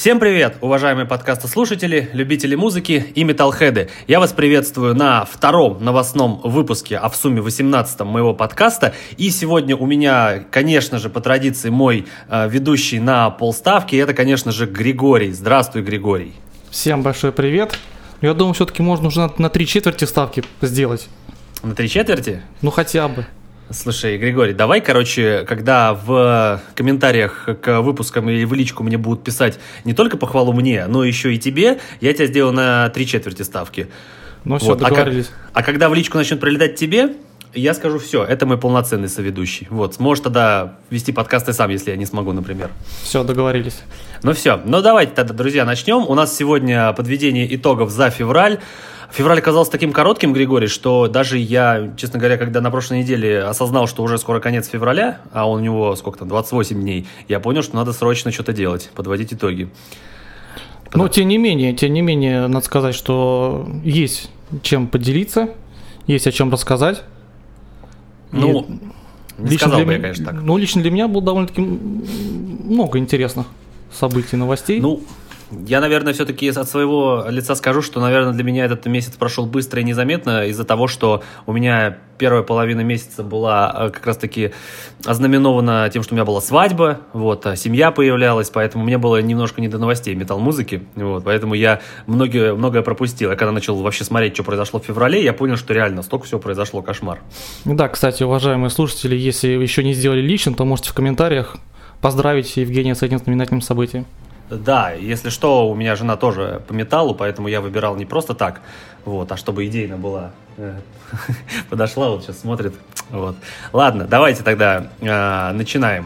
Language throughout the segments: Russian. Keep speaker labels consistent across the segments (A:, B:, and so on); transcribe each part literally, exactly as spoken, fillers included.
A: Всем привет, уважаемые подкастослушатели, любители музыки и металлхеды. Я вас приветствую на втором новостном выпуске, а в сумме восемнадцатом моего подкаста. И сегодня у меня, конечно же, по традиции, мой э, ведущий на полставки. Это, конечно же, Григорий. Здравствуй, Григорий.
B: Всем большой привет. Я думаю, все-таки можно уже на, на три четверти ставки сделать.
A: На три четверти?
B: Ну, хотя бы.
A: Слушай, Григорий, давай, короче, когда в комментариях к выпускам или в личку мне будут писать не только похвалу мне, но еще и тебе, я тебя сделаю на три четверти ставки.
B: Ну все, вот. договорились.
A: А, а когда в личку начнет прилетать тебе, я скажу: все, это мой полноценный соведущий. Вот, сможешь тогда вести подкасты сам, если я не смогу, например.
B: Все, договорились.
A: Ну все, ну давайте тогда, друзья, начнем. У нас сегодня подведение итогов за февраль. Февраль оказался таким коротким, Григорий, что даже я, честно говоря, когда на прошлой неделе осознал, что уже скоро конец февраля, а у него сколько там, двадцать восемь дней, я понял, что надо срочно что-то делать, подводить итоги.
B: Но тем не менее, тем не менее, надо сказать, что есть чем поделиться, есть о чем рассказать.
A: Ну,
B: и
A: не сказал
B: для
A: бы я,
B: меня,
A: конечно, так.
B: Ну, лично для меня было довольно-таки много интересных событий, новостей.
A: Ну, я, наверное, все-таки от своего лица скажу, что, наверное, для меня этот месяц прошел быстро и незаметно из-за того, что у меня первая половина месяца была как раз-таки ознаменована тем, что у меня была свадьба, вот, а семья появлялась, поэтому мне было немножко не до новостей метал-музыки, вот, поэтому я многое, многое пропустил. Я когда начал вообще смотреть, что произошло в феврале, я понял, что реально столько всего произошло, кошмар.
B: Да, кстати, уважаемые слушатели, если еще не сделали лично, то можете в комментариях поздравить Евгения с этим знаменательным событием.
A: Да, если что, у меня жена тоже по металлу, поэтому я выбирал не просто так, вот, а чтобы идейно была. Подошла, вот сейчас смотрит. Вот. Ладно, давайте тогда э, начинаем.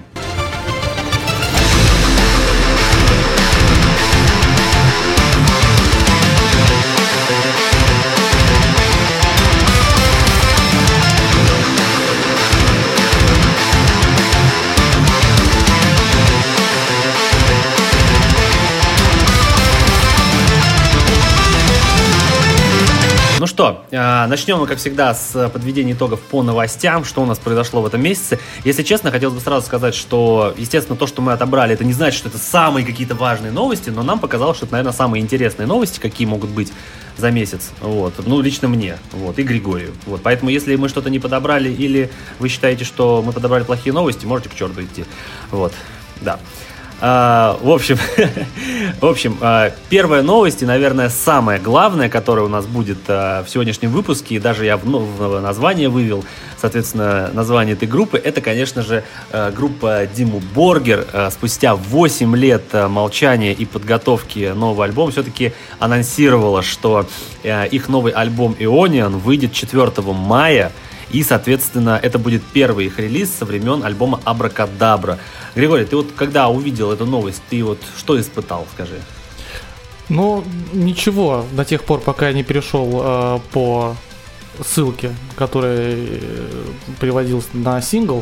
A: Ну что, начнем мы, как всегда, с подведения итогов по новостям, что у нас произошло в этом месяце. Если честно, хотелось бы сразу сказать, что, естественно, то, что мы отобрали, это не значит, что это самые какие-то важные новости, но нам показалось, что это, наверное, самые интересные новости, какие могут быть за месяц. Вот. Ну, лично мне, вот, и Григорию. Вот. Поэтому, если мы что-то не подобрали или вы считаете, что мы подобрали плохие новости, можете к черту идти. Вот, да. Uh, в общем, в общем, uh, первая новость и, наверное, самая главная, которая у нас будет uh, в сегодняшнем выпуске, и даже я в, ну, в название вывел, соответственно, название этой группы, это, конечно же, uh, группа Dimmu Borgir. Uh, спустя восемь лет uh, молчания и подготовки нового альбома все-таки анонсировала, что uh, их новый альбом Aeonian выйдет четвёртого мая. И, соответственно, это будет первый их релиз со времен альбома Абракадабра. Григорий, ты вот когда увидел эту новость, ты вот что испытал, скажи?
B: Ну, ничего, до тех пор, пока я не перешел э, по ссылке, которая э, приводилась на сингл.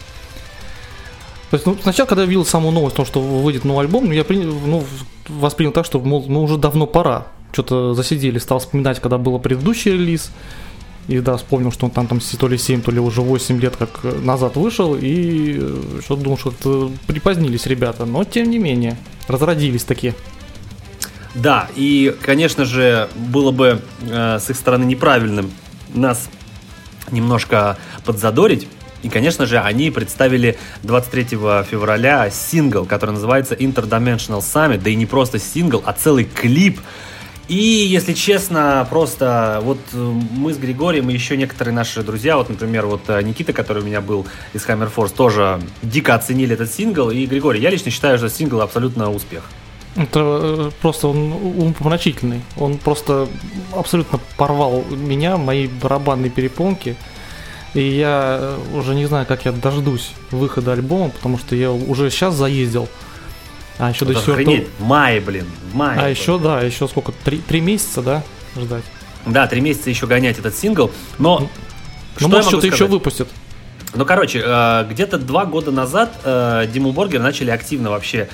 B: То есть, ну, сначала, когда я видел саму новость о том, что выйдет новый альбом, я принял, ну, воспринял так, что, мол, ну, уже давно пора. Что-то засидели, стал вспоминать, когда был предыдущий релиз. И да, вспомнил, что он там, там то ли семь, то ли уже восемь лет как назад вышел. И что-то думал, что припозднились ребята. Но тем не менее, разродились такие.
A: Да, и, конечно же, было бы э, с их стороны неправильным нас немножко подзадорить. И, конечно же, они представили двадцать третьего февраля сингл, который называется Interdimensional Summit. Да и не просто сингл, а целый клип. И, если честно, просто вот мы с Григорием и еще некоторые наши друзья, вот, например, вот Никита, который у меня был из Hammer Force, тоже дико оценили этот сингл. И, Григорий, я лично считаю, что сингл абсолютно успех.
B: Это просто он умопомрачительный. Он просто абсолютно порвал меня, мои барабанные перепонки. И я уже не знаю, как я дождусь выхода альбома, потому что я уже сейчас заездил. А еще
A: вот
B: до сих пор.
A: В мае, блин, в мае.
B: А еще, да, еще сколько? Три, три месяца, да, ждать?
A: Да, три месяца еще гонять этот сингл. Но
B: ну,
A: что
B: может,
A: что-то
B: еще выпустят.
A: Ну, короче, где-то два года назад Dimmu Borgir начали активно вообще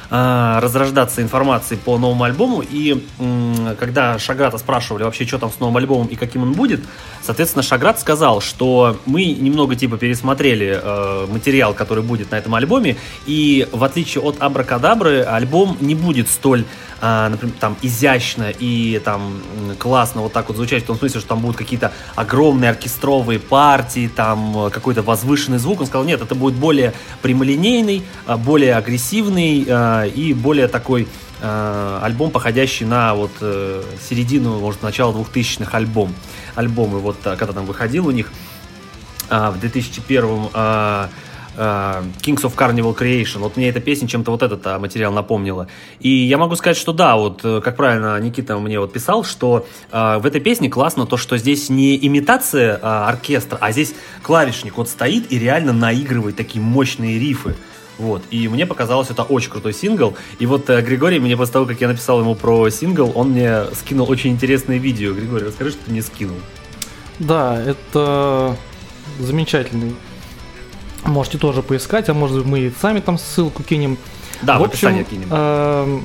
A: э, разрождаться информацией по новому альбому. И э, когда Шаграта спрашивали вообще, что там с новым альбомом и каким он будет, соответственно, Шаграт сказал, что мы немного типа пересмотрели э, материал, который будет на этом альбоме, и в отличие от Абракадабры, альбом не будет столь, э, например, там, изящно и там классно вот так вот звучать, в том смысле, что там будут какие-то огромные оркестровые партии, там какой-то возвышенный звук. Он сказал, нет, это будет более прямолинейный, более агрессивный э, и более такой э, альбом, походящий на вот э, середину, может, начало двухтысячных альбом. Альбомы, вот когда там выходил у них э, в две тысячи первом э, Kings of Carnival Creation. Вот мне эта песня чем-то вот этот а, материал напомнила. И я могу сказать, что да, вот как правильно Никита мне вот писал, что а, в этой песне классно то, что здесь не имитация а, оркестра, а здесь клавишник вот стоит и реально наигрывает такие мощные рифы. Вот. И мне показалось, это очень крутой сингл. И вот э, Григорий, мне после того, как я написал ему про сингл, он мне скинул очень интересное видео. Григорий, расскажи, что ты мне скинул.
B: Да, это замечательный. Можете тоже поискать, а может мы сами там ссылку кинем.
A: Да, в,
B: в
A: описании
B: общем,
A: кинем.
B: Э,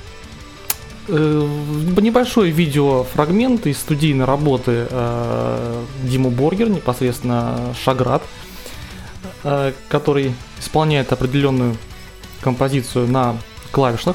B: э, небольшой видеофрагмент из студийной работы э, Диму Боргер, непосредственно Шаграт, э, который исполняет определенную композицию на клавишных,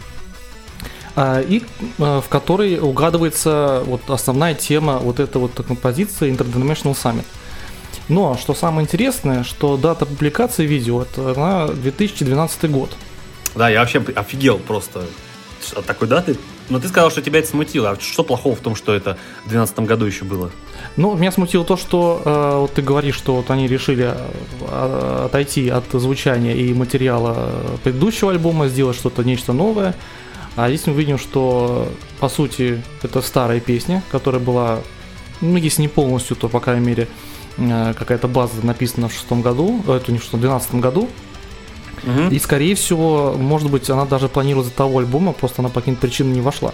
B: э, и э, в которой угадывается вот основная тема вот этой вот композиции Interdimensional Summit. Но, что самое интересное, что дата публикации видео – это на две тысячи двенадцатый год.
A: Да, я вообще офигел просто от такой даты. Но ты сказал, что тебя это смутило. А что плохого в том, что это в две тысячи двенадцатом году еще было?
B: Ну, меня смутило то, что э, вот ты говоришь, что вот они решили э, отойти от звучания и материала предыдущего альбома, сделать что-то, нечто новое. А здесь мы видим, что, по сути, это старая песня, которая была, ну, если не полностью, то, по крайней мере, какая-то база написана в шестом году, это не в шестом, в двенадцатом году. Угу. И, скорее всего, может быть, она даже планировалась до того альбома, просто она по каким-то причинам не вошла.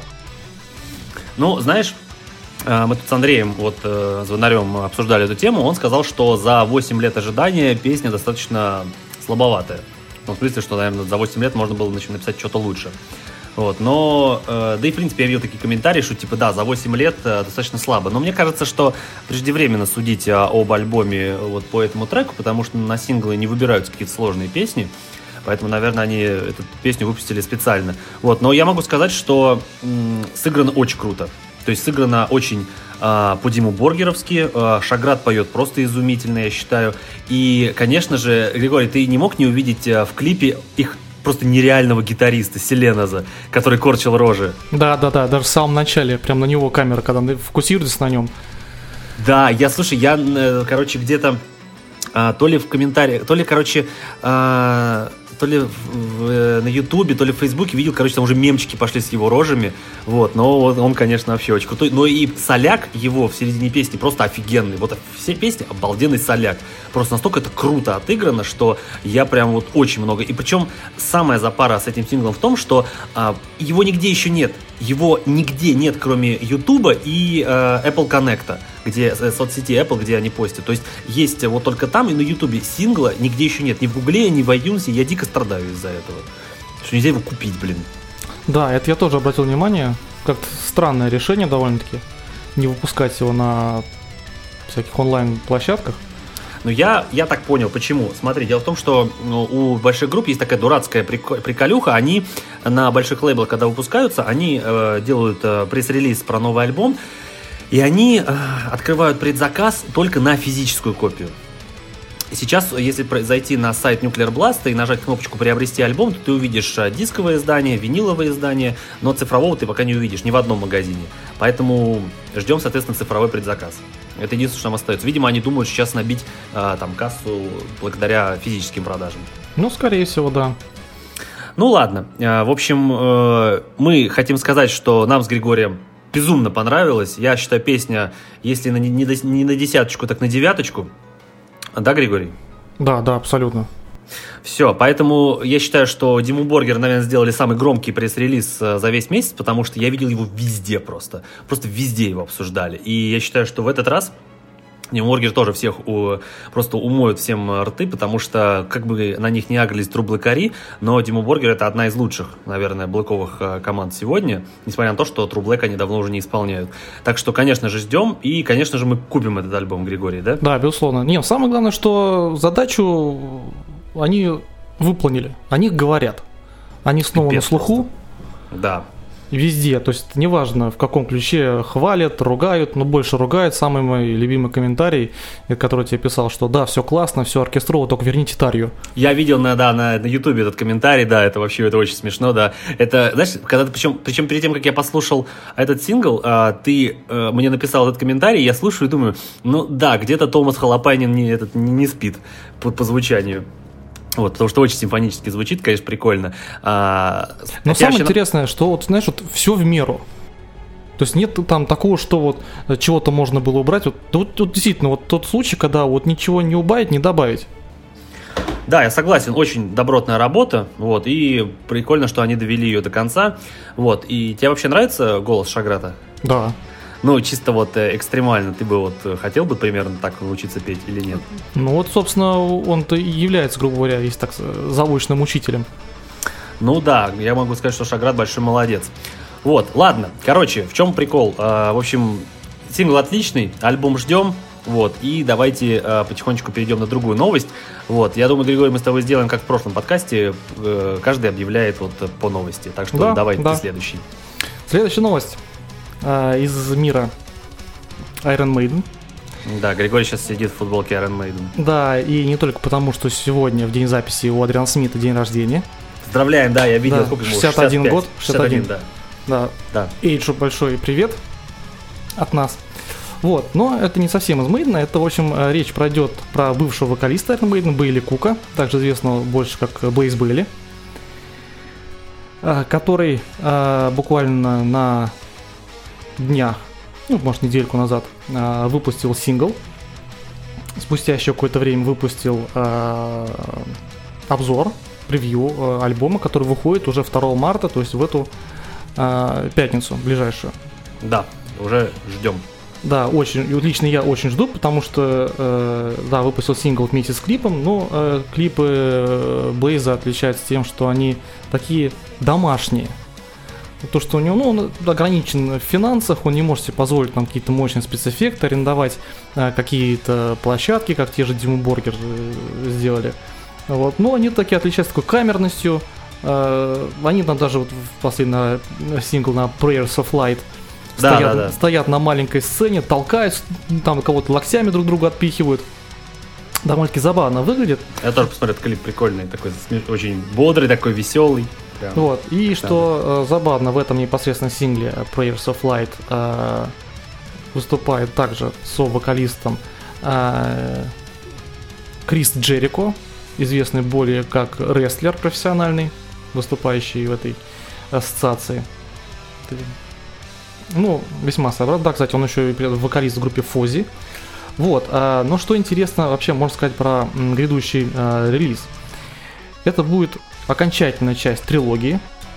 B: Ну, знаешь, мы тут с Андреем, вот, Звонарем обсуждали эту тему, он сказал, что за восемь лет ожидания песня достаточно слабоватая. Ну, в смысле, что, наверное, за восемь лет можно было написать что-то лучше. Вот, но, э, да и в принципе я видел такие комментарии, что типа да, за восемь лет э, достаточно слабо. Но мне кажется, что преждевременно судить э, об альбоме вот по этому треку, потому что на синглы не выбираются какие-то сложные песни. Поэтому, наверное, они эту песню выпустили специально. Вот, но я могу сказать, что м- сыграно очень круто. То есть сыграно очень э, по Диму Боргеровски. Э, Шаграт поет просто изумительно, я считаю. И, конечно же, Григорий, ты не мог не увидеть э, в клипе их просто нереального гитариста Селеноза, который корчил рожи. Да, да, да, даже в самом начале, прям на него камера, когда фокусируется на нем. Да, я, слушай, я, короче, где-то а, то ли в комментариях, то ли, короче, а, то ли в, в, на Ютубе, то ли в Фейсбуке видел, короче, там уже мемчики пошли с его рожами, вот, но он, он, конечно, вообще очень крутой, но и соляк его в середине песни просто офигенный, вот все песни обалденный соляк, просто настолько это круто отыграно, что я прям вот очень много, и причем самая запара с этим синглом в том, что а, его нигде еще нет, его нигде нет, кроме Ютуба и э, Apple Connect, где э, соцсети Apple, где они постят. То есть есть вот только там и на Ютубе сингла нигде еще нет. Ни в Гугле, ни в iTunes. Я дико страдаю из-за этого. Что нельзя его купить, блин. Да, это я тоже обратил внимание. Как-то странное решение довольно-таки. Не выпускать его на всяких онлайн-площадках. Ну, я, я так понял, почему. Смотри, дело в том, что ну, у больших групп есть такая дурацкая приколюха. Они на больших лейблах, когда выпускаются, они э, делают э, пресс-релиз про новый альбом, и они э, открывают предзаказ только на физическую копию. Сейчас, если зайти на сайт Nuclear Blast и нажать кнопочку «Приобрести альбом», то ты увидишь дисковое издание, виниловое издание, но цифрового ты пока не увидишь ни в одном магазине. Поэтому ждем, соответственно, цифровой предзаказ. Это единственное, что нам остается. Видимо, они думают сейчас набить э, там кассу благодаря физическим продажам. Ну, скорее всего, да. Ну, ладно. Э, в общем, э, мы хотим сказать, что нам с Григорием безумно понравилось. Я считаю, песня, если на, не, не на десяточку, так на девяточку. Да, Григорий? Да, да, абсолютно. Все, поэтому я считаю, что Диму Боргер, наверное, сделали самый громкий пресс-релиз за весь месяц, потому что я видел его везде просто. Просто везде его обсуждали. И я считаю, что в этот раз
A: Диму Боргер тоже всех у, просто умоют всем рты, потому что, как бы на них не агрелись трублэкари, но Диму Боргер — это одна из лучших, наверное, блэковых команд сегодня, несмотря на то, что трублэк они давно уже не исполняют. Так что, конечно же, ждем, и, конечно же, мы купим этот альбом, Григорий, да?
B: Да, безусловно. Не, самое главное, что задачу они выполнили, о них говорят. Они снова Пипец на слуху.
A: Просто. Да.
B: Везде, то есть неважно в каком ключе хвалят, ругают, но больше ругают. Самый мой любимый комментарий, который я тебе писал, что да, все классно, все оркестрово, только верните Тарью.
A: Я видел на, да, на, на Ютубе этот комментарий, да, это вообще это очень смешно, да. Это, знаешь, когда ты, причем, причем перед тем, как я послушал этот сингл, ты э, мне написал этот комментарий, я слушаю и думаю, ну да, где-то Томас Халапанин не, этот, не, не спит по, по звучанию. Вот, потому что очень симфонически звучит, конечно, прикольно. А,
B: Но самое вообще... интересное, что вот, знаешь, вот все в меру. То есть нет там такого, что вот чего-то можно было убрать. Вот, вот, вот действительно, вот тот случай, когда вот ничего не убавить, не добавить.
A: Да, я согласен, очень добротная работа, вот, и прикольно, что они довели ее до конца. Вот, и тебе вообще нравится голос Шаграта?
B: Да.
A: Ну, чисто вот экстремально, ты бы вот хотел бы примерно так научиться петь или нет?
B: Ну вот, собственно, он-то и является, грубо говоря, если так, заочным учителем.
A: Ну да, я могу сказать, что Шаграт большой молодец. Вот, ладно, короче, в чем прикол? А, в общем, сингл отличный, альбом ждем. Вот, и давайте э, потихонечку перейдем на другую новость. Вот, я думаю, Григорий, мы с тобой сделаем, как в прошлом подкасте, э, каждый объявляет вот по новости. Так что
B: да,
A: давай
B: да.
A: ты следующий.
B: Следующая новость э, из мира Iron Maiden.
A: Да, Григорий сейчас сидит в футболке Iron Maiden.
B: Да, и не только потому, что сегодня, в день записи, у Адриана Смита день рождения.
A: Поздравляем, да, я видел,
B: да,
A: сколько ему,
B: шестьдесят один год.
A: шестьдесят один, да.
B: Да.
A: да.
B: Эйджу большой привет от нас. Вот, но это не совсем из Мейдена, это, в общем, речь пройдет про бывшего вокалиста Iron Maiden, Бейли Кука, также известного больше как Блейз Бейли, который буквально на днях, ну, может, недельку назад, выпустил сингл, спустя еще какое-то время выпустил обзор, превью альбома, который выходит уже второго марта, то есть в эту пятницу ближайшую.
A: Да, уже ждем.
B: Да, очень, лично я очень жду, потому что, э, да, выпустил сингл вместе с клипом, но э, клипы Блейза отличаются тем, что они такие домашние. То, что у него, ну, он ограничен в финансах, он не может себе позволить там какие-то мощные спецэффекты, арендовать э, какие-то площадки, как те же Диму Боргер э, сделали. Вот. Но они такие отличаются такой камерностью. Э, они там даже вот в последний сингл на Prayers of Light
A: Да,
B: стоят,
A: да, да.
B: стоят на маленькой сцене, толкаются, там кого-то локтями друг друга отпихивают. Довольно-таки забавно выглядит.
A: Я тоже посмотрел, этот клип прикольный, такой очень бодрый, такой веселый. Прям.
B: Вот. И что э, забавно, в этом непосредственно сингле Prayers of Light э, выступает также со-вокалистом э, Крис Джерико, известный более как рестлер профессиональный, выступающий в этой ассоциации. Ну, весьма сообразно. Да, кстати, он еще и вокалист в группе Фози. Вот. А, но что интересно вообще можно сказать про м, грядущий а, релиз. Это будет окончательная часть трилогии,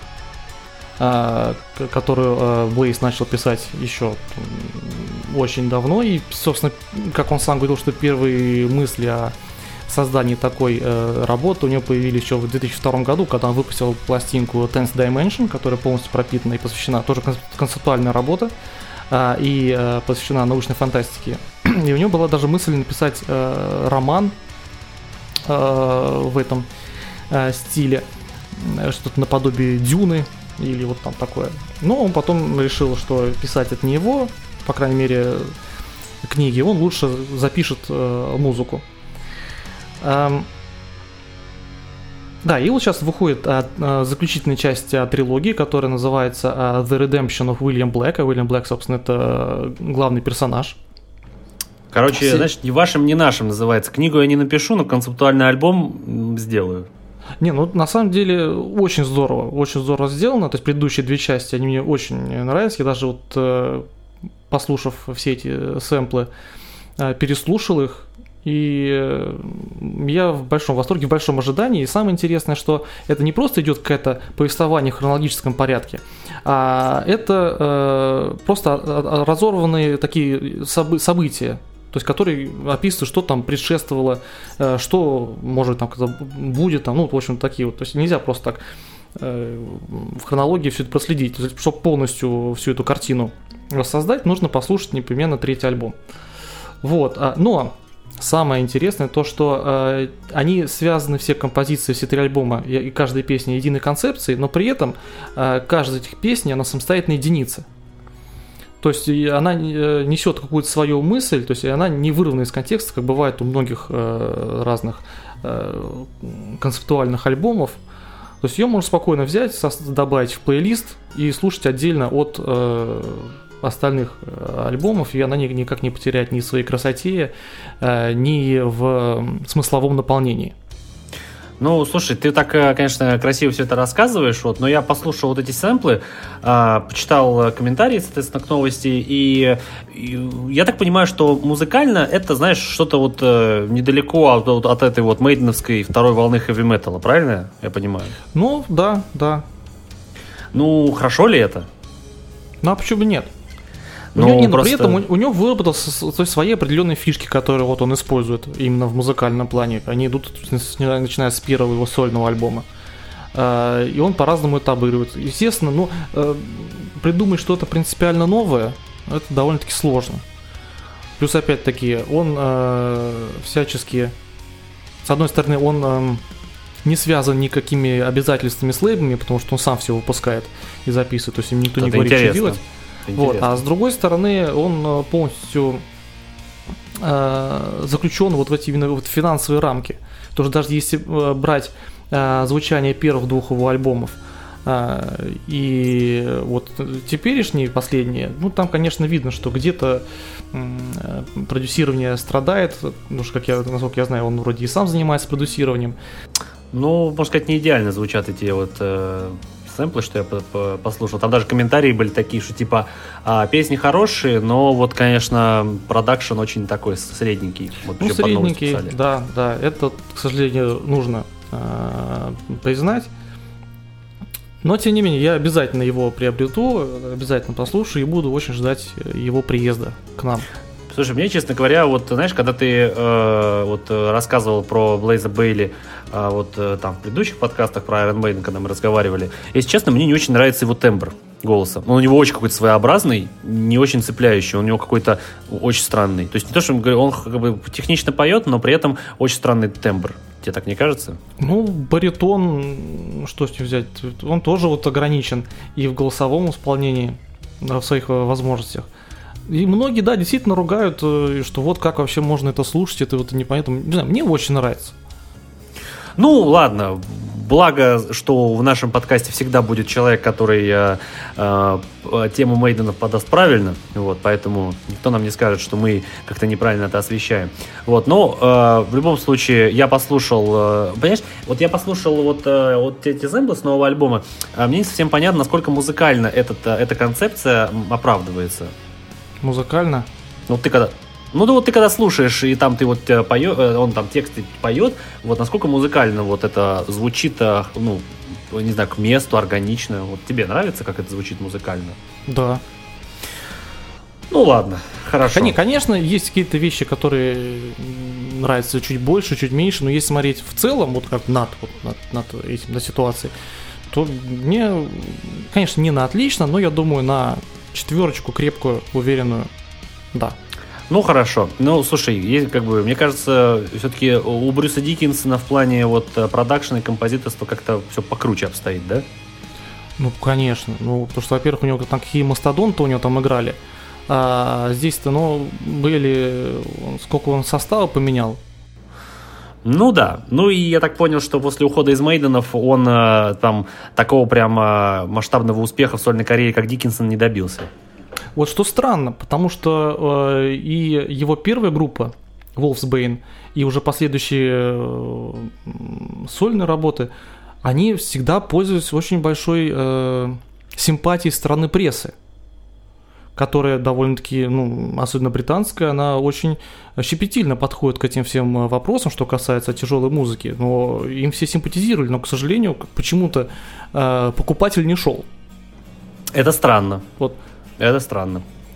B: а, к- которую а, Блейз начал писать еще м, очень давно. И, собственно, как он сам говорил, что первые мысли о создании такой э, работы у него появились еще в две тысячи втором году, когда он выпустил пластинку Tenth Dimension, которая полностью пропитана и посвящена, тоже концептуальная работа, э, и э, посвящена научной фантастике. И у него была даже мысль написать э, роман э, в этом э, стиле, что-то наподобие Дюны или вот там такое. Но он потом решил, что писать это не его, по крайней мере, книги, он лучше запишет э, музыку. Um, да, и вот сейчас выходит а, а, заключительная часть а, трилогии, которая называется а, The Redemption of William Black. А Уильям Блэк, собственно, это главный персонаж.
A: Короче,
B: Все...
A: значит, ни вашим, ни нашим называется. Книгу я не напишу, но концептуальный альбом сделаю.
B: Не, ну на самом деле очень здорово, очень здорово сделано. То есть предыдущие две части, они мне очень нравятся. Я даже вот, э, послушав все эти сэмплы, э, переслушал их. И я в большом восторге, в большом ожидании. И самое интересное, что это не просто идет какое-то повествование в хронологическом порядке, а это э, просто разорванные такие события. то есть который описывает, что там предшествовало, что может там будет, там, ну, в общем, такие вот. То есть нельзя просто так в хронологии все это проследить. Чтобы полностью всю эту картину воссоздать, нужно послушать непременно третий альбом. Вот, но самое интересное то, что э, они связаны, все композиции, все три альбома и каждая песня единой концепцией, но при этом э, каждая из этих песней, она самостоятельная единица. То есть она э, несет какую-то свою мысль, то есть она не вырвана из контекста, как бывает у многих э, разных э, концептуальных альбомов. То есть ее можно спокойно взять, добавить в плейлист и слушать отдельно от э, остальных альбомов, и она никак не потеряет ни в своей красоте, ни в смысловом наполнении.
A: Ну, слушай, ты так, конечно, красиво все это рассказываешь, вот, но я послушал вот эти сэмплы, э, почитал комментарии, соответственно, к новости, и, и я так понимаю, что музыкально это, знаешь, что-то вот э, недалеко от, от, от этой вот мейденовской второй волны хэви-металла, правильно я понимаю?
B: Ну, да, да.
A: Ну, хорошо ли это?
B: Ну, а почему бы нет? У
A: Ну,
B: него, нет,
A: просто...
B: При этом у, у него выработались то есть, свои определенные фишки, которые вот он использует именно в музыкальном плане. Они идут, начиная с первого его сольного альбома. Uh, и он по-разному это обыгрывает. Естественно, ну, uh, придумать что-то принципиально новое, это довольно-таки сложно. Плюс, опять-таки, он uh, всячески... С одной стороны, он uh, не связан никакими обязательствами с лейблами, потому что он сам все выпускает и записывает. То есть им никто это не говорит, интересно. Что делать. Вот, а с другой стороны, он полностью э, заключен вот в эти именно вот финансовые рамки. Потому что даже если э, брать э, звучание первых двух его альбомов э, и вот теперешние, последние, ну там, конечно, видно, что где-то э, продюсирование страдает, потому что, как я, насколько я знаю, он вроде и сам занимается продюсированием.
A: Ну, можно сказать, не идеально звучат эти вот... Э... сэмплы, что я послушал. Там даже комментарии были такие, что типа а, песни хорошие, но вот, конечно, продакшн очень такой средненький. Вот,
B: ну, средненький, да, да. Это, к сожалению, нужно э, признать. Но, тем не менее, я обязательно его приобрету, обязательно послушаю и буду очень ждать его приезда к нам.
A: Слушай, мне, честно говоря, вот, знаешь, когда ты э, вот, рассказывал про Блейза Бейли э, вот э, там в предыдущих подкастах про Iron Maiden, когда мы разговаривали, если честно, мне не очень нравится его тембр голоса. Он у него очень какой-то своеобразный, не очень цепляющий, он у него какой-то очень странный. То есть не то, что он как бы технично поет, но при этом очень странный тембр. Тебе так не кажется?
B: Ну, баритон, что с ним взять, он тоже вот ограничен и в голосовом исполнении, в своих возможностях. И многие, да, действительно ругают, что вот как вообще можно это слушать, это вот непонятно. Не знаю, мне очень нравится.
A: Ну, ладно. Благо, что в нашем подкасте всегда будет человек, который э, э, тему Мейденов подаст правильно, вот, поэтому никто нам не скажет, что мы как-то неправильно это освещаем. Вот, но э, в любом случае я послушал, э, понимаешь, вот я послушал вот, э, вот эти сэмплы с нового альбома, а мне не совсем понятно, насколько музыкально этот, эта концепция оправдывается.
B: Музыкально?
A: Ну, ты когда... Ну, да вот ты когда слушаешь, и там ты вот поет, он там тексты поет, вот насколько музыкально вот это звучит, ну, не знаю, к месту, органично. Вот тебе нравится, как это звучит музыкально?
B: Да.
A: Ну, ладно, хорошо.
B: Конечно, есть какие-то вещи, которые нравятся чуть больше, чуть меньше, но если смотреть в целом, вот как над, вот, над, над этим, на ситуацией, то мне, конечно, не на отлично, но я думаю, на четверочку крепкую, уверенную, да.
A: Ну, хорошо. Ну, слушай, есть, как бы, мне кажется, все-таки у Брюса Диккинсона в плане вот продакшена и композиторства как-то все покруче обстоит, да?
B: Ну, конечно. Ну, потому что, во-первых, у него там какие мастодонты у него там играли. А здесь-то, ну, были... Сколько он состава поменял?
A: Ну да, ну и я так понял, что после ухода из Мейденов он э, там такого прямо масштабного успеха в сольной карьере, как Диккинсон, не добился.
B: Вот что странно, потому что э, и его первая группа, Wolfsbane, и уже последующие э, сольные работы, они всегда пользуются очень большой э, симпатией стороны прессы, которая довольно-таки, ну, особенно британская, она очень щепетильно подходит к этим всем вопросам, что касается тяжелой музыки. Но им все симпатизировали, но, к сожалению, почему-то э, покупатель не шел.
A: Это странно.
B: Вот.
A: Это странно.
B: То есть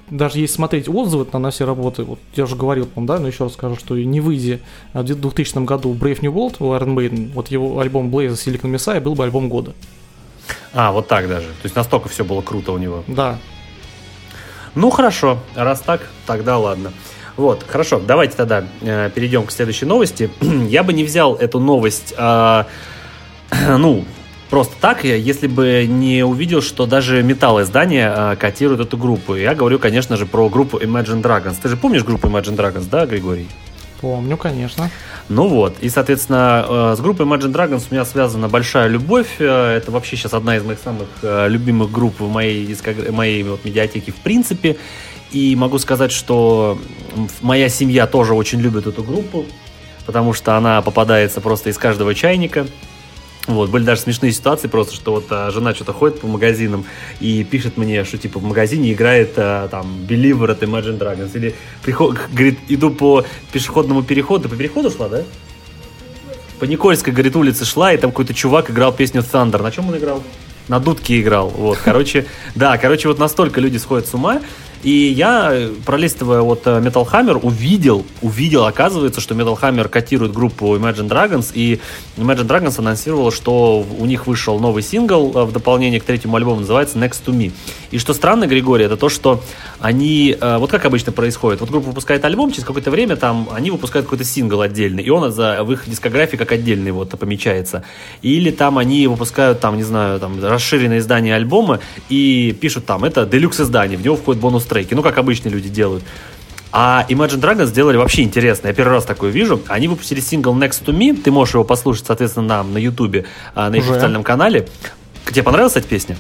B: даже если смотреть отзывы на, на все работы, вот я уже говорил, да, но еще раз скажу, что не выйдя в двухтысячном году Brave New World у Iron Maiden, вот его альбом Blaze Silicon Messiah был бы альбом года.
A: А, вот так даже. То есть настолько все было круто у него.
B: Да.
A: Ну, хорошо. Раз так, тогда ладно. Вот, хорошо. Давайте тогда э, перейдем к следующей новости. Я бы не взял эту новость, э, ну, просто так, если бы не увидел, что даже металл-издание э, котирует эту группу. Я говорю, конечно же, про группу Imagine Dragons. Ты же помнишь группу Imagine Dragons, да, Григорий?
B: Помню, конечно.
A: Ну вот, и, соответственно, с группой Imagine Dragons у меня связана большая любовь. Это вообще сейчас одна из моих самых любимых групп в моей, в моей вот медиатеке в принципе. И могу сказать, что моя семья тоже очень любит эту группу, потому что она попадается просто из каждого чайника. Вот, были даже смешные ситуации просто, что вот а, жена что-то ходит по магазинам и пишет мне, что типа в магазине играет а, там Believer от Imagine Dragons. Или приход, говорит, иду по пешеходному переходу. По переходу шла, да? По Никольской, говорит, улице шла, и там какой-то чувак играл песню Thunder. На чем он играл? На дудке играл. Вот, короче, да, короче, вот настолько люди сходят с ума. И я, пролистывая вот Metal Hammer, увидел, увидел, оказывается, что Metal Hammer котирует группу Imagine Dragons, и Imagine Dragons анонсировала, что у них вышел новый сингл в дополнение к третьему альбому, называется Next to Me. И что странно, Григорий, это то, что они, вот как обычно происходит, вот группа выпускает альбом, через какое-то время там они выпускают какой-то сингл отдельный, и он за, в их дискографии как отдельный вот помечается. Или там они выпускают, там, не знаю, там расширенное издание альбома и пишут там, это делюкс издание, в него входит бонус треки, ну, как обычные люди делают. А Imagine Dragons сделали вообще интересно. Я первый раз такое вижу. Они выпустили сингл Next to Me. Ты можешь его послушать, соответственно, нам на Ютубе, на их официальном канале. Тебе понравилась эта песня?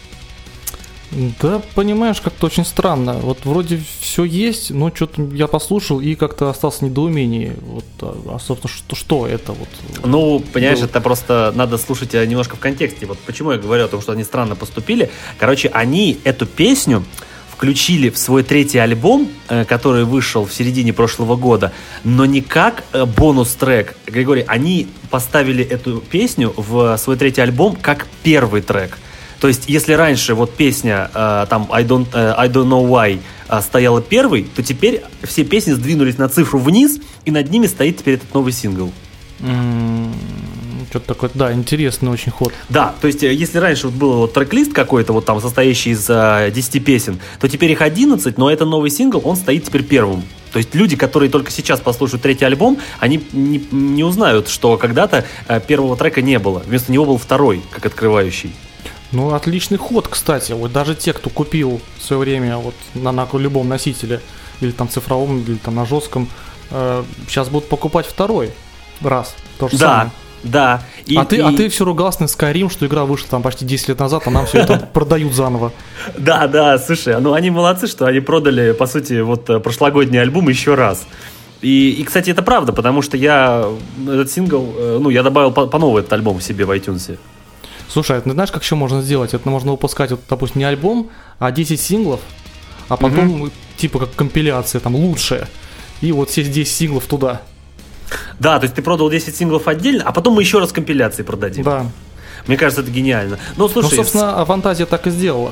B: Да, понимаешь, как-то очень странно. Вот вроде все есть, но что-то я послушал и как-то остался в недоумении. Вот, а, собственно, что, что это вот?
A: Ну, понимаешь,
B: был...
A: это просто надо слушать немножко в контексте. Вот почему я говорю о том, что они странно поступили. Короче, они эту песню включили в свой третий альбом, который вышел в середине прошлого года, но не как бонус-трек. Григорий, они поставили эту песню в свой третий альбом как первый трек. То есть, если раньше вот песня там I don't, I don't know why стояла первой, то теперь все песни сдвинулись на цифру вниз, и над ними стоит теперь этот новый сингл.
B: Mm-hmm. Что-то такое, да, интересный очень ход.
A: Да, то есть, если раньше вот был вот трек-лист какой-то, вот там, состоящий из uh, десяти песен, то теперь их одиннадцать, но это новый сингл, он стоит теперь первым. То есть, люди, которые только сейчас послушают третий альбом, они не, не узнают, что когда-то uh, первого трека не было. Вместо него был второй, как открывающий.
B: Ну, отличный ход, кстати. Вот даже те, кто купил в свое время вот на, на любом носителе, или там цифровом, или там на жестком, э, сейчас будут покупать второй раз. То же
A: да.
B: самое.
A: Да. И,
B: а, ты,
A: и...
B: а ты все ругался на Skyrim, что игра вышла там почти десять лет назад, а нам все это продают заново.
A: Да, да, слушай, ну они молодцы, что они продали, по сути, вот прошлогодний альбом еще раз. И, и, кстати, это правда, потому что я этот сингл, ну, я добавил по, по новому этот альбом себе в iTunes.
B: Слушай, ты знаешь, как еще можно сделать? Это можно выпускать, вот, допустим, не альбом, а десять синглов, а потом, угу. типа, как компиляция, там, лучшая. И вот все десять синглов туда.
A: Да, то есть ты продал десять синглов отдельно, а потом мы еще раз компиляции продадим.
B: Да.
A: Мне кажется, это гениально. Ну, слушай...
B: Ну, собственно, Фантазия так и сделала.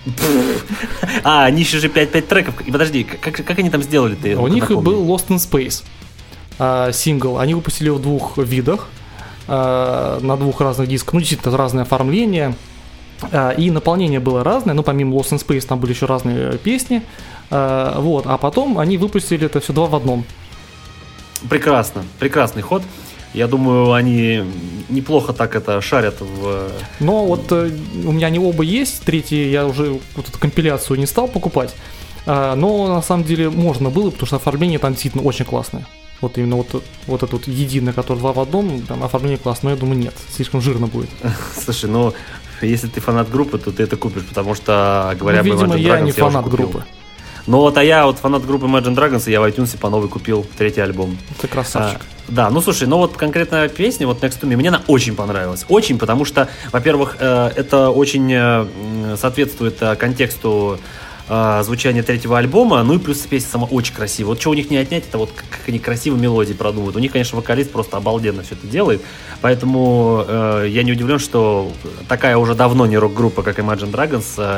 A: А, они еще же пять треков. Подожди, как, как они там сделали-то?
B: У них был Lost in Space а, сингл. Они выпустили в двух видах, а, на двух разных дисках. Ну, действительно, разное оформление. А, и наполнение было разное. Ну, помимо Lost in Space там были еще разные песни. А, вот. А потом они выпустили это все два в одном.
A: Прекрасно, прекрасный ход. Я думаю, они неплохо так это шарят в...
B: Но вот э, у меня они оба есть. Третий я уже вот эту компиляцию не стал покупать. А, но на самом деле можно было, потому что оформление там действительно очень классное. Вот именно вот, вот это вот единое, которое два в одном, там оформление классное. Но я думаю, нет, слишком жирно будет.
A: Слушай, ну, если ты фанат группы, то ты это купишь, потому что, говоря
B: ну,
A: об Imagine Dragons,
B: я не
A: я
B: фанат
A: уже
B: группы.
A: Ну вот, а я вот фанат группы Imagine Dragons, и я в iTunes по новой купил третий альбом.
B: Ты красавчик.
A: А, да, ну слушай, ну вот конкретная песня, вот Next to Me, мне она очень понравилась. Очень, потому что, во-первых, э, это очень э, соответствует э, контексту э, звучания третьего альбома, ну и плюс песня сама очень красивая. Вот что у них не отнять, это вот как, как они красиво мелодии продумывают. У них, конечно, вокалист просто обалденно все это делает, поэтому э, я не удивлен, что такая уже давно не рок-группа, как Imagine Dragons, э,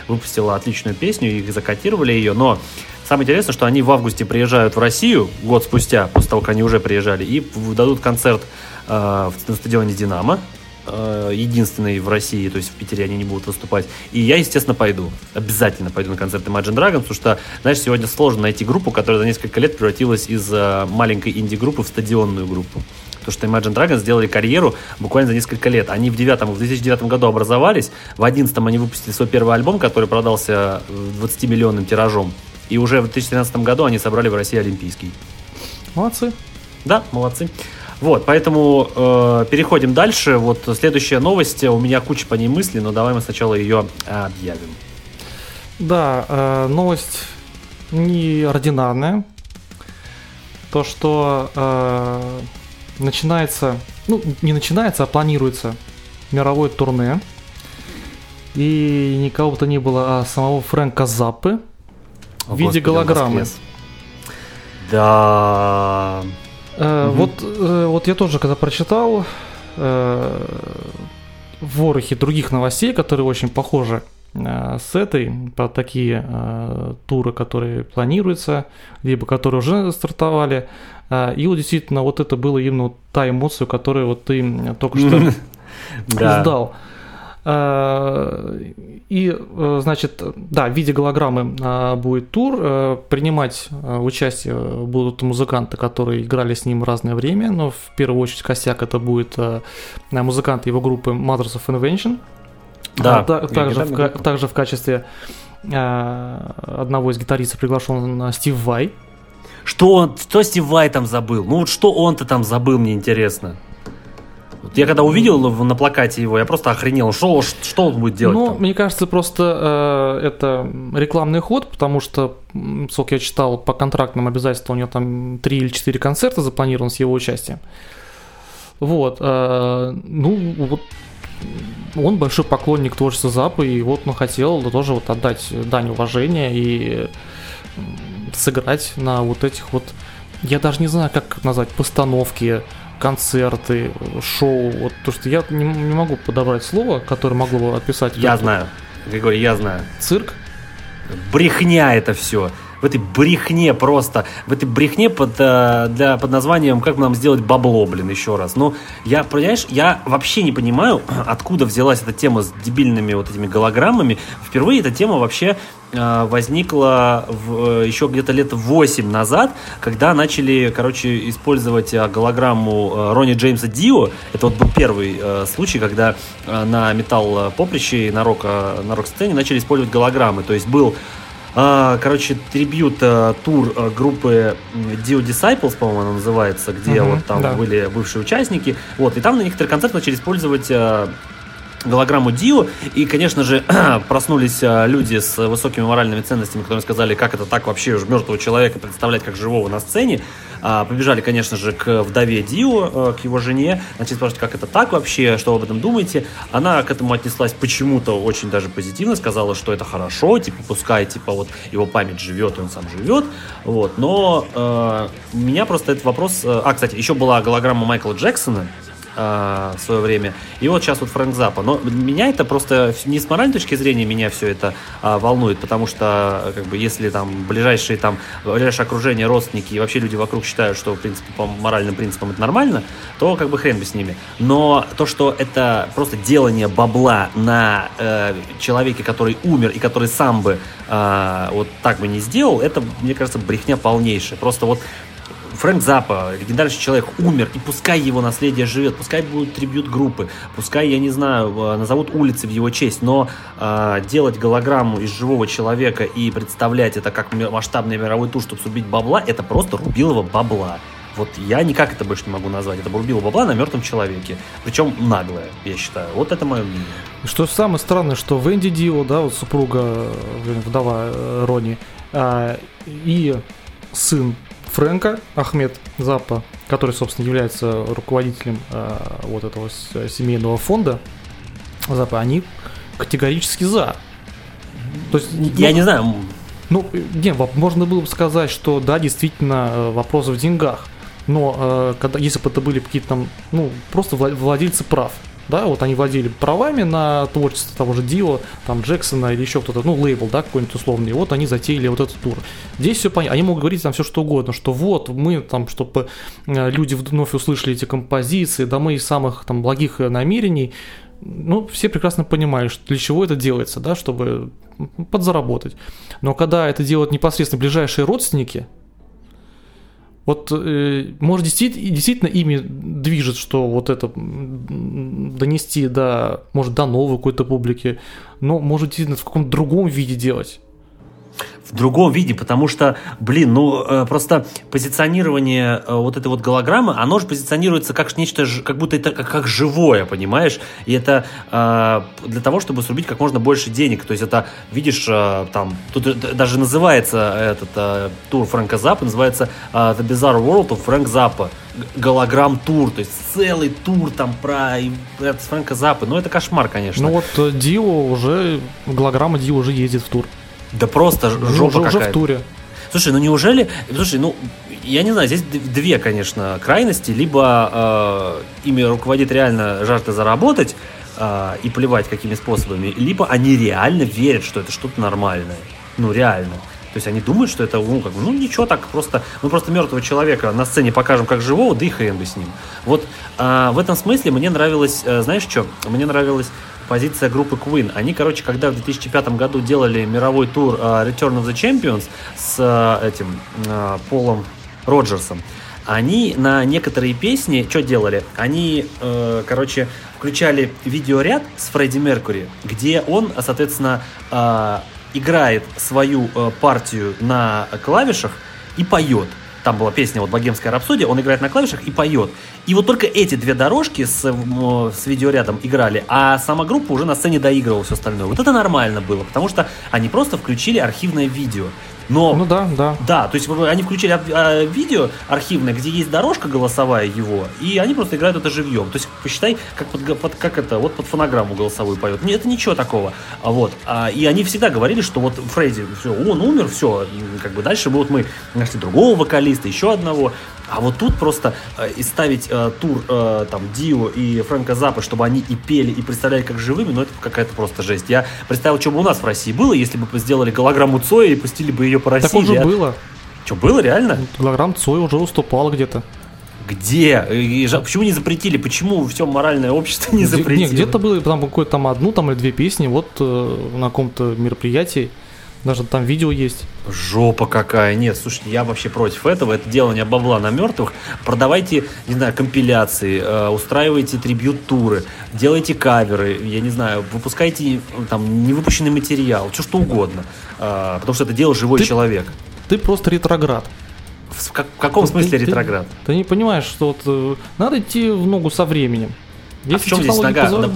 A: выпустила отличную песню, и закатировали ее, но самое интересное, что они в августе приезжают в Россию, год спустя, после того, как они уже приезжали, и дадут концерт э, на стадионе «Динамо», э, единственный в России, то есть в Питере они не будут выступать. И я, естественно, пойду. Обязательно пойду на концерт Imagine Dragons, потому что, знаешь, сегодня сложно найти группу, которая за несколько лет превратилась из э, маленькой инди-группы в стадионную группу. Потому что Imagine Dragons сделали карьеру буквально за несколько лет. Они в, девятом, в две тысячи девятом году образовались, в две тысячи одиннадцатом они выпустили свой первый альбом, который продался двадцатимиллионным тиражом. И уже в две тысячи тринадцатом году они собрали в России Олимпийский.
B: Молодцы.
A: Да, молодцы. Вот, поэтому э, переходим дальше. Вот следующая новость. У меня куча по ней мыслей, но давай мы сначала ее объявим.
B: Да, э, новость неординарная. То, что э, начинается, ну, не начинается, а планируется мировое турне. И никого бы то ни было, а самого Фрэнка Заппы. В
A: О,
B: виде
A: Господи,
B: голограммы.
A: Да.
B: Э,
A: угу.
B: вот, э, вот я тоже когда прочитал э, в ворохе других новостей, которые очень похожи э, с этой, про такие э, туры, которые планируются, либо которые уже стартовали. Э, и вот действительно вот это было именно та эмоция, которую вот ты только что издал. И, значит, да, в виде голограммы будет тур. Принимать участие будут музыканты, которые играли с ним в разное время, но в первую очередь костяк это будет музыканты его группы Mothers of Invention.
A: Да,
B: также, в, также в качестве одного из гитаристов приглашен Стив Vai.
A: Что он, что Стив Vai там забыл? Ну вот что он-то там забыл, мне интересно. Я когда увидел на плакате его, я просто охренел. Что, что он будет делать?
B: Ну,
A: там?
B: Мне кажется, просто э, это рекламный ход, потому что, сколько я читал, по контрактным обязательствам у него там три или четыре концерта запланировано с его участием. Вот. Э, ну, вот он большой поклонник творчества Заппы, и вот он хотел тоже вот отдать дань уважения и сыграть на вот этих вот, я даже не знаю, как назвать, постановки, концерты, шоу, вот то, что я не, не могу подобрать слово, которое могло бы описать.
A: Я знаю, Григорий, я знаю.
B: Цирк?
A: Брехня это все. В этой брехне просто, в этой брехне под, для, под названием «Как нам сделать бабло», блин, еще раз. Ну, я, понимаешь, я вообще не понимаю, откуда взялась эта тема с дебильными вот этими голограммами. Впервые эта тема вообще возникла в, еще где-то лет восемь назад, когда начали, короче, использовать голограмму Ронни Джеймса Дио. Это вот был первый э, случай, когда э, на металл-поприще и на, рок, э, на рок-сцене начали использовать голограммы. То есть был короче, трибют тур группы Dio Disciples, по-моему, она называется, где uh-huh, вот там да. были бывшие участники. Вот, и там на некоторых концертах начали использовать голограмму Дио, и, конечно же, проснулись люди с высокими моральными ценностями, которые сказали, как это так вообще уже мертвого человека представлять как живого на сцене. Побежали, конечно же, к вдове Дио, к его жене, начали спрашивать, как это так вообще, что вы об этом думаете. Она к этому отнеслась почему-то очень даже позитивно, сказала, что это хорошо, типа, пускай, типа, вот его память живет, он сам живет, вот. Но э, меня просто этот вопрос... А, кстати, еще была голограмма Майкла Джексона в свое время. И вот сейчас вот Фрэнк Заппа. Но меня это просто не с моральной точки зрения меня все это а, волнует, потому что как бы если там ближайшие там ближайшее окружение, родственники и вообще люди вокруг считают, что в принципе по моральным принципам это нормально, то как бы хрен бы с ними. Но то, что это просто делание бабла на э, человеке, который умер и который сам бы э, вот так бы не сделал, это, мне кажется, брехня полнейшая. Просто вот Фрэнк Заппа, легендарный человек, умер, и пускай его наследие живет, пускай будут трибьют группы, пускай, я не знаю, назовут улицы в его честь, но э, делать голограмму из живого человека и представлять это как масштабный мировой тур, чтобы срубить бабла, это просто рубилово бабла. Вот я никак это больше не могу назвать. Это рубилово бабла на мертвом человеке. Причем наглое, я считаю. Вот это мое мнение.
B: Что самое странное, что Венди Дио, да, вот супруга, вдова Ронни, э, и сын Фрэнка, Ахмед Заппа, который, собственно, является руководителем э, вот этого семейного фонда Заппа, они категорически за. То есть,
A: я
B: ну,
A: не знаю.
B: Ну, не, можно было бы сказать, что да, действительно, вопрос в деньгах. Но э, когда, если бы это были какие-то там, ну, просто владельцы прав, Да, вот они владели правами на творчество того же Дио, там Джексона или еще кто-то, ну, лейбл, да, какой-нибудь условный, и вот они затеяли вот этот тур. Здесь все понятно, они могут говорить там все что угодно, что вот, мы там, чтобы люди вновь услышали эти композиции, да мы из самых там благих намерений, ну, все прекрасно понимают, что для чего это делается, да, чтобы подзаработать. Но когда это делают непосредственно ближайшие родственники, вот, э, может, действительно, действительно ими движет, что вот это донести до, может, до новой какой-то публики, но, может, действительно в каком-то другом виде делать.
A: В другом виде, потому что, блин, ну, э, просто позиционирование э, вот этой вот голограммы, оно же позиционируется как нечто, как будто это как, как живое, понимаешь? И это э, для того, чтобы срубить как можно больше денег. То есть это, видишь, э, там, тут даже называется этот э, тур Фрэнка Заппа, называется э, The Bizarre World of Frank Zappa. Голограмм-тур, то есть целый тур там про это, Фрэнка Заппы. Ну, это кошмар, конечно.
B: Ну вот Дио уже, голограмма Дио уже ездит в тур.
A: Да просто жопа
B: уже,
A: какая-то.
B: Уже в туре.
A: Слушай, ну неужели... Слушай, ну, я не знаю, здесь две, конечно, крайности. Либо э, ими руководит реально жажда заработать э, и плевать какими способами, либо они реально верят, что это что-то нормальное. Ну, реально. То есть они думают, что это, ну, как бы, ну, ничего, так просто... Мы просто мертвого человека на сцене покажем как живого, да и хрен бы с ним. Вот э, в этом смысле мне нравилось... Э, знаешь что? Мне нравилось... позиция группы Queen. Они, короче, когда в две тысячи пятом году делали мировой тур uh, Return of the Champions с uh, этим uh, Полом Роджерсом, они на некоторые песни что делали? Они, uh, короче, включали видеоряд с Фредди Меркьюри, где он, соответственно, uh, играет свою uh, партию на клавишах и поет. Там была песня вот «Богемская рапсодия», он играет на клавишах и поет. И вот только эти две дорожки с, с видеорядом играли, а сама группа уже на сцене доигрывала все остальное. Вот это нормально было, потому что они просто включили архивное видео. Но,
B: ну да, да.
A: Да, то есть они включили а, видео архивное, где есть дорожка голосовая его, и они просто играют это живьем. То есть посчитай, как, под, под, как это, вот под фонограмму голосовую поет. Нет, это ничего такого. А вот, а, и они всегда говорили, что вот Фредди, все, он умер, все, как бы дальше вот мы нашли другого вокалиста, еще одного. А вот тут просто э, и ставить э, тур э, там Дио и Фрэнка Заппы, чтобы они и пели, и представляли как живыми, ну это какая-то просто жесть. Я представил, что бы у нас в России было, если бы сделали голограмму Цоя и пустили бы ее по России.
B: Так уже
A: я...
B: было.
A: Что, было реально?
B: Голограмма Цоя уже уступала где-то.
A: Где? И, почему не запретили? Почему все моральное общество не
B: Где,
A: запретило?
B: Не, где-то было там какую-то там одну там, или две песни, вот э, на каком-то мероприятии. Даже там видео есть.
A: Жопа какая. Нет, слушайте, я вообще против этого. Это делание бабла на мертвых. Продавайте, не знаю, компиляции, э, устраивайте трибьют-туры, делайте каверы, я не знаю, выпускайте там невыпущенный материал, все что угодно. Э, потому что это делал живой
B: ты,
A: человек.
B: Ты просто ретроград.
A: В, как, в каком ты, смысле ты, ретроград?
B: Ты, ты не понимаешь, что вот, э, надо идти в ногу со временем.
A: Если а в чем здесь нога?
B: Позор...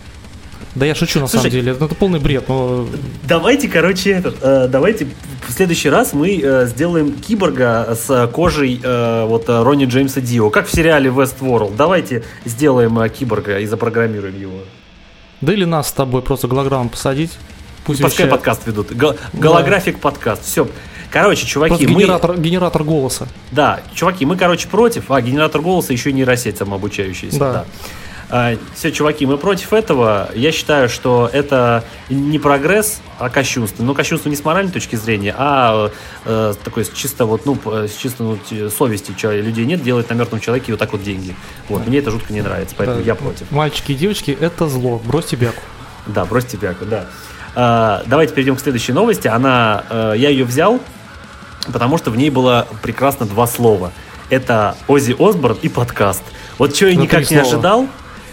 B: Да я шучу, на Слушай, самом деле, это полный бред. Но...
A: Давайте, короче, этот, э, давайте в следующий раз мы э, сделаем киборга с кожей э, вот Ронни Джеймса Дио, как в сериале Westworld. Давайте сделаем э, киборга и запрограммируем его.
B: Да или нас с тобой просто голограмму посадить.
A: Пусть Пускай вещает. Подкаст ведут. Го- голографик да. подкаст. Все. Короче, чуваки, мы...
B: Генератор, генератор голоса.
A: Да, чуваки, мы, короче, против. А, генератор голоса еще и нейросеть самообучающаяся. Да. да. Uh, все, чуваки, мы против этого. Я считаю, что это не прогресс, а кощунство. Но кощунство не с моральной точки зрения, а uh, такое с чисто вот, ну, с чисто ну, совести, что людей нет, делать на мертвом человеке вот так вот деньги. Вот, да. Мне это жутко не нравится, поэтому да. я против.
B: Мальчики и девочки, это зло. Бросьте бяку.
A: Да, бросьте бяку, да. Uh, давайте перейдем к следующей новости. Она, uh, я ее взял, потому что в ней было прекрасно два слова. Это Оззи Осборн и подкаст. Вот что я ну, никак не слова. ожидал.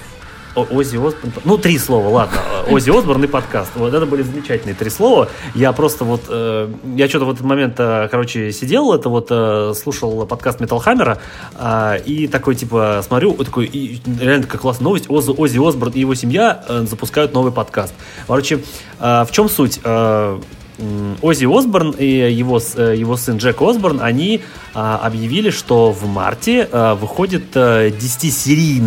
A: Оззи Осборн, ну три слова, ладно, Оззи Осборн и подкаст, вот это были замечательные три слова, я просто вот, э, я что-то в этот момент, э, короче, сидел, это вот, э, слушал подкаст Metal Hammer, э, и такой, типа, смотрю, такой, и реально такая классная новость, Оззи, Оззи Осборн и его семья э, запускают новый подкаст, короче, э, в чем суть? Э, Оззи Осборн и его, его сын Джек Осборн, они а, объявили, что в марте а, выходит а, десятисерийный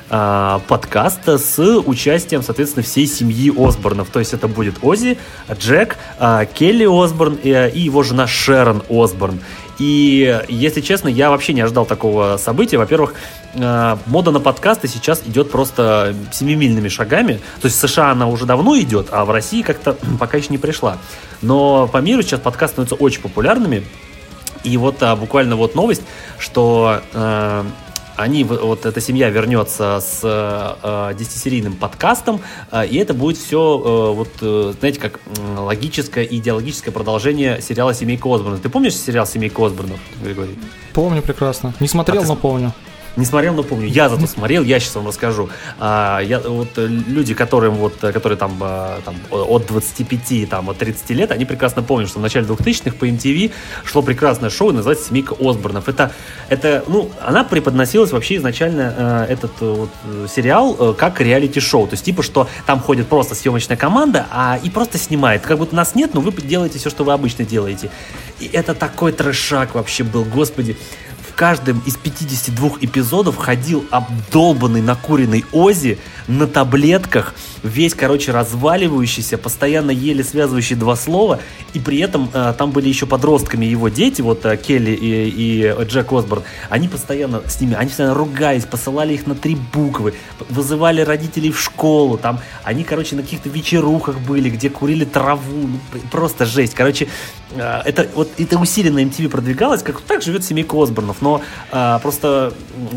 A: э, подкаст с участием, соответственно, всей семьи Осборнов. То есть это будет Оззи, Джек, э, Келли Осборн и, и его жена Шерон Осборн. И, если честно, я вообще не ожидал такого события. Во-первых, э, мода на подкасты сейчас идет просто семимильными шагами. То есть в США она уже давно идет, а в России как-то пока еще не пришла. Но по миру сейчас подкасты становятся очень популярными. И вот а, буквально вот новость, что э, они, вот эта семья вернется с э, десятисерийным подкастом, э, и это будет все, э, вот, э, знаете, как э, логическое и идеологическое продолжение сериала «Семейка Осборнов». Ты помнишь сериал «Семейка Осборнов», Григорий?
B: Помню прекрасно. Не смотрел, а но ты... помню.
A: Не смотрел, но помню. Я зато смотрел, я сейчас вам расскажу. А, я, вот, люди, которым, вот, которые там, там, от двадцати пяти, там, от тридцати лет, они прекрасно помнят, что в начале двухтысячных по эм ти ви шло прекрасное шоу, называется «Семейка Осборнов». Это, это, ну, она преподносилась вообще изначально, э, этот вот, сериал, э, как реалити-шоу. То есть, типа, что там ходит просто съемочная команда, а, и просто снимает. Как будто нас нет, но вы делаете все, что вы обычно делаете. И это такой трешак вообще был, господи. В каждом из пятидесяти двух эпизодов ходил обдолбанный, накуренный Оззи на таблетках, весь, короче, разваливающийся, постоянно еле связывающий два слова, и при этом э, там были еще подростками его дети, вот э, Келли и, и Джек Осборн, они постоянно с ними, они постоянно ругались, посылали их на три буквы, вызывали родителей в школу, там, они, короче, на каких-то вечерухах были, где курили траву, ну, просто жесть, короче, э, это, вот, это усиленно эм ти ви продвигалось, как так живет семейка Осборнов, но э, просто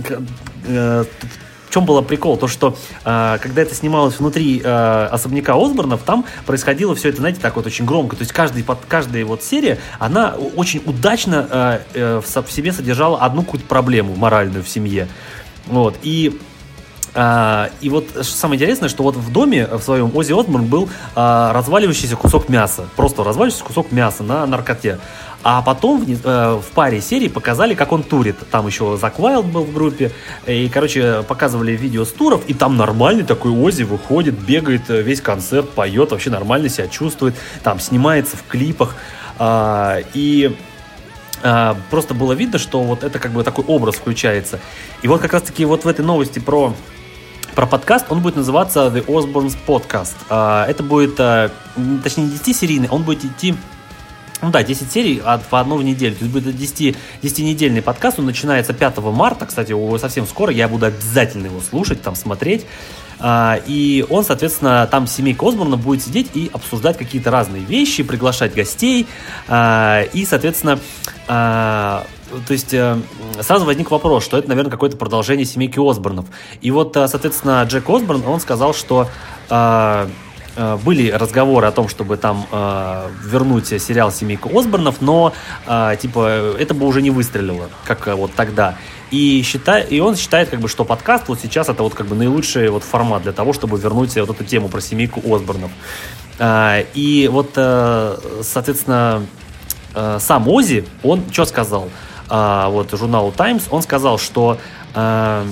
A: э, в чем был прикол? То, что э, когда это снималось внутри э, особняка Осборнов, там происходило все это, знаете, так вот очень громко. То есть каждый, под, каждая вот серия, она очень удачно э, э, в, в себе содержала одну какую-то проблему моральную в семье. Вот. И Uh, и вот что самое интересное, что вот в доме в своем Оззи Осборн был uh, разваливающийся кусок мяса, просто разваливающийся кусок мяса на наркоте. А потом в, uh, в паре серий показали, как он турит. Там еще Зак Уайлд был в группе. И, короче, показывали видео с туров. И там нормальный такой Оззи выходит, бегает весь концерт, поет, вообще нормально себя чувствует. Там снимается в клипах. Uh, и... Uh, просто было видно, что вот это как бы такой образ включается. И вот как раз-таки вот в этой новости про... Про подкаст, он будет называться The Osbournes Podcast. Uh, это будет, uh, точнее, не десятисерийный, он будет идти, ну да, десять серий от, по одной в неделю. То есть будет десятинедельный подкаст, он начинается пятого марта, кстати, совсем скоро, я буду обязательно его слушать, там смотреть. Uh, и он, соответственно, там семейка Осборна будет сидеть и обсуждать какие-то разные вещи, приглашать гостей. Uh, и, соответственно, uh, то есть сразу возник вопрос, что это, наверное, какое-то продолжение семейки Осборнов. И вот, соответственно, Джек Осборн, он сказал, что uh, были разговоры о том, чтобы там э, вернуть сериал «Семейка Осборнов», но э, типа это бы уже не выстрелило, как э, вот тогда. И, считай, и он считает, как бы, что подкаст вот сейчас это вот как бы наилучший вот формат для того, чтобы вернуть вот эту тему про семейку Осборнов. Э, и вот, э, соответственно, э, сам Оззи, он что сказал? Э, вот журналу Times, он сказал, что э,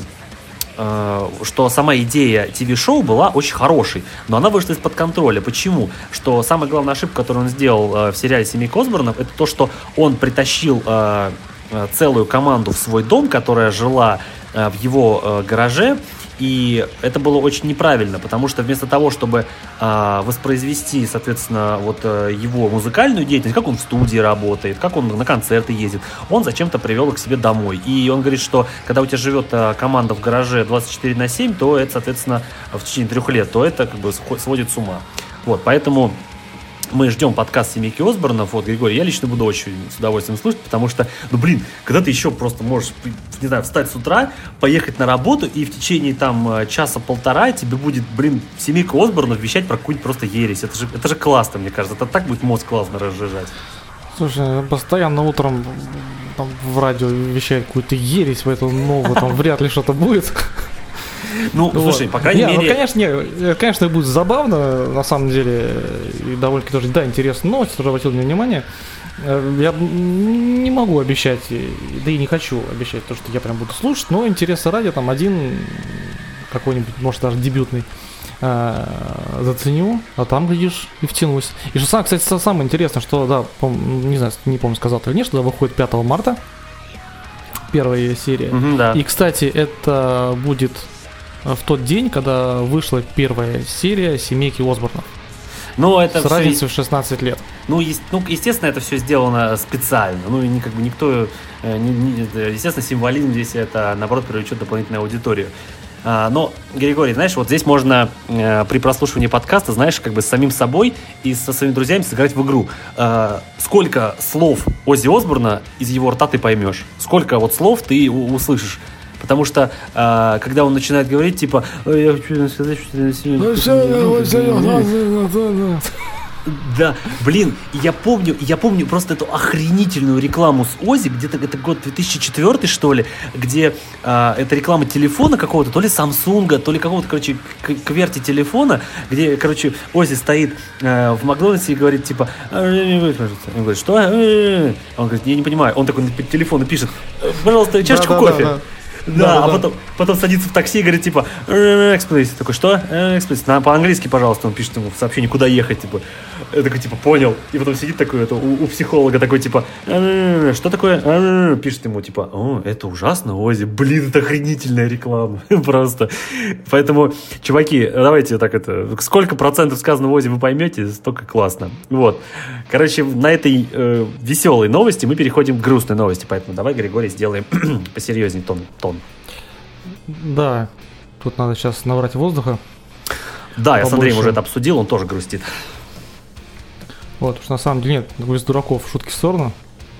A: что сама идея ти ви-шоу была очень хорошей, но она вышла из-под контроля. Почему? Что самая главная ошибка, которую он сделал э, в сериале «Семейка Осборнов», это то, что он притащил э, целую команду в свой дом, которая жила э, в его э, гараже, и это было очень неправильно, потому что вместо того, чтобы э, воспроизвести, соответственно, вот э, его музыкальную деятельность, как он в студии работает, как он на концерты ездит, он зачем-то привел их к себе домой. И он говорит, что когда у тебя живет э, команда в гараже двадцать четыре на семь, то это, соответственно, в течение трех лет, то это как бы сводит с ума. Вот, поэтому мы ждем подкаст «Семейки Осборнов». Вот, Григорий, я лично буду очень с удовольствием слушать, потому что, ну, блин, когда ты еще просто можешь, не знаю, встать с утра, поехать на работу, и в течение, там, часа-полтора тебе будет, блин, «Семейка Осборнов» вещать про какую-нибудь просто ересь. Это же, это же классно, мне кажется. Это так будет мозг классно разжижать.
B: Слушай, постоянно утром там, в радио вещает какую-то ересь, поэтому новую, там вряд ли что-то будет.
A: Ну, вот. Слушай, по крайней
B: не,
A: мере...
B: Ну, конечно, не, конечно, будет забавно, на самом деле, и довольно-таки тоже, да, интересная новость, тоже обратил мне внимание. Я не могу обещать, да и не хочу обещать то, что я прям буду слушать, но интереса ради, там, один какой-нибудь, может, даже дебютный, заценю, а там, глядишь, и втянусь. И что, кстати, самое интересное, что, да, пом- не знаю, не помню, сказал ты или нет, что выходит пятого марта, первая серия.
A: Mm-hmm, да.
B: И, кстати, это будет... в тот день, когда вышла первая серия «Семейки Осборнов».
A: Но это
B: с
A: все...
B: разницей в шестнадцать лет.
A: Ну, есть, ну, естественно, это все сделано специально. Ну, и как бы никто... э, не- не- естественно, символизм здесь это, наоборот, привлечет дополнительную аудиторию. А, но, Григорий, знаешь, вот здесь можно э, при прослушивании подкаста, знаешь, как бы с самим собой и со своими друзьями сыграть в игру. А, сколько слов Оззи Осборна из его рта ты поймешь? Сколько вот слов ты у- услышишь? Потому что, а, когда он начинает говорить, типа, «Ой, я хочу сказать, что... Да, блин, я помню, я помню просто эту охренительную рекламу с Оззи, где-то это год две тысячи четвёртый, что ли, где а, это реклама телефона какого-то, то ли Самсунга, то ли какого-то, короче, к- кверти телефона, где, короче, Оззи стоит а, в Макдональдсе и говорит, типа, «А, мне будет, кажется». Он говорит, что? А он говорит, я не понимаю. Он такой на телефон пишет, пожалуйста, чашечку
B: Да-да-да-да.
A: кофе. Да,
B: Да, да,
A: а
B: да.
A: потом, потом садится в такси и говорит, типа, next please. Такой, что? Next please. На, по-английски, пожалуйста, он пишет ему в сообщении, куда ехать, типа. Я такой, типа, понял. И потом сидит такой, это, у, у психолога такой, типа, что такое? Пишет ему, типа, о, это ужасно, Оззи. Блин, это охренительная реклама. Просто. Поэтому, чуваки, давайте так это, сколько процентов сказанного Оззи вы поймете, столько классно. Вот. Короче, на этой э, веселой новости мы переходим к грустной новости. Поэтому давай, Григорий, сделаем посерьезнее тон. тон.
B: Да, тут надо сейчас набрать воздуха.
A: Да, я с Андреем
B: Побольше.
A: уже это обсудил, он тоже грустит.
B: Вот, потому что на самом деле нет, из дураков шутки в сторону.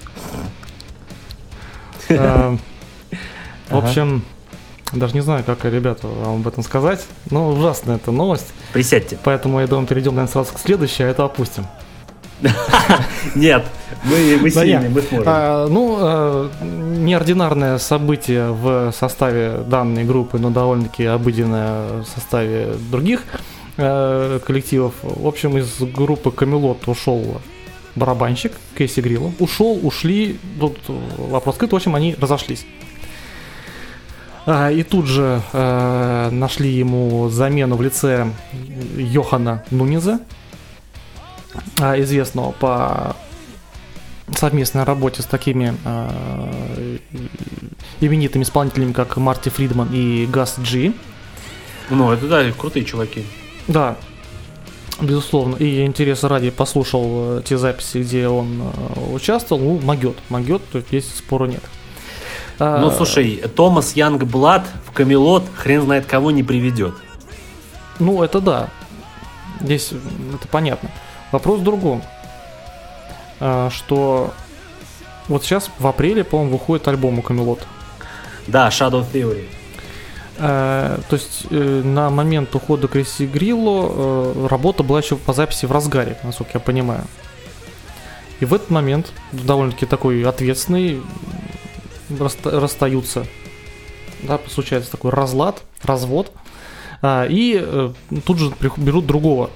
B: Э, В общем, даже не знаю, как, ребята, вам об этом сказать. Но ужасная эта новость.
A: Присядьте.
B: Поэтому я думаю, перейдем, наверное, сразу к следующей, а это опустим.
A: Нет, мы, мы
B: Да
A: сильные,
B: нет.
A: мы сможем.
B: А, ну, а, неординарное событие в составе данной группы, но довольно-таки обыденное в составе других э, коллективов. В общем, из группы Камелот ушел барабанщик Кейси Грилло. Ушел, ушли, тут вопрос открыт, в общем, они разошлись. А, и тут же э, нашли ему замену в лице Йохана Нунеза, а, известного по совместной работе с такими э, именитыми исполнителями, как Марти Фридман и Гас Джи.
A: Ну, это да, крутые чуваки.
B: Да, безусловно. И я интереса ради послушал э, те записи, где он э, участвовал. Ну, могет, могет, то есть здесь спору нет. А,
A: Ну, слушай, Томас Янгблад в Камелот хрен знает кого не приведет.
B: Ну, это да. Здесь это понятно. Вопрос в другом. А, что вот сейчас в апреле, по-моему, выходит альбом у Камелот.
A: Да, Shadow Theory.
B: А, то есть э, на момент ухода Кейси Грилло э, работа была еще по записи в разгаре, насколько я понимаю. И в этот момент, довольно-таки такой ответственный, раста- расстаются. Да, случается такой разлад, развод. А, и э, тут же прих- берут другого.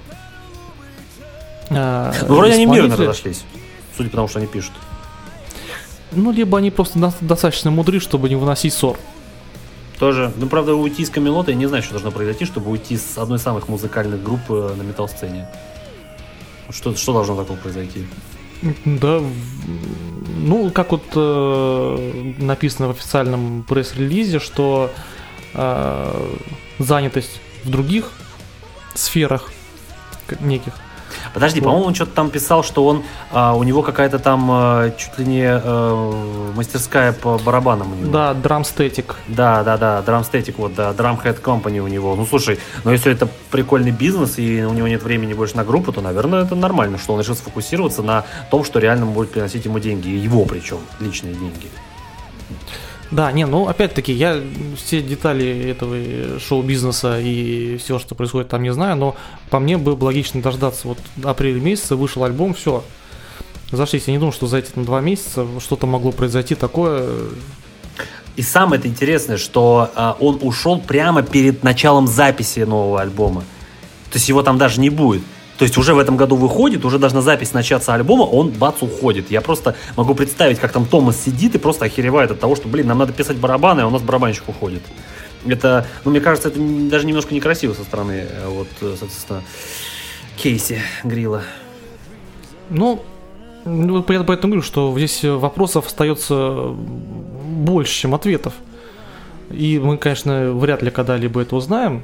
B: А,
A: Ну, вроде они мирно
B: исполнителя.
A: разошлись. Судя по тому, что они пишут.
B: Ну, либо они просто до- достаточно мудры, чтобы не выносить ссор.
A: Тоже. Ну, правда, уйти из Камелота, я не знаю, что должно произойти, чтобы уйти с одной из самых музыкальных групп э, на метал-сцене. Что, что должно такого произойти?
B: Да, в- ну, как вот э, написано в официальном пресс-релизе, что э, занятость в других сферах к- неких.
A: Подожди,
B: Вот.
A: по-моему, он что-то там писал, что он а, у него какая-то там а, чуть ли не а, мастерская по барабанам у него.
B: Да, Drumstatic.
A: Да, да, да, Drumstatic, вот, да, Drumhead Company у него. Ну, слушай, ну если это прикольный бизнес и у него нет времени больше на группу, то, наверное, это нормально, что он решил сфокусироваться на том, что реально будет приносить ему деньги, и его причем, личные деньги.
B: Да, не, ну опять-таки, я все детали этого шоу-бизнеса и все, что происходит там, не знаю, но по мне было бы логично дождаться вот апреля месяца, вышел альбом, все. Зашлись, я не думаю, что за эти там, два месяца что-то могло произойти такое.
A: И самое это интересное, что а, он ушел прямо перед началом записи нового альбома. То есть его там даже не будет. То есть уже в этом году выходит, уже должна запись начаться альбома, он, бац, уходит. Я просто могу представить, как там Томас сидит и просто охеревает от того, что, блин, нам надо писать барабаны, а у нас барабанщик уходит. Это, ну, мне кажется, это даже немножко некрасиво со стороны, вот, соответственно, Кейси Грилла.
B: Ну, ну, я поэтому говорю, что здесь вопросов остается больше, чем ответов. И мы, конечно, вряд ли когда-либо это узнаем.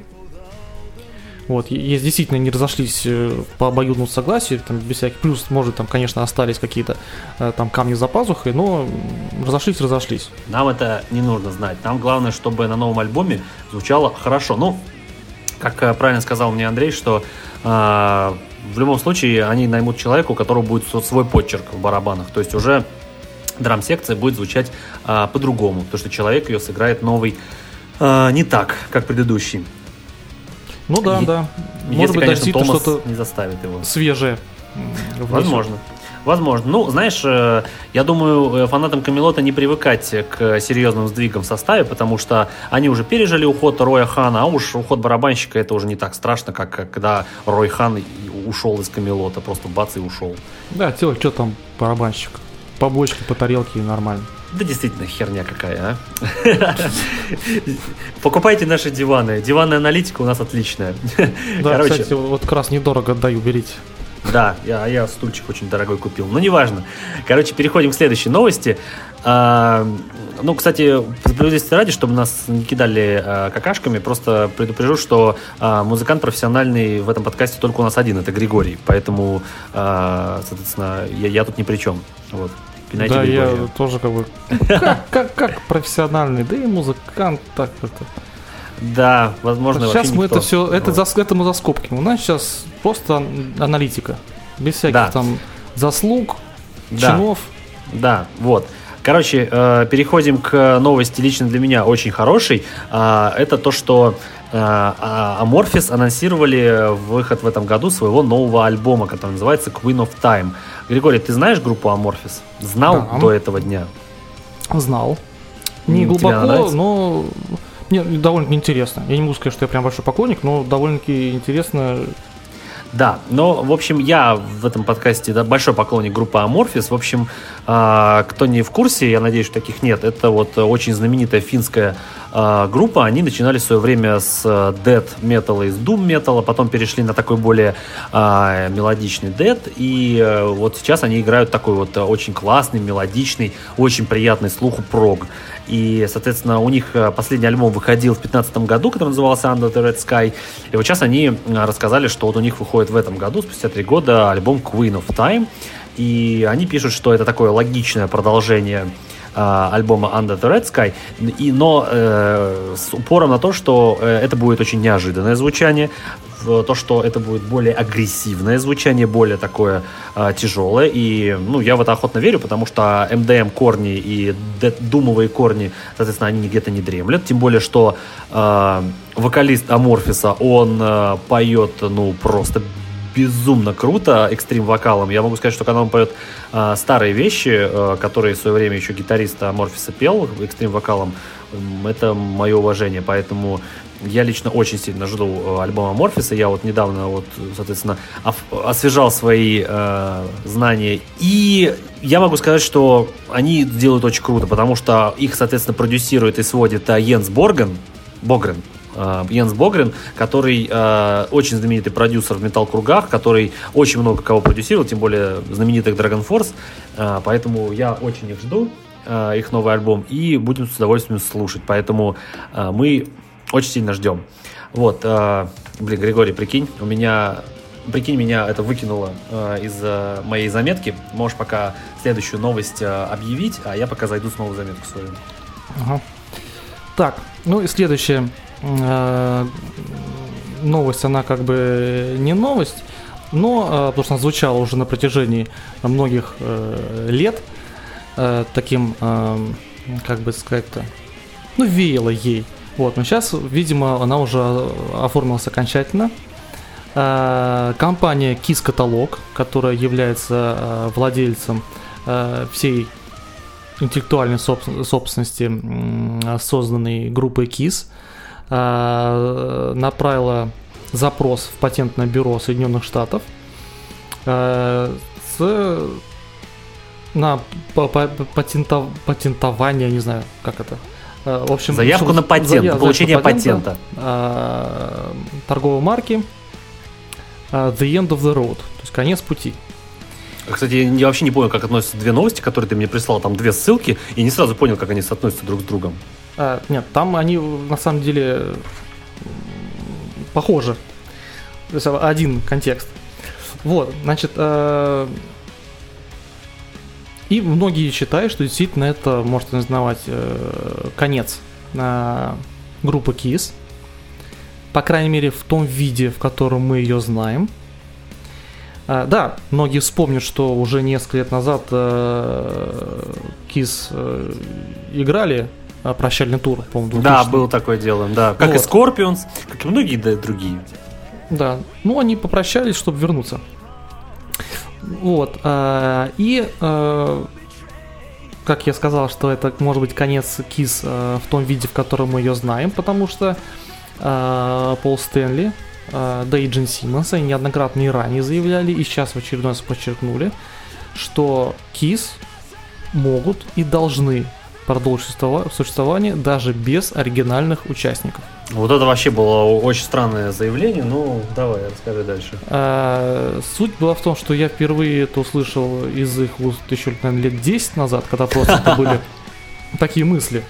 B: Вот, если действительно не разошлись по обоюдному согласию, там, без всяких, плюс, может, там, конечно, остались какие-то там камни за пазухой, но разошлись, разошлись.
A: Нам это не нужно знать. Нам главное, чтобы на новом альбоме звучало хорошо. Ну, как правильно сказал мне Андрей, что э, в любом случае они наймут человека, у которого будет свой подчерк в барабанах. То есть уже драм-секция будет звучать э, по-другому, потому что человек ее сыграет новый э, не так, как предыдущий.
B: Ну да,
A: И,
B: да.
A: Если,
B: Может быть,
A: конечно, Томас
B: что-то
A: не заставит его.
B: Свежее.
A: Возможно. Возможно. Ну, знаешь, я думаю, фанатам Камелота не привыкать к серьезным сдвигам в составе, потому что они уже пережили уход Роя Хана, а уж уход барабанщика это уже не так страшно, как когда Рой Хан ушел из Камелота, просто бац и ушел.
B: Да, тело, что там барабанщик? По бочке, по тарелке и нормально.
A: Да действительно, херня какая, а. Покупайте наши диваны. Диванная аналитика у нас отличная.
B: Да, Короче, кстати, вот как раз недорого отдаю, берите.
A: Да, я, я стульчик очень дорогой купил. Но неважно. Короче, переходим к следующей новости. А, ну, кстати, справедливости ради, чтобы нас не кидали а, какашками, просто предупрежу, что а, музыкант профессиональный в этом подкасте только у нас один, это Григорий. Поэтому, а, соответственно, я, я тут ни при чем. Вот. Пинайте
B: да,
A: Григория.
B: Я тоже как бы как, как, как профессиональный, да и музыкант так это.
A: Да, возможно,
B: сейчас мы
A: никто.
B: это все, это, за, это мы за скобки. У нас сейчас просто аналитика, без всяких да. там заслуг,
A: да.
B: чинов.
A: Да, вот. Короче, э, переходим к новости лично для меня очень хорошей. Э, это то, что э, Amorphis анонсировали выход в этом году своего нового альбома, который называется Queen of Time. Григорий, ты знаешь группу Amorphis? Знал да. до этого дня?
B: Знал. Не глубоко, но мне довольно интересно. Я не могу сказать, что я прям большой поклонник, но довольно-таки интересно.
A: Да, но, в общем, я в этом подкасте да, большой поклонник группы Amorphis. В общем, э, кто не в курсе, я надеюсь, что таких нет, это вот очень знаменитая финская э, группа. Они начинали в свое время с death metal и с doom metal, потом перешли на такой более э, мелодичный death. И э, вот сейчас они играют такой вот очень классный, мелодичный, очень приятный слуху прог. И, соответственно, у них последний альбом выходил в две тысячи пятнадцатом году, который назывался Under the Red Sky. И вот сейчас они рассказали, что вот у них выходит в этом году, спустя три года, альбом Queen of Time. И они пишут, что это такое логичное продолжение э, альбома Under the Red Sky, и, но э, с упором на то, что э, это будет очень неожиданное звучание, в то, что это будет более агрессивное звучание, более такое э, тяжелое. И ну, я в это охотно верю, потому что эм ди эм корни и думовые корни, соответственно, они где-то не дремлят. Тем более, что э, вокалист Amorphis, он э, поет, ну, просто безумно круто экстрим-вокалом. Я могу сказать, что когда он поет э, старые вещи, э, которые в свое время еще гитарист Amorphis пел экстрим-вокалом, э, это мое уважение. Поэтому я лично очень сильно жду альбома Amorphis. Я вот недавно, вот, соответственно, освежал свои э, знания. И я могу сказать, что они делают очень круто, потому что их, соответственно, продюсирует и сводит Йенс Борген, Богрен. Uh, Йенс Богрен, который uh, очень знаменитый продюсер в метал-кругах, который очень много кого продюсировал, тем более знаменитых Dragon Force, uh, поэтому я очень их жду, uh, их новый альбом, и будем с удовольствием слушать, поэтому uh, мы очень сильно ждем. Вот, uh, блин, Григорий, прикинь, у меня, прикинь, меня это выкинуло uh, из uh, моей заметки, можешь пока следующую новость uh, объявить, а я пока зайду снова в заметку свою.
B: Ага. Так, ну и следующая новость, она как бы не новость, но потому что она звучала уже на протяжении многих э, лет э, таким, э, как бы сказать-то, ну, веяло ей. Вот, но сейчас, видимо, она уже оформилась окончательно. Э, компания Kiss Catalog, которая является э, владельцем э, всей интеллектуальной соб- собственности э, созданной группой Kiss, направила запрос в патентное бюро Соединенных Штатов с, на патентов, патентование, не знаю, как это. В общем,
A: заявку на патент, зая, получение патента,
B: патента торговой марки The End of the Road, то есть конец пути.
A: Кстати, я вообще не понял, как относятся две новости, которые ты мне прислал, там две ссылки, и не сразу понял, как они соотносятся друг с другом.
B: А, нет, там они на самом деле похожи. То есть один контекст. Вот, значит, э, и многие считают, что действительно это может ознаменовать э, конец э, группы Kiss. По крайней мере, в том виде, в котором мы ее знаем. Э, да, многие вспомнят, что уже несколько лет назад э, Kiss э, играли э, прощальный тур, по-моему,
A: двухтысячный. Да, было такое дело, да. Как вот. И Scorpions, как и многие да, другие.
B: Да, ну они попрощались, чтобы вернуться. Вот, э, и, э, как я сказал, что это может быть конец Kiss э, в том виде, в котором мы ее знаем, потому что э, Пол Стэнли, э, да и Джин Симмонс, они неоднократно и ранее заявляли, и сейчас в очередной раз подчеркнули, что Kiss могут и должны продолжить существование даже без оригинальных участников.
A: Вот это вообще было очень странное заявление, ну давай, расскажи дальше.
B: А, суть была в том, что я впервые это услышал из их уст еще, наверное, лет десять назад, когда просто это были такие мысли,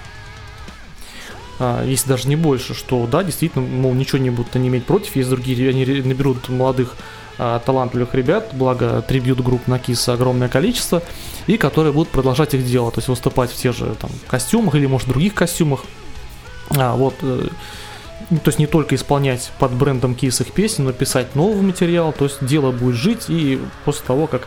B: а, если даже не больше, что да, действительно, мол, ничего не будут они иметь против, если другие, они наберут молодых а, талантливых ребят, благо трибьют-групп на Kiss огромное количество, и которые будут продолжать их дело, то есть выступать в тех же там костюмах или, может, других костюмах, а, вот, то есть не только исполнять под брендом Kiss их песни, но писать новый материал, то есть дело будет жить, и после того, как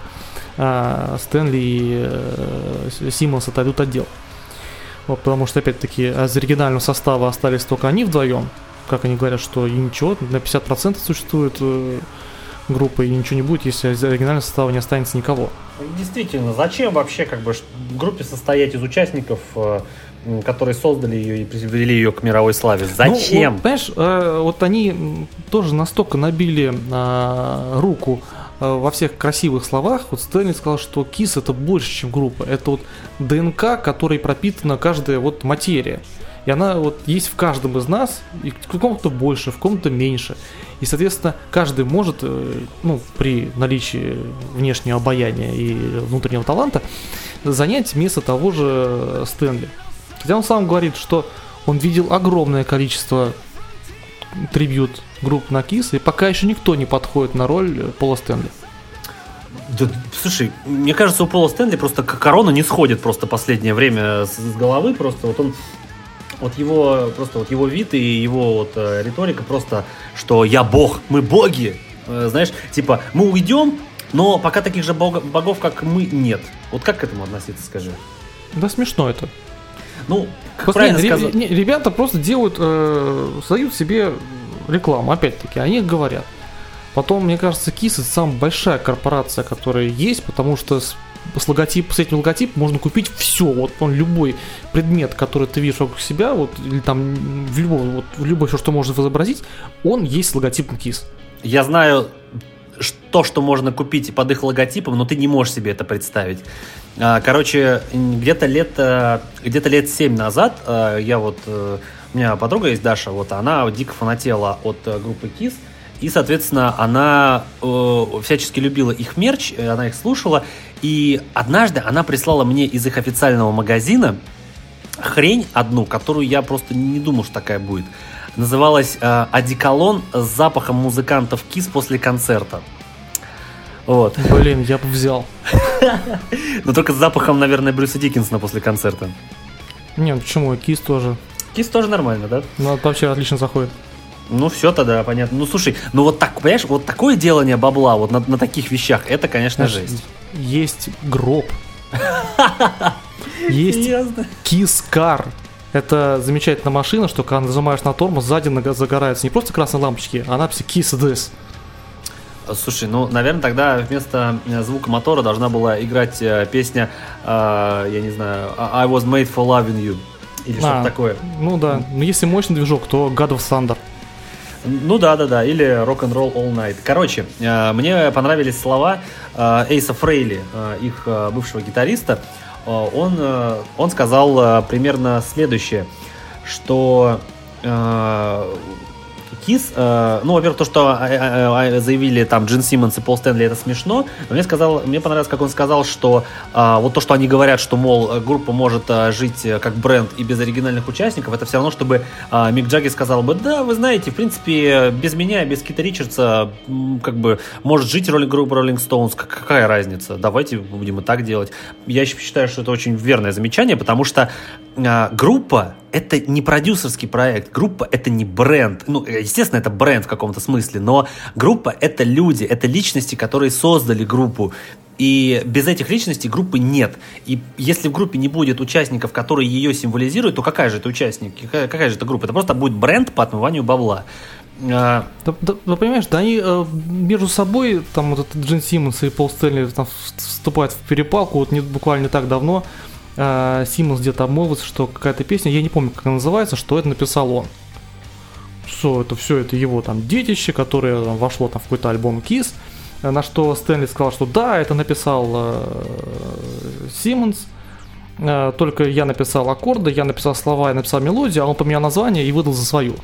B: а, Стэнли и а, Симмонс отойдут от дел. Вот, потому что, опять-таки, из оригинального состава остались только они вдвоем, как они говорят, что и ничего, на пятьдесят процентов существует э, группа, и ничего не будет, если из оригинального состава не останется никого.
A: Действительно, зачем вообще как бы в группе состоять из участников, которые создали ее и привели ее к мировой славе? Зачем?
B: Ну, вот, понимаешь, э, вот они тоже настолько набили э, руку э, во всех красивых словах. Вот Стэнли сказал, что Kiss это больше, чем группа. Это вот ДНК, которой пропитана каждая вот материя. И она вот есть в каждом из нас, и в каком-то больше, в каком-то меньше. И, соответственно, каждый может, ну, при наличии внешнего обаяния и внутреннего таланта, занять место того же Стэнли. Хотя он сам говорит, что он видел огромное количество трибьют групп на Kiss, и пока еще никто не подходит на роль Пола Стэнли.
A: Да, слушай, мне кажется, у Пола Стэнли просто корона не сходит просто последнее время с головы, просто вот он... Вот его, просто вот его вид и его вот э, риторика просто, что я бог, мы боги, э, знаешь, типа мы уйдем, но пока таких же бог, богов, как мы, нет. Вот как к этому относиться, скажи?
B: Да смешно это.
A: Ну, как правильно
B: ре-
A: сказать?
B: Не, ребята просто делают, э, создают себе рекламу, опять-таки, они говорят. Потом, мне кажется, Kiss это самая большая корпорация, которая есть, потому что с С, логотип, с этим логотипом можно купить все, вот он любой предмет, который ты видишь вокруг себя, вот или там в любой, вот, в любой все, что можно изобразить, он есть с логотипом Kiss.
A: Я знаю то, что можно купить под их логотипом, но ты не можешь себе это представить. Короче, где-то лет, где-то лет семь назад я вот, у меня подруга есть Даша, вот она дико фанатела от группы Kiss. И, соответственно, она э, всячески любила их мерч, она их слушала. И однажды она прислала мне из их официального магазина хрень одну, которую я просто не думал, что такая будет. Называлась э, «Одеколон с запахом музыкантов Kiss после концерта». Вот.
B: Блин, я бы взял.
A: Но только с запахом, наверное, Брюса Диккенсона после концерта.
B: Не, почему? Kiss тоже.
A: Kiss тоже нормально, да?
B: Ну, это вообще отлично заходит.
A: Ну, все тогда, понятно. Ну, слушай, ну вот так, понимаешь, вот такое делание бабла вот на, на таких вещах, это, конечно, знаешь, жесть.
B: Есть гроб. Есть Kiss Car. Это замечательная машина, что когда нажимаешь на тормоз, сзади загораются не просто красные лампочки, а надпись Kiss This.
A: Слушай, ну, наверное, тогда вместо звука мотора должна была играть э, песня, э, я не знаю, I was made for loving you. Или а, что-то такое.
B: Ну да, но если мощный движок, то God of Thunder.
A: Ну да, да, да, или Rock'n'Roll All Night. Короче, э, мне понравились слова э, Эйса Фрейли, э, их э, бывшего гитариста. Э, он, э, он сказал э, примерно следующее, что э, Kiss, э, ну, во-первых, то, что э, э, заявили там Джин Симмонс и Пол Стэнли, это смешно, но мне, сказал, мне понравилось, как он сказал, что э, вот то, что они говорят, что, мол, группа может э, жить как бренд и без оригинальных участников, это все равно, чтобы э, Мик Джаггер сказал бы, да, вы знаете, в принципе, без меня, без Кита Ричардса, как бы, может жить роль группы Rolling Stones, какая разница, давайте будем и так делать. Я считаю, что это очень верное замечание, потому что э, группа это не продюсерский проект, группа это не бренд. Ну, естественно, это бренд в каком-то смысле, но группа это люди, это личности, которые создали группу. И без этих личностей группы нет. И если в группе не будет участников, которые ее символизируют, то какая же это участник? Какая, какая же это группа? Это просто будет бренд по отмыванию бабла.
B: Да, да, да, понимаешь, да они э, между собой, там вот этот Джин Симмонс и Пол Стэнли там вступают в перепалку, вот не, буквально не так давно. Симмонс где-то обмолвился, что какая-то песня, я не помню, как она называется, что это написал он. Что это все это его там детище, которое там, вошло там в какой-то альбом Kiss, на что Стэнли сказал, что да, это написал э, Симмонс, э, только я написал аккорды, я написал слова, я написал мелодию, а он поменял название и выдал за свою.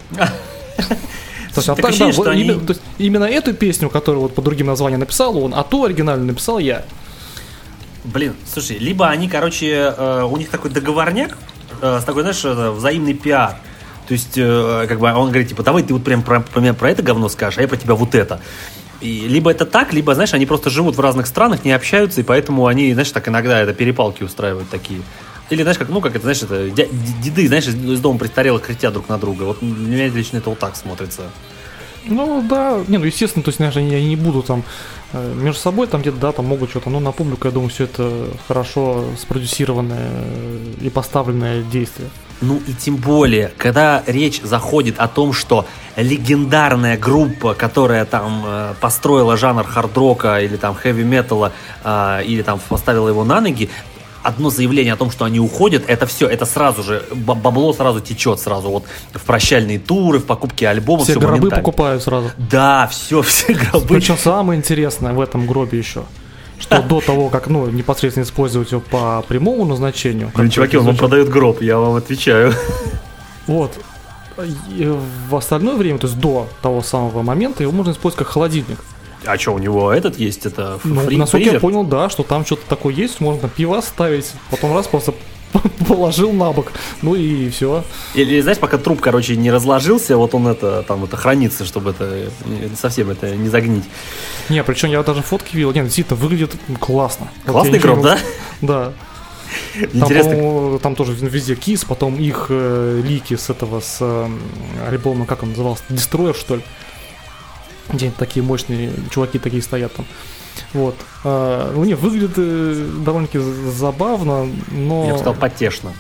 B: То есть именно эту песню, которую вот по другим названиям написал он, а ту оригинальную написал я.
A: Блин, слушай, либо они, короче, э, у них такой договорняк, э, с такой, знаешь, э, взаимный пиар. То есть, э, как бы он говорит, типа, давай ты вот прям про, про меня про это говно скажешь, а я про тебя вот это. И либо это так, либо, знаешь, они просто живут в разных странах, не общаются, и поэтому они, знаешь, так иногда это перепалки устраивают такие. Или, знаешь, как, ну, как это, знаешь, это деды, знаешь, из дома престарелых кричат друг на друга. Вот мне лично это вот так смотрится.
B: Ну да, не, ну естественно, то есть, знаешь, они, они не будут там э, между собой там где-то, да, там могут что-то, но на публику, я думаю, все это хорошо спродюсированное и поставленное действие.
A: Ну и тем более, когда речь заходит о том, что легендарная группа, которая там э, построила жанр хард-рока или там хэви-металла, э, или там поставила его на ноги, одно заявление о том, что они уходят, это все, это сразу же, бабло сразу течет сразу, вот в прощальные туры, в покупке альбомов.
B: Все гробы покупают сразу.
A: Да, все, все гробы.
B: Причем самое интересное в этом гробе еще, что до того, как, ну, непосредственно использовать его по прямому назначению.
A: Блин, чуваки, он вам продает гроб, я вам отвечаю.
B: Вот. И в остальное время, то есть до того самого момента, его можно использовать как холодильник.
A: А что, у него этот есть, это
B: ну,
A: фри-
B: насколько
A: фризер?
B: Я понял, да, что там что-то такое есть, можно пиво ставить, потом раз просто положил на бок, ну и все.
A: Или, знаешь, пока труп, короче, не разложился, вот он это, там, это хранится, чтобы это совсем это не загнить.
B: Не, причем я даже фотки видел, нет, действительно, выглядит классно.
A: Классный
B: вот
A: гроб, да?
B: Да.
A: Интересно.
B: Там, там тоже везде Kiss, потом их э, лики с этого, с э, альбома, как он назывался, Destroyer, что ли? Где такие мощные чуваки такие стоят там. Вот. А, у них выглядит э, довольно-таки забавно, но...
A: Я бы сказал, потешно.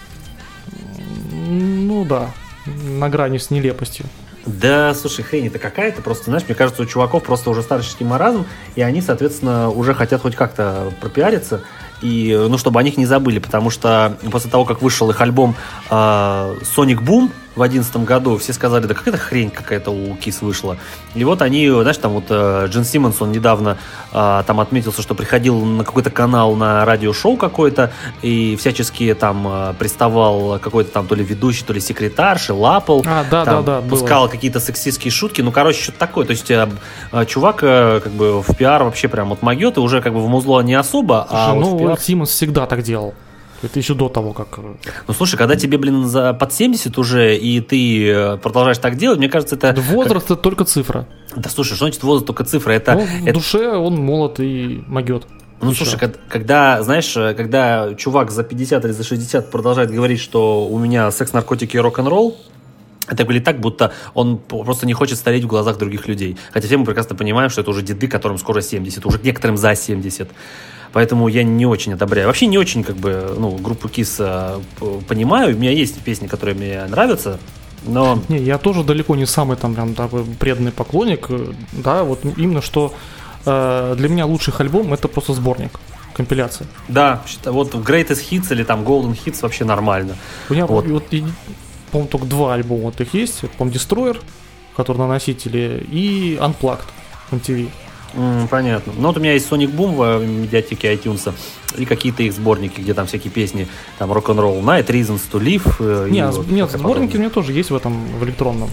B: Ну да, на грани с нелепостью.
A: Да, слушай, хрень-то какая-то, просто, знаешь, мне кажется, у чуваков просто уже старческий маразм, и они, соответственно, уже хотят хоть как-то пропиариться, и, ну, чтобы о них не забыли, потому что после того, как вышел их альбом э, Sonic Boom в одиннадцатом году, все сказали, да какая-то хрень какая-то у Kiss вышла. И вот они, знаешь, там вот э, Джин Симмонс, он недавно э, там отметился, что приходил на какой-то канал на радиошоу какое-то, и всячески там э, приставал какой-то там то ли ведущий, то ли секретарши, лапал,
B: а, да,
A: там,
B: да, да,
A: пускал было. Какие-то сексистские шутки, ну, короче, что-то такое. То есть э, э, чувак э, как бы в пиар вообще прям вот могет, и уже как бы в музло не особо, а
B: Слушай,
A: вот
B: ну,
A: в пиар...
B: Симмонс всегда так делал. Это еще до того, как...
A: Ну, слушай, когда тебе, блин, за под семьдесят уже, и ты продолжаешь так делать, мне кажется, это...
B: Возраст
A: как...
B: это только цифра.
A: Да, слушай, что значит возраст только цифра? Это,
B: ну,
A: это...
B: в душе он молод и могет.
A: Ну,
B: еще.
A: слушай, когда, когда, знаешь, когда чувак за пятьдесят или за шестьдесят продолжает говорить, что у меня секс, наркотики и рок-н-ролл, это выглядит так, будто он просто не хочет стареть в глазах других людей. Хотя все мы прекрасно понимаем, что это уже деды, которым скоро семьдесят, уже некоторым за семьдесят. Поэтому я не очень одобряю. Вообще не очень, как бы, ну, группу Kiss а, понимаю. У меня есть песни, которые мне нравятся, но...
B: Не, я тоже далеко не самый там прям такой преданный поклонник. Да, вот именно что э, для меня лучший альбом — это просто сборник, компиляция.
A: Да, вот Greatest Hits или там Golden Hits вообще нормально.
B: У меня,
A: вот.
B: вот, по-моему, только два альбома вот их есть. По-моему, Destroyer, который на носителе, и Unplugged эм ти ви.
A: Mm, понятно. Ну вот у меня есть Sonic Boom в медиатеке iTunes и какие-то их сборники, где там всякие песни, там Rock'n'Roll Night, Reasons to Live.
B: Нет,
A: вот
B: нет сборники у меня тоже есть в этом, в электронном.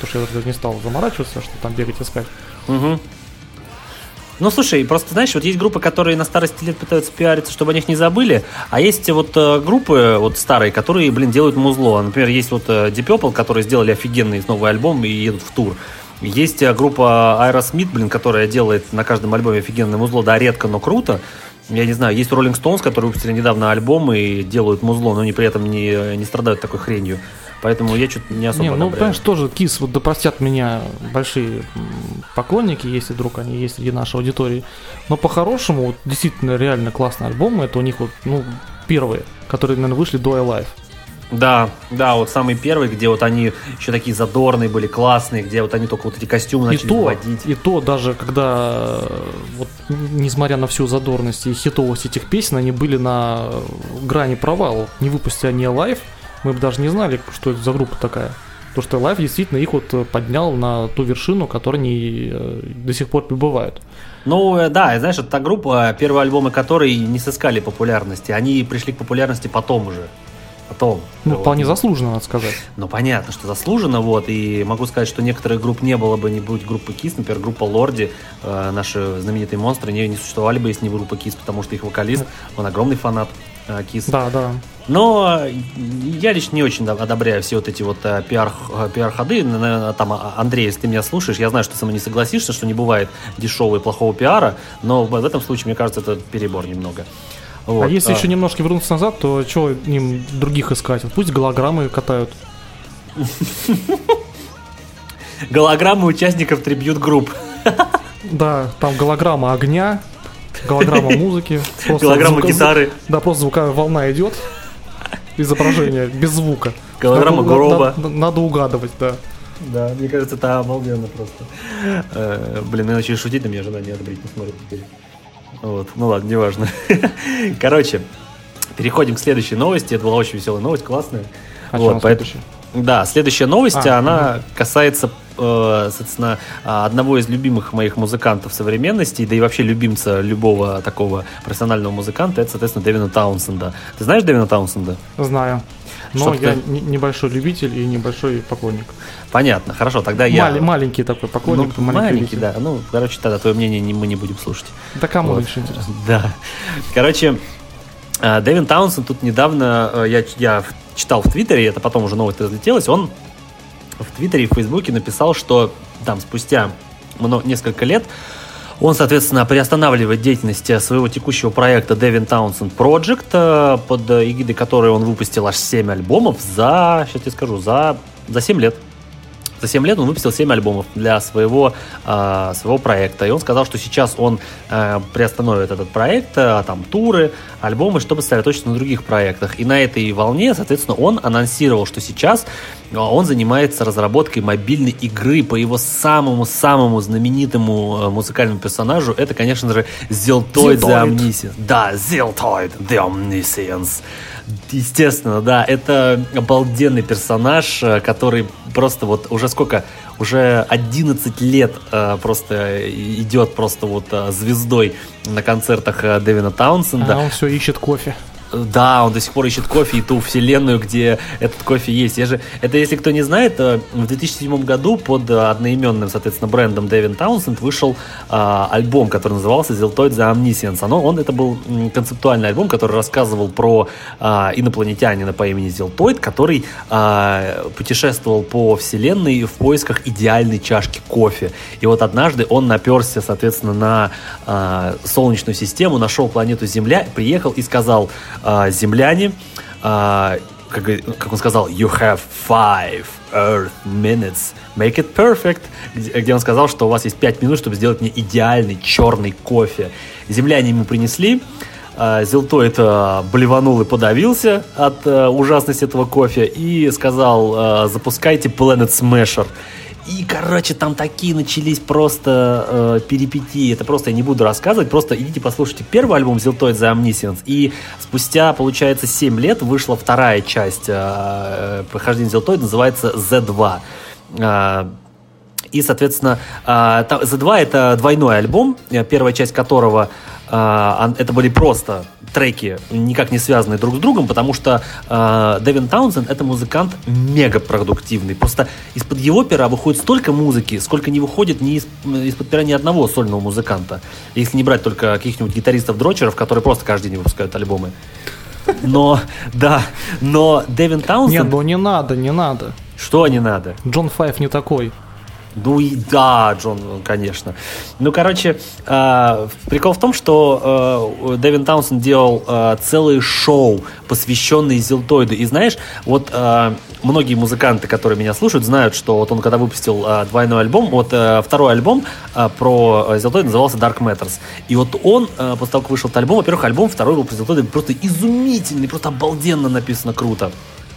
B: потому что я не стал заморачиваться, что там бегать искать.
A: Угу. Ну, слушай, просто, знаешь, вот есть группы, которые на старости лет пытаются пиариться, чтобы о них не забыли, а есть вот э, группы вот старые, которые, блин, делают музло. Например, есть вот э, Deep Purple, которые сделали офигенный новый альбом и едут в тур. Есть э, группа Aerosmith, блин, которая делает на каждом альбоме офигенное музло, да, редко, но круто. Я не знаю, есть Rolling Stones, которые выпустили недавно альбом и делают музло, но они при этом не, не страдают такой хренью. Поэтому я что-то не особо
B: не, ну,
A: одобряю.
B: понимаешь, тоже Kiss, вот да простят меня большие поклонники, если вдруг они есть среди нашей аудитории. Но по-хорошему, вот, действительно, реально классные альбомы. Это у них вот, ну, первые, которые, наверное, вышли до Alive.
A: Да, да, вот самый первый, где вот они еще такие задорные были, классные, где вот они только вот эти костюмы начали вводить.
B: И то, даже когда, вот, несмотря на всю задорность и хитовость этих песен, они были на грани провала. Не выпустили они Alive, мы бы даже не знали, что это за группа такая. Потому что Live действительно их вот поднял на ту вершину, которой они до сих пор пребывают.
A: Ну, да, знаешь, это та группа, первые альбомы которой не сыскали популярности. Они пришли к популярности потом уже. Потом.
B: Ну,
A: вот.
B: Вполне заслуженно, надо сказать.
A: Ну, понятно, что заслуженно, вот. И могу сказать, что некоторых групп не было бы, не будь группы Kiss. Например, группа Lordi, э, наши знаменитые монстры, не, не существовали бы, если не группа Kiss, потому что их вокалист, он огромный фанат э, Kiss.
B: Да, да.
A: Но я лично не очень одобряю все вот эти вот пиар, пиар-ходы. Там, Андрей, если ты меня слушаешь, я знаю, что ты со мной не согласишься, что не бывает дешевого и плохого пиара, но в этом случае, мне кажется, это перебор немного. Вот.
B: А если
A: а...
B: еще немножко вернуться назад, то чего им других искать? Вот пусть голограммы катают.
A: Голограммы участников трибьют-групп.
B: Да, там голограмма огня, голограмма музыки.
A: Голограмма гитары.
B: Да, просто звуковая волна идет. Изображение без звука.
A: Голограмма
B: надо,
A: гроба.
B: Надо, надо угадывать, да.
A: Да, мне кажется, это обалденно просто. Э, блин, я начал шутить, но меня жена не одобрить не смотрит теперь. Вот, ну ладно, неважно. Короче, переходим к следующей новости. Это была очень веселая новость, классная.
B: А
A: вот,
B: что следующая?
A: Да, следующая новость,
B: а,
A: она
B: угу.
A: касается, э, соответственно, одного из любимых моих музыкантов современности, да и вообще любимца любого такого профессионального музыканта, это, соответственно, Дэвина Таунсенда. Ты знаешь Дэвина Таунсенда?
B: Знаю. Но
A: Что-то
B: я
A: ты...
B: небольшой любитель и небольшой поклонник.
A: Понятно, хорошо, тогда я...
B: Мал- маленький такой поклонник.
A: Ну, маленький, да. Ну, короче, тогда твое мнение не, мы не будем слушать.
B: Да кому
A: вот.
B: лучше интересно.
A: Да. Короче, Дэвин Таунсенд тут недавно, я, я читал в Твиттере, это потом уже новость разлетелась, он в Твиттере и в Фейсбуке написал, что там спустя много, несколько лет он, соответственно, приостанавливает деятельность своего текущего проекта Devin Townsend Project, под эгидой которой он выпустил аж семь альбомов за, сейчас я скажу, за, за семь лет. За семь лет он выпустил семь альбомов для своего, э, своего проекта. И он сказал, что сейчас он э, приостановит этот проект, э, там, туры, альбомы, чтобы сосредоточиться на других проектах. И на этой волне, соответственно, он анонсировал, что сейчас он занимается разработкой мобильной игры по его самому-самому знаменитому музыкальному персонажу. Это, конечно же, Ziltoid the Omniscience. Да, Ziltoid the Omniscience. Естественно, да, это обалденный персонаж, который просто вот уже сколько, уже одиннадцать лет э, просто идет просто вот э, звездой на концертах э, Дэвина Таунсенда.
B: А он все ищет кофе.
A: Да, он до сих пор ищет кофе и ту вселенную, где этот кофе есть. Я же, это, если кто не знает, в две тысячи седьмом году под одноименным, соответственно, брендом Дэвин Таунсенд вышел а, альбом, который назывался Ziltoid the Omniscience. Оно, он, это был концептуальный альбом, который рассказывал про а, инопланетянина по имени Ziltoid, который а, путешествовал по вселенной в поисках идеальной чашки кофе. И вот однажды он наперся, соответственно, на а, Солнечную систему, нашел планету Земля, приехал и сказал: земляне, uh, как, как он сказал, you have five Earth minutes, make it perfect, где, где он сказал, что у вас есть пять минут, чтобы сделать мне идеальный черный кофе. Земляне ему принесли, Ziltoid uh, блеванул и подавился от uh, ужасности этого кофе и сказал: uh, запускайте Planet Smasher. И, короче, там такие начались просто э, перипетии. Это просто я не буду рассказывать. Просто идите послушайте первый альбом Ziltoid the Omniscience. И спустя, получается, семь лет вышла вторая часть э, прохождения Ziltoid, называется зет два. Э, и, соответственно, э, зет два это двойной альбом, первая часть которого э, это были просто треки, никак не связанные друг с другом, потому что э, Дэвин Таунсенд — это музыкант мегапродуктивный. Просто из-под его пера выходит столько музыки, сколько не выходит ни из, из-под пера ни одного сольного музыканта. Если не брать только каких-нибудь гитаристов-дрочеров, которые просто каждый день выпускают альбомы. Но, да, но Дэвин Таунсенд...
B: Нет, ну не надо, не надо.
A: Что не надо?
B: Джон Файв не такой.
A: Ну и да, Джон, конечно. Ну, короче, э, прикол в том, что э, Дэвин Таунсенд делал э, целые шоу, посвященные Зилтоиду. И знаешь, вот э, многие музыканты, которые меня слушают, знают, что вот он когда выпустил э, двойной альбом, вот э, второй альбом э, про Зилтоид назывался Dark Matters. И вот он, э, после того, как вышел этот альбом, во-первых, альбом второй был про Зилтоид просто изумительный, просто обалденно написано, круто.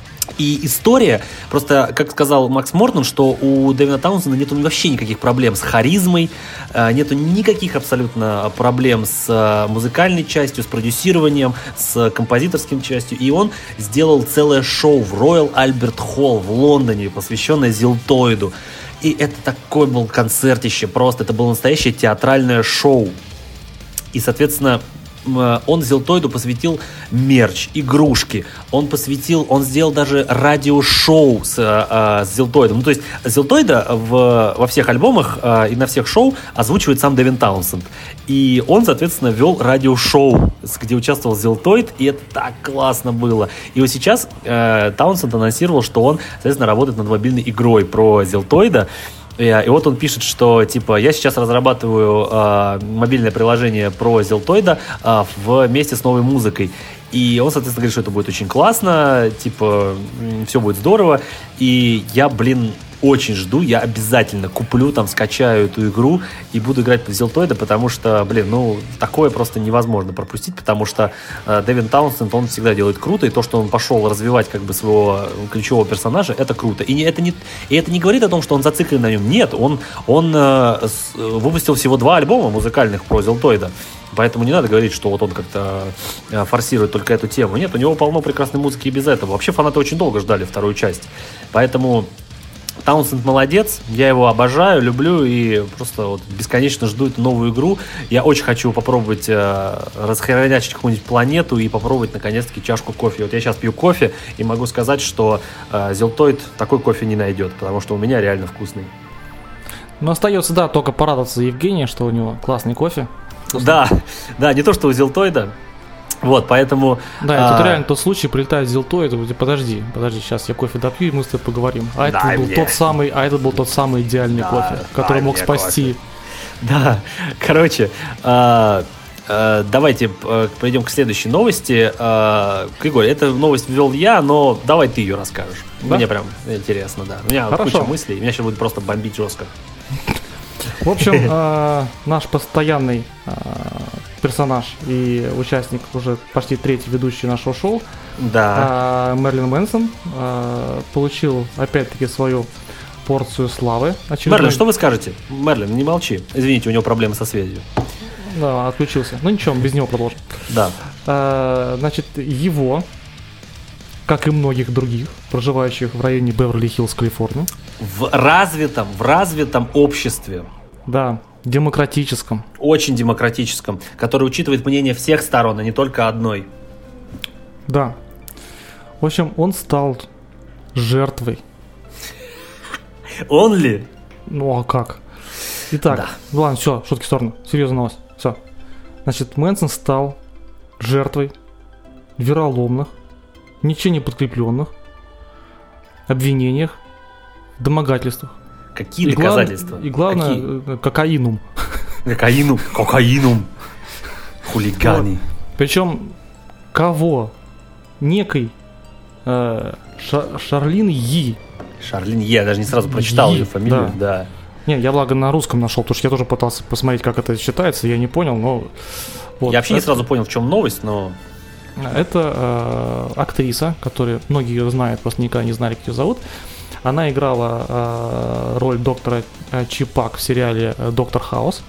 A: И история, просто, как сказал Макс Мортон, что у Дэвина Таунсенда нету вообще никаких проблем с харизмой, нету никаких абсолютно проблем с музыкальной частью, с продюсированием, с композиторским частью. И он сделал целое шоу в Royal Albert Hall в Лондоне, посвященное Зилтоиду. И это такой был концертище просто, это было настоящее театральное шоу. И, соответственно, он Зилтоиду посвятил мерч, игрушки. Он посвятил, он сделал даже радиошоу с, э, с Зилтоидом. Ну, то есть Зилтоида в, во всех альбомах э, и на всех шоу озвучивает сам Дэвин Таунсенд. И он, соответственно, вел радиошоу, где участвовал Зилтоид, и это так классно было. И вот сейчас э, Таунсенд анонсировал, что он, соответственно, работает над мобильной игрой про Зилтоида. И вот он пишет, что типа я сейчас разрабатываю э, мобильное приложение про Зилтоида э, вместе с новой музыкой. И он, соответственно, говорит, что это будет очень классно, типа все будет здорово. И я, блин, очень жду, я обязательно куплю, там, скачаю эту игру и буду играть в Зилтоида, потому что, блин, ну, такое просто невозможно пропустить, потому что э, Дэвин Таунсенд, он всегда делает круто, и то, что он пошел развивать, как бы, своего ключевого персонажа, это круто. И, не, это, не, и это не говорит о том, что он зациклен на нем. Нет, он, он э, с, выпустил всего два альбома музыкальных про Зилтоида. Поэтому не надо говорить, что вот он как-то форсирует только эту тему. Нет, у него полно прекрасной музыки и без этого. Вообще фанаты очень долго ждали вторую часть. Поэтому Таунсенд молодец, я его обожаю, люблю и просто вот бесконечно жду эту новую игру. Я очень хочу попробовать э, расхерачить какую-нибудь планету и попробовать наконец-таки чашку кофе. Вот я сейчас пью кофе и могу сказать, что э, Зилтоид такой кофе не найдет, потому что у меня реально вкусный.
B: Ну, остается, да, только порадоваться Евгению, что у него классный кофе.
A: Да, да, не то, что у Зилтоида. Вот, поэтому...
B: Да, а... тут реально тот случай, прилетает Зилтоид, подожди, подожди, сейчас я кофе допью, и мы с тобой поговорим. А это был мне. тот самый, а это был тот самый идеальный да, кофе, который мог спасти.
A: Кофе. Да, короче, а, а, давайте перейдем к следующей новости. А, Григорий, эту новость ввел я, но давай ты ее расскажешь. Да? Мне прям интересно, да. У меня Хорошо. куча мыслей, меня сейчас будет просто бомбить жестко.
B: В общем, э, наш постоянный э, персонаж и участник, уже почти третий ведущий нашего шоу,
A: да.
B: э, Мерлин Мэнсон, э, получил опять-таки свою порцию славы.
A: Очередной... Мерлин, что вы скажете? Мерлин, не молчи. Извините, у него проблемы со связью.
B: Да, отключился. Ну ничего, без него продолжим.
A: Да.
B: Э, значит, его, как и многих других, проживающих в районе Беверли-Хиллз, Калифорния.
A: В развитом, в развитом обществе.
B: Да, демократическом.
A: Очень демократическом, который учитывает мнение всех сторон, а не только одной.
B: Да. В общем, он стал жертвой.
A: Он ли?
B: Ну а как? Итак, да. Ладно, все, шутки в сторону. Серьезная новость. Все. Значит, Мэнсон стал жертвой вероломных, ничем не подкрепленных обвинениях, домогательствах.
A: Какие и доказательства?
B: Глав... И главное, Какие? кокаинум.
A: Кокаинум, кокаинум. Хулиганы. Вот.
B: Причем кого? Некой э, Шар... Шарлин Йи.
A: Шарлин Йи, я даже не сразу прочитал Йи, ее фамилию, да. да.
B: Не, я благо на русском нашел, потому что я тоже пытался посмотреть, как это читается, я не понял, но...
A: Вот. Я вообще это... не сразу понял, в чем новость, но...
B: Это э, актриса, которую многие ее знают, просто никогда не знали, как ее зовут. Она играла э, роль доктора э, Чипак в сериале «Доктор Хаус».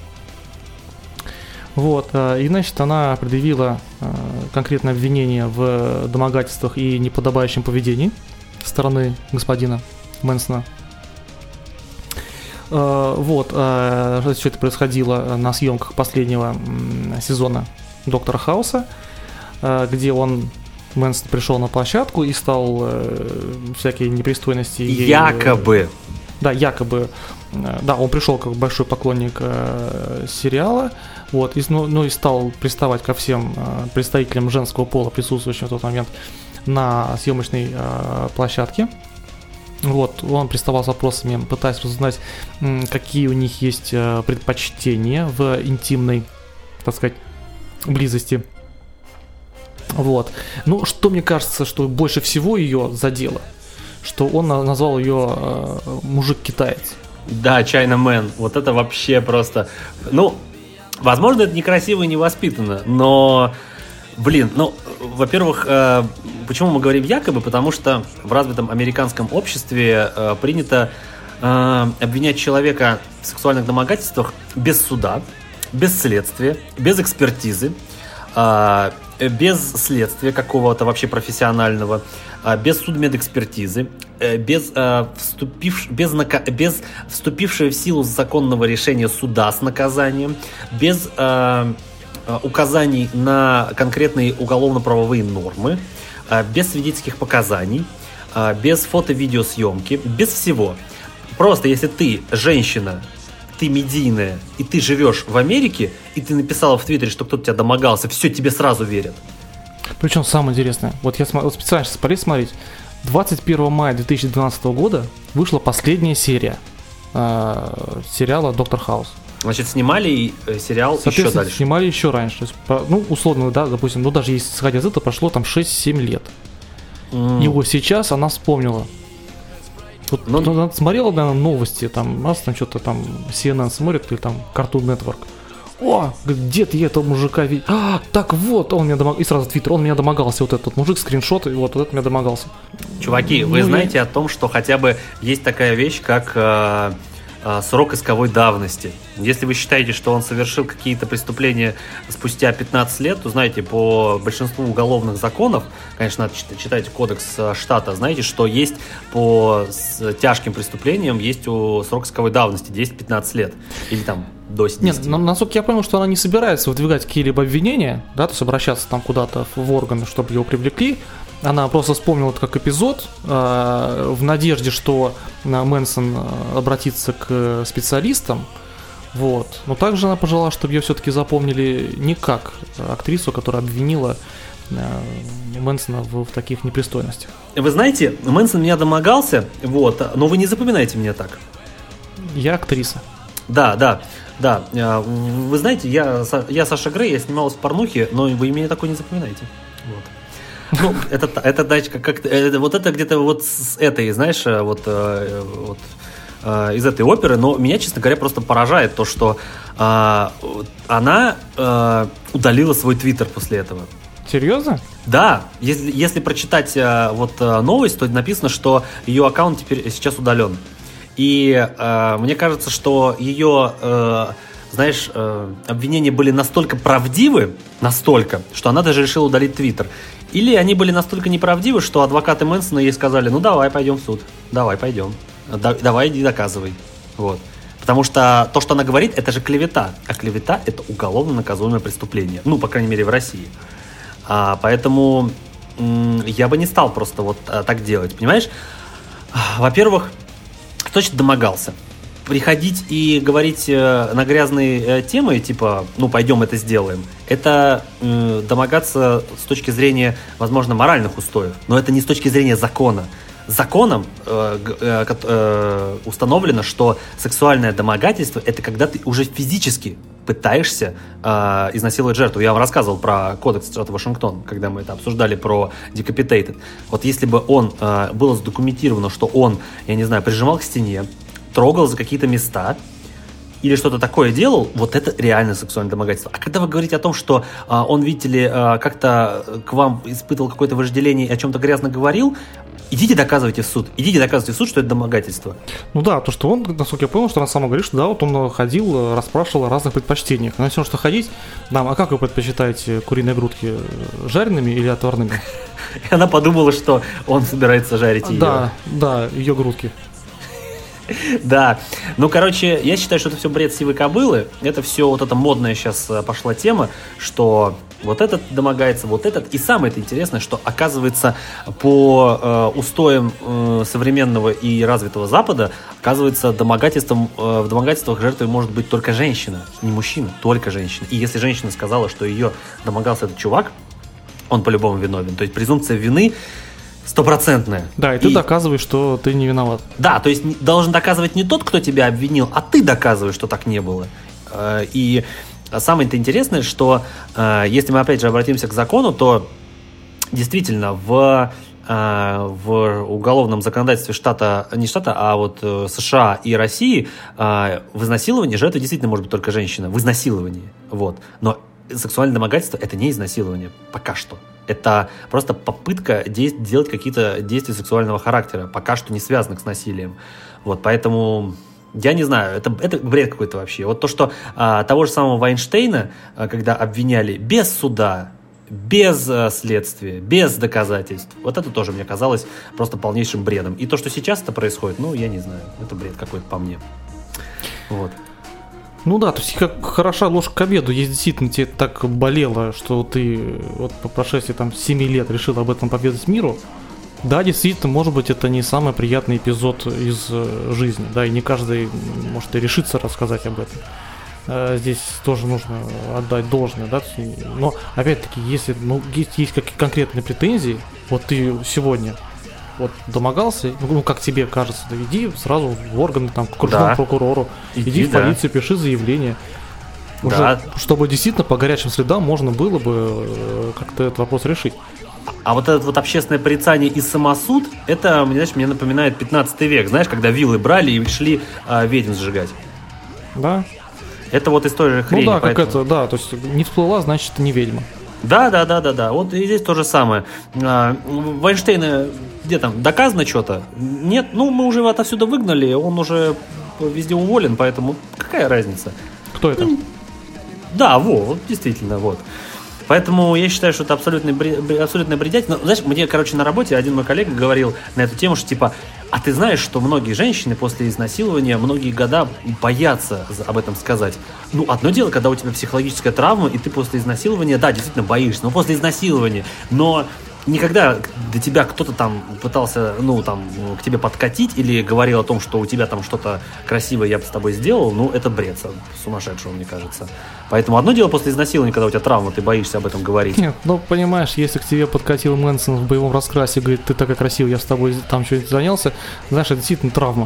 B: Вот, э, и, значит, она предъявила э, конкретное обвинение в домогательствах и неподобающем поведении со стороны господина Мэнсона. Вот, все это происходило на съемках последнего сезона Доктора Хауса, где он, Мэнсон, пришел на площадку и стал всякие непристойности...
A: Якобы.
B: Да, якобы. Да, он пришел как большой поклонник сериала, вот, и, ну, ну и стал приставать ко всем представителям женского пола, присутствующим в тот момент на съемочной площадке. Вот, он приставал с вопросами, пытаясь узнать, какие у них есть предпочтения в интимной, так сказать, близости. Вот. Ну, что мне кажется, что больше всего ее задело, что он назвал ее мужик-китаец.
A: Да, China Man. Вот это вообще просто... Ну, возможно, это некрасиво и невоспитанно, но... Блин, ну, во-первых, э, почему мы говорим якобы? Потому что в развитом американском обществе э, принято э, обвинять человека в сексуальных домогательствах без суда, без следствия, без экспертизы, э, без следствия какого-то вообще профессионального, э, без судмедэкспертизы, э, без, э, вступив, без, нака- без вступившего в силу законного решения суда с наказанием, без... Э, указаний на конкретные уголовно-правовые нормы, без свидетельских показаний, без фото-видеосъемки, без всего. Просто если ты женщина, ты медийная, и ты живешь в Америке, и ты написала в Твиттере, что кто-то тебя домогался, все, тебе сразу верят.
B: Причем самое интересное, вот я вот специально сейчас полез смотреть, двадцать первого мая две тысячи двенадцатого года вышла последняя серия э, сериала «Доктор Хаус».
A: Значит, снимали сериал еще дальше.
B: Снимали еще раньше. То есть, ну, условно, да, допустим, ну, даже если сходя из этого, прошло там шесть-семь лет. Mm. И вот сейчас она вспомнила. Вот, ну, она смотрела, наверное, новости, там, у нас там что-то там си эн эн смотрит, или там Cartoon Network. О, где-то я этого мужика видел. А, так вот, он меня домогался. И сразу твиттер, он меня домогался, вот этот мужик, скриншот, и вот, вот этот меня домогался.
A: Чуваки, вы ну, знаете я... о том, что хотя бы есть такая вещь, как... Э... срок исковой давности. Если вы считаете, что он совершил какие-то преступления спустя пятнадцать лет, то, знаете, по большинству уголовных законов, конечно, надо читать кодекс штата, знаете, что есть по тяжким преступлениям, есть у срок исковой давности десять-пятнадцать лет. Или там до десяти.
B: Нет, насколько я понял, что она не собирается выдвигать какие-либо обвинения, да, то есть обращаться там куда-то в органы, чтобы его привлекли. Она просто вспомнила это как эпизод э, в надежде, что Мэнсон обратится к специалистам. Вот. Но также она пожелала, чтобы ее все-таки запомнили не как актрису, которая обвинила э, Мэнсона в, в таких непристойностях.
A: Вы знаете, Мэнсон меня домогался, вот, но вы не запоминайте меня так.
B: Я актриса. Да,
A: да, да. Вы знаете, я, я Саша Грей, я снималась в порнухе, но вы меня такой не запоминаете. Вот. Ну, это, это дачка, как это, вот это где-то вот с этой, знаешь, вот, вот из этой оперы, но меня, честно говоря, просто поражает то, что а, она а, удалила свой твиттер после этого.
B: Серьезно?
A: Да, если, если прочитать а, вот новость, то написано, что ее аккаунт теперь сейчас удален. И а, мне кажется, что ее... А, знаешь, э, обвинения были настолько правдивы, настолько, что она даже решила удалить твиттер. Или они были настолько неправдивы, что адвокаты Мэнсона ей сказали, ну давай, пойдем в суд, давай, пойдем, да, давай, иди доказывай. Вот. Потому что то, что она говорит, это же клевета, а клевета – это уголовно наказуемое преступление, ну, по крайней мере, в России. А, поэтому м- я бы не стал просто вот а, так делать, понимаешь? Во-первых, кто значит домогался? Приходить и говорить э, на грязные э, темы, типа, ну, пойдем это сделаем, это э, домогаться с точки зрения, возможно, моральных устоев, но это не с точки зрения закона. Законом э, э, э, установлено, что сексуальное домогательство – это когда ты уже физически пытаешься э, изнасиловать жертву. Я вам рассказывал про кодекс штата Вашингтон, когда мы это обсуждали, про decapitated. Вот если бы он, э, было задокументировано, что он, я не знаю, прижимал к стене, трогал за какие-то места или что-то такое делал, вот это реально сексуальное домогательство. А когда вы говорите о том, что а, он, видите ли, а, как-то к вам испытывал какое-то вожделение и о чем-то грязно говорил, идите доказывайте в суд. Идите доказывайте в суд, что это домогательство.
B: Ну да, то, что он, насколько я понял, что она сама говорит, что да, вот он ходил, расспрашивал о разных предпочтениях. Но все равно, что ходить, да, а как вы предпочитаете куриные грудки, жареными или отварными?
A: И она подумала, что он собирается жарить ее.
B: Да, да, ее грудки.
A: Да, ну, короче, я считаю, что это все бред сивой кобылы. Это все вот эта модная сейчас пошла тема, что вот этот домогается, вот этот. И самое-то интересное, что, оказывается, по э, устоям э, современного и развитого Запада, оказывается, домогательством, э, в домогательствах жертвой может быть только женщина, не мужчина, только женщина. И если женщина сказала, что ее домогался этот чувак, он по-любому виновен. То есть презумпция вины стопроцентная.
B: Да, и ты и... доказываешь, что ты не виноват.
A: Да, то есть должен доказывать не тот, кто тебя обвинил, а ты доказываешь, что так не было. И самое-то интересное, что если мы опять же обратимся к закону, то действительно в, в уголовном законодательстве штата, не штата, а вот США и России в изнасиловании жертвой действительно может быть только женщина. В изнасиловании. Вот. Но сексуальное домогательство – это не изнасилование. Пока что. Это просто попытка де- делать какие-то действия сексуального характера, пока что не связанных с насилием. Вот, поэтому я не знаю, это, это бред какой-то вообще. Вот то, что а, того же самого Вайнштейна, а, когда обвиняли без суда, без а, следствия, без доказательств, вот это тоже мне казалось просто полнейшим бредом. И то, что сейчас это происходит, ну, я не знаю, это бред какой-то по мне. Вот.
B: Ну да, то есть как хороша ложка к обеду, если действительно тебе так болело, что ты вот по прошествии там семи лет решил об этом поведать миру, да, действительно, может быть, это не самый приятный эпизод из жизни, да, и не каждый может и решиться рассказать об этом. Здесь тоже нужно отдать должное, да, но опять-таки, если ну, есть, есть какие-то конкретные претензии, вот ты сегодня вот домогался, ну, как тебе кажется, да иди сразу в органы, там, к окружному да. прокурору, иди, иди в полицию, да. пиши заявление. Уже, да. Чтобы действительно по горячим следам можно было бы как-то этот вопрос решить.
A: А вот это вот общественное порицание и самосуд, это, знаешь, мне напоминает пятнадцатый век, знаешь, когда виллы брали и шли а, ведьм сжигать.
B: Да.
A: Это вот из той же хрени.
B: Ну да,
A: поэтому...
B: как это, да, то есть не всплыла, значит, не ведьма.
A: Да, да, да, да, да. Вот и здесь то же самое. А, Вайнштейна где там, доказано что-то? Нет, ну мы уже его отсюда выгнали, он уже везде уволен, поэтому какая разница?
B: Кто это?
A: Да, во, вот, действительно, вот. Поэтому я считаю, что это абсолютный бред, абсолютная бредятина. Но, знаешь, мне, короче, на работе один мой коллега говорил на эту тему, что типа, а ты знаешь, что многие женщины после изнасилования многие года боятся об этом сказать. Ну, одно дело, когда у тебя психологическая травма, и ты после изнасилования, да, действительно боишься, но после изнасилования, но никогда до тебя кто-то там пытался, ну, там, к тебе подкатить или говорил о том, что у тебя там что-то красивое я бы с тобой сделал, ну, это бред сумасшедшего, мне кажется. Поэтому одно дело после изнасилования, когда у тебя травма, ты боишься об этом говорить.
B: Нет, ну, понимаешь, если к тебе подкатил Мэнсон в боевом раскрасе и говорит, ты такая красивая, я с тобой там что-нибудь занялся, знаешь, это действительно травма.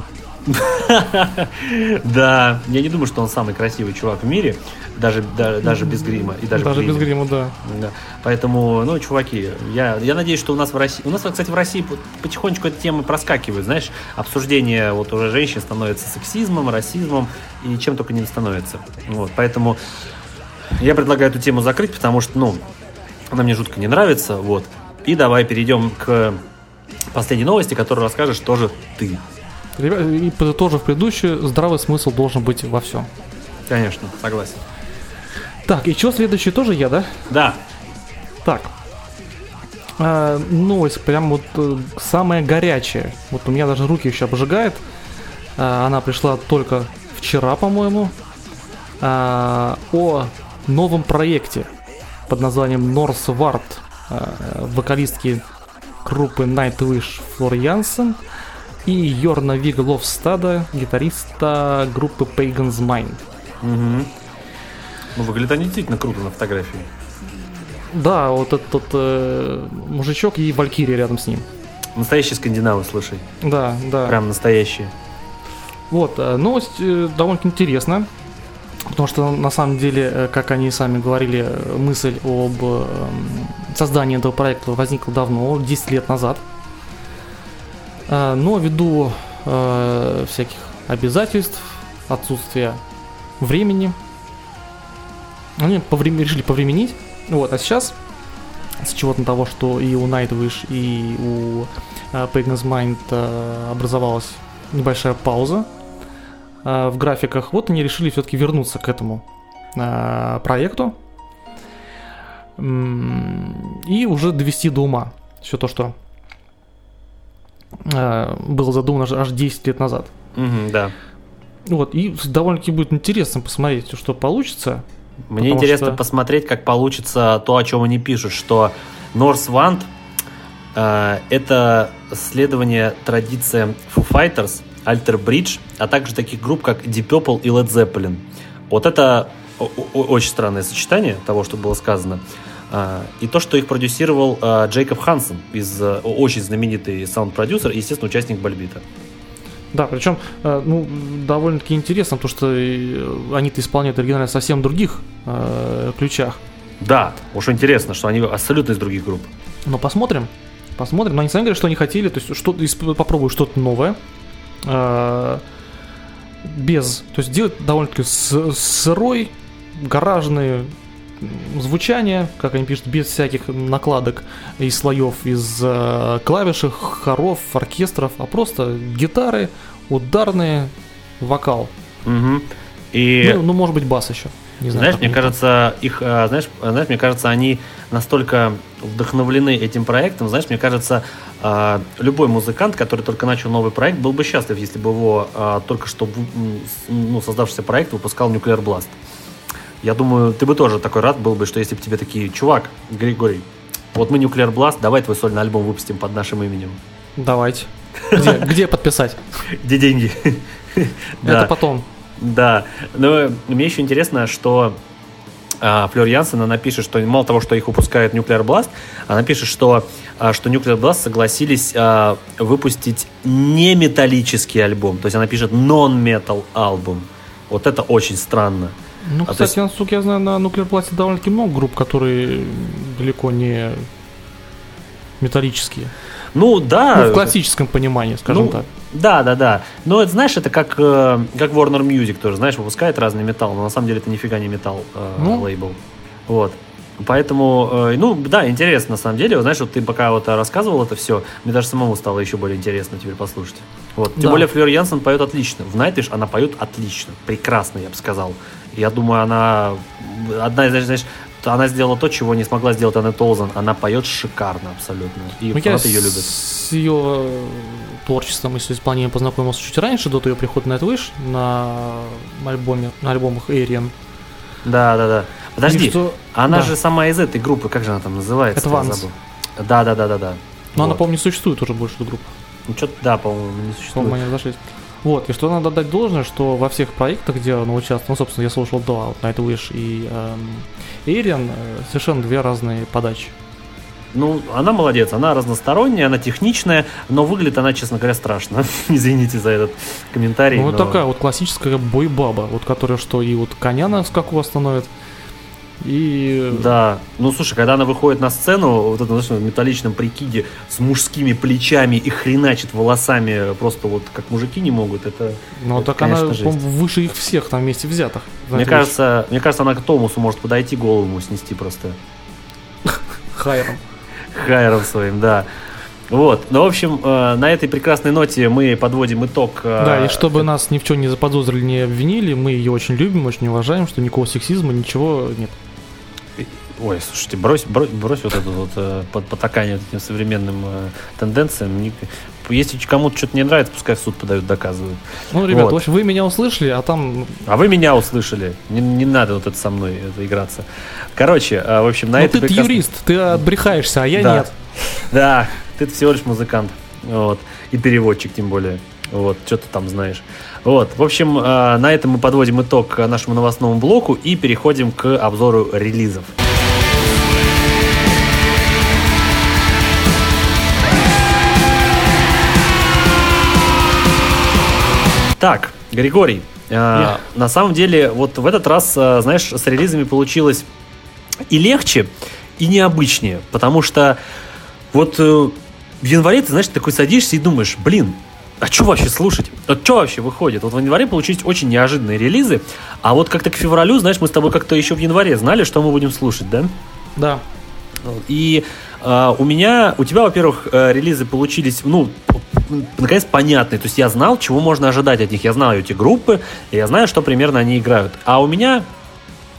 A: Да, я не думаю, что он самый красивый чувак в мире, даже, даже, даже без грима. И даже
B: даже без грима, да.
A: да. Поэтому, ну, чуваки, я, я надеюсь, что у нас в России, у нас, кстати, в России потихонечку эта тема проскакивает, знаешь, обсуждение вот уже женщин становится сексизмом, расизмом и чем только не становится. Вот, поэтому я предлагаю эту тему закрыть, потому что, ну, она мне жутко не нравится, вот. И давай перейдем к последней новости, которую расскажешь тоже ты.
B: И подытожив предыдущую, здравый смысл должен быть во всем.
A: Конечно, согласен.
B: Так, и что следующее тоже я, да?
A: Да.
B: Так. А, новость прям вот самая горячая. Вот у меня даже руки еще обжигает. А, она пришла только вчера, по-моему. А, о новом проекте под названием Northward а, вокалистки группы Nightwish Флор Янсен и Йорна Вига Ловстада, гитариста группы Pagan's Mind.
A: Угу. Ну, выглядит они действительно круто на фотографии.
B: Да, вот этот э, мужичок и Валькирия рядом с ним.
A: Настоящие скандинавы, слушай.
B: Да, да.
A: Прям настоящие.
B: Вот, э, новость э, довольно интересная, потому что на самом деле, э, как они сами говорили, мысль об э, создании этого проекта возникла давно, десять лет назад. Но ввиду э, всяких обязательств, отсутствия времени, они поврем... решили повременить. Вот, а сейчас, с чего-то того, что и у Nightwish, и у э, Pagan's Mind э, образовалась небольшая пауза э, в графиках, вот они решили все-таки вернуться к этому э, проекту и уже довести до ума все то, что было задумано аж десять лет назад.
A: Угу, да.
B: Вот, и довольно-таки будет интересно посмотреть, что получится.
A: Мне интересно что... посмотреть, как получится то, о чем они пишут, что Northwand э, это следование традициям Foo Fighters, Alter Bridge, а также таких групп, как Deep Purple и Led Zeppelin. Вот это очень странное сочетание того, что было сказано. И то, что их продюсировал Джейкоб Хансен, из, очень знаменитый саунд-продюсер и, естественно, участник Volbeat.
B: Да, причем ну, довольно-таки интересно, потому что они-то исполняют оригинально в совсем других э, ключах.
A: Да, уж интересно, что они абсолютно из других групп.
B: Но посмотрим, посмотрим. Но они сами говорят, что они хотели, то есть что, попробую что-то новое. Э, без, то есть делать довольно-таки сырой, гаражный звучание, как они пишут, без всяких накладок и слоев из э, клавиш, хоров, оркестров, а просто гитары, ударные, вокал.
A: Угу. И...
B: Ну, ну, может быть, бас еще. Не знаю,
A: знаешь, мне кажется, их, знаешь, знаешь, мне кажется, они настолько вдохновлены этим проектом. Знаешь, мне кажется, любой музыкант, который только начал новый проект, был бы счастлив, если бы его только что ну, создавшийся проект выпускал Nuclear Blast. Я думаю, ты бы тоже такой рад был бы, что если бы тебе такие: чувак, Григорий, вот мы Nuclear Blast, давай твой сольный альбом выпустим под нашим именем.
B: Давайте. Где, где подписать?
A: Где деньги?
B: Это потом.
A: Да, но мне еще интересно, что а, Флёр Янсен, она пишет, что мало того, что их выпускает Nuclear Blast, она пишет, что, а, что Nuclear Blast согласились а, выпустить не металлический альбом, то есть она пишет non-metal альбом. Вот это очень странно.
B: Ну, а кстати, есть... насколько я знаю, на Nuclear Blast довольно-таки много групп, которые далеко не металлические.
A: Ну, да.
B: Ну, в классическом понимании, скажем
A: ну,
B: так.
A: Да, да, да. Но это, знаешь, это как, э, как Warner Music тоже, знаешь, выпускает разный металл, но на самом деле это нифига не металл э, ну? лейбл. Вот. Поэтому, э, ну, да, интересно, на самом деле. Знаешь, вот ты пока вот рассказывал это все, мне даже самому стало еще более интересно теперь послушать. Вот. Тем да. более Флёр Янсен поет отлично. В Nightwish она поет отлично. Прекрасно, я бы сказал. Я думаю, она одна из, знаешь, она сделала то, чего не смогла сделать Анна Толзан. Она поет шикарно абсолютно. И
B: ну,
A: фанаты ее любят.
B: С ее творчеством и с исполнением познакомился чуть раньше, до ее прихода на Nightwish на альбоме, на альбомах Arian.
A: Да, да, да. Подожди,
B: что...
A: она
B: да.
A: же сама из этой группы, как же она там называется?
B: Это Ванс.
A: Да, да, да, да, да.
B: Но вот. Она, по-моему, не существует уже больше, эта группа.
A: Ну, что-то, да, по-моему, не существует.
B: По-моему, они разошлись. Вот, и что надо дать должное, что во всех проектах, где она участвовала, ну, собственно, я слушал два, вот, Nightwish и эм, Arian, совершенно две разные подачи.
A: Ну, она молодец, она разносторонняя, она техничная, но выглядит она, честно говоря, страшно. Извините за этот комментарий.
B: Ну,
A: но...
B: вот такая вот классическая бойбаба, вот которая что и вот коня на скаку остановит, и...
A: Да, ну слушай, когда она выходит на сцену вот это, знаешь, в металличном прикиде с мужскими плечами и хреначит волосами просто вот как мужики не могут, это...
B: Ну
A: это,
B: так она, по-моему, выше их всех там вместе взятых.
A: Мне кажется, мне кажется, она к Томасу может подойти, голову снести просто.
B: Хайером.
A: Хайером своим, да. Вот, ну, в общем, э, на этой прекрасной ноте мы подводим итог. Э,
B: да, и чтобы нас ни в чем не заподозрили, не обвинили, мы ее очень любим, очень уважаем, что никакого сексизма, ничего нет.
A: Ой, слушайте, брось, брось, брось вот это вот э, потакание этим современным э, тенденциям. Если кому-то что-то не нравится, пускай в суд подают, доказывают.
B: Ну, ребят, вот. В общем, вы меня услышали, а там...
A: А вы меня услышали. Не, не надо вот это со мной это играться. Короче, э, в общем, на
B: ну,
A: этой
B: ты прекрасной... юрист, ты отбрехаешься, а я
A: да.
B: нет.
A: Да, ты всего лишь музыкант. Вот. И переводчик, тем более. Вот, что ты там знаешь. Вот, в общем, э, на этом мы подводим итог нашему новостному блоку и переходим к обзору релизов. Так, Григорий, э, yeah. на самом деле, вот в этот раз, э, знаешь, с релизами получилось и легче, и необычнее, потому что вот э, в январе ты, знаешь, такой садишься и думаешь, блин, а что вообще слушать? А что вообще выходит? Вот в январе получились очень неожиданные релизы, а вот как-то к февралю, знаешь, мы с тобой как-то еще в январе знали, что мы будем слушать, да?
B: Да.
A: И э, у меня, у тебя, во-первых, э, релизы получились, ну, наконец, понятные. То есть я знал, чего можно ожидать от них. Я знаю эти группы, и я знаю, что примерно они играют. А у меня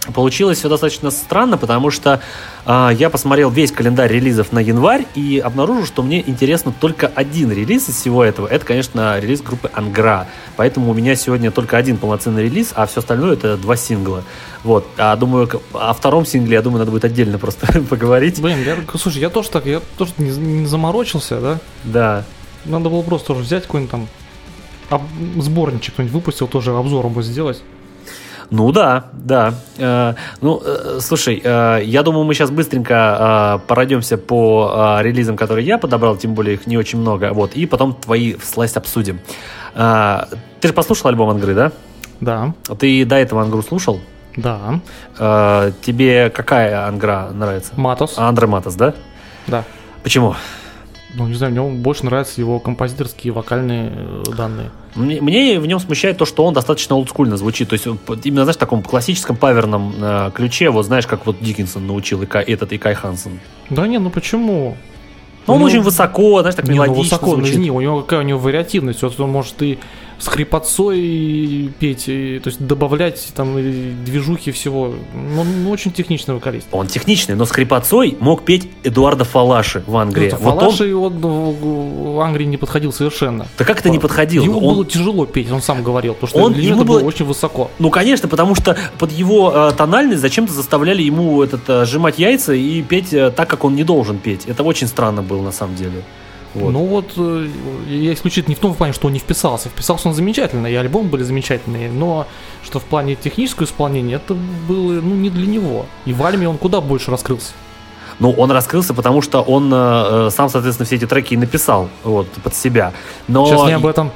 A: получилось все достаточно странно, потому что э, я посмотрел весь календарь релизов на январь и обнаружил, что мне интересно только один релиз из всего этого. Это, конечно, релиз группы Angra. Поэтому у меня сегодня только один полноценный релиз, а все остальное это два сингла. Вот. А думаю, о втором сингле, я думаю, надо будет отдельно просто поговорить.
B: Блин, я, слушай, я тоже так, я тоже не, не заморочился, да?
A: Да.
B: Надо было просто тоже взять какой-нибудь там об, сборничек, кто-нибудь выпустил, тоже обзором бы сделать.
A: Ну да, да. Э, ну, э, слушай, э, я думаю, мы сейчас быстренько э, пройдемся по э, релизам, которые я подобрал, тем более их не очень много, вот, и потом твои слайс обсудим. Э, ты же послушал альбом Ангры, да?
B: Да.
A: Ты до этого Ангру слушал?
B: Да.
A: Э, тебе какая Ангра нравится?
B: Матос.
A: Андре Матос, да?
B: Да.
A: Почему?
B: Ну, не знаю, мне больше нравятся его композиторские вокальные данные.
A: Мне, мне в нем смущает то, что он достаточно олдскульно звучит. То есть именно, знаешь, в таком классическом паверном э, ключе, вот знаешь, как вот Диккенсон научил и Кай, этот и Кай Хансен.
B: Да не, ну почему?
A: Ну, он
B: ну,
A: очень высоко, знаешь, так
B: не,
A: мелодично
B: ну, высоко,
A: звучит.
B: низни, у него какая у него вариативность. Вот он может и с хрипотцой петь, и, то есть добавлять там и движухи всего. Ну, ну, очень техничный вокалист.
A: Он техничный, но с хрипотцой мог петь Эдуардо Фалаши в Ангре.
B: Ну,
A: вот
B: Фалаши он... он в Ангрии не подходил совершенно.
A: Да как это не подходил?
B: Ему
A: он...
B: было тяжело петь, он сам говорил, потому что
A: он,
B: для него
A: ему
B: это
A: было
B: было очень высоко.
A: Ну, конечно, потому что под его э, тональность зачем-то заставляли ему этот, э, сжимать яйца и петь э, так, как он не должен петь. Это очень странно было на самом деле. Вот.
B: Ну вот, э, я исключительно не в том плане, что он не вписался. Вписался он замечательно, и альбомы были замечательные, но что в плане технического исполнения это было ну, не для него. И в Альме он куда больше раскрылся.
A: Ну, он раскрылся, потому что он э, сам, соответственно, все эти треки и написал вот, под себя. Но...
B: Сейчас не об этом.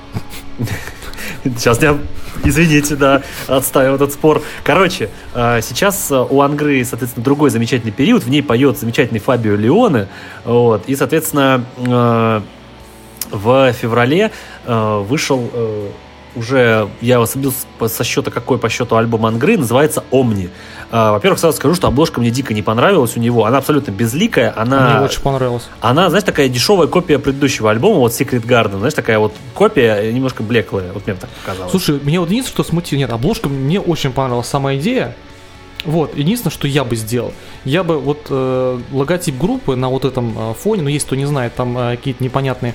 A: Сейчас я, извините, да, отставил этот спор. Короче, сейчас у Ангры, соответственно, другой замечательный период. В ней поет замечательный Фабио Леоне. Вот, и, соответственно, в феврале вышел уже, я сбился со счета, какой по счету альбом Ангры, называется «Омни». Во-первых, сразу скажу, что обложка мне дико не понравилась у него. Она абсолютно безликая. Она,
B: мне очень понравилась.
A: Она, знаешь, такая дешевая копия предыдущего альбома, вот Secret Garden. Знаешь, такая вот копия, немножко блеклая. Вот мне так показалось.
B: Слушай, мне вот единственное, что смутило. Нет, обложка мне очень понравилась, сама идея. Вот, единственное, что я бы сделал, я бы вот э, логотип группы на вот этом э, фоне, ну, если кто не знает, там э, какие-то непонятные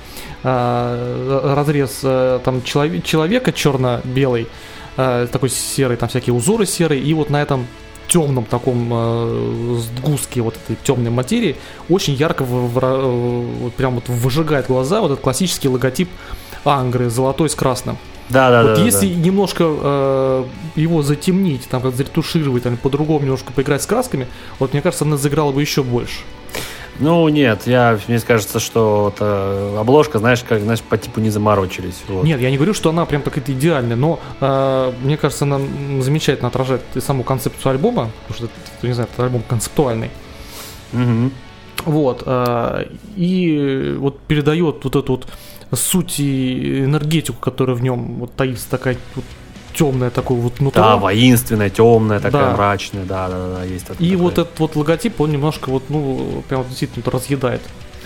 B: э, разрез э, там человек, человека черно-белый, э, такой серый, там всякие узоры серые, и вот на этом темном таком э, сгустке вот этой темной материи очень ярко в, в, в, прям вот выжигает глаза вот этот классический логотип Ангры, золотой с красным.
A: Да, да,
B: вот
A: да.
B: если
A: да.
B: немножко э, его затемнить, там как заретушировать, там по-другому немножко поиграть с красками, вот мне кажется, она заиграла бы еще больше.
A: Ну нет, я, мне кажется, что это обложка, знаешь, как, знаешь, по типу не заморочились. Вот.
B: Нет, я не говорю, что она прям какая-то идеальная, но э, мне кажется, она замечательно отражает и саму концепцию альбома, потому что, это, не знаю, это альбом концептуальный.
A: Угу.
B: Вот, э, и вот передает вот эту вот суть и энергетику, которая в нем вот таится, такая вот темная, такой вот нутро.
A: Да, воинственная, темная, такая
B: да.
A: мрачная, да, да, да, есть.
B: И
A: такое.
B: вот этот вот логотип, он немножко вот, ну, прям действительно разъедает.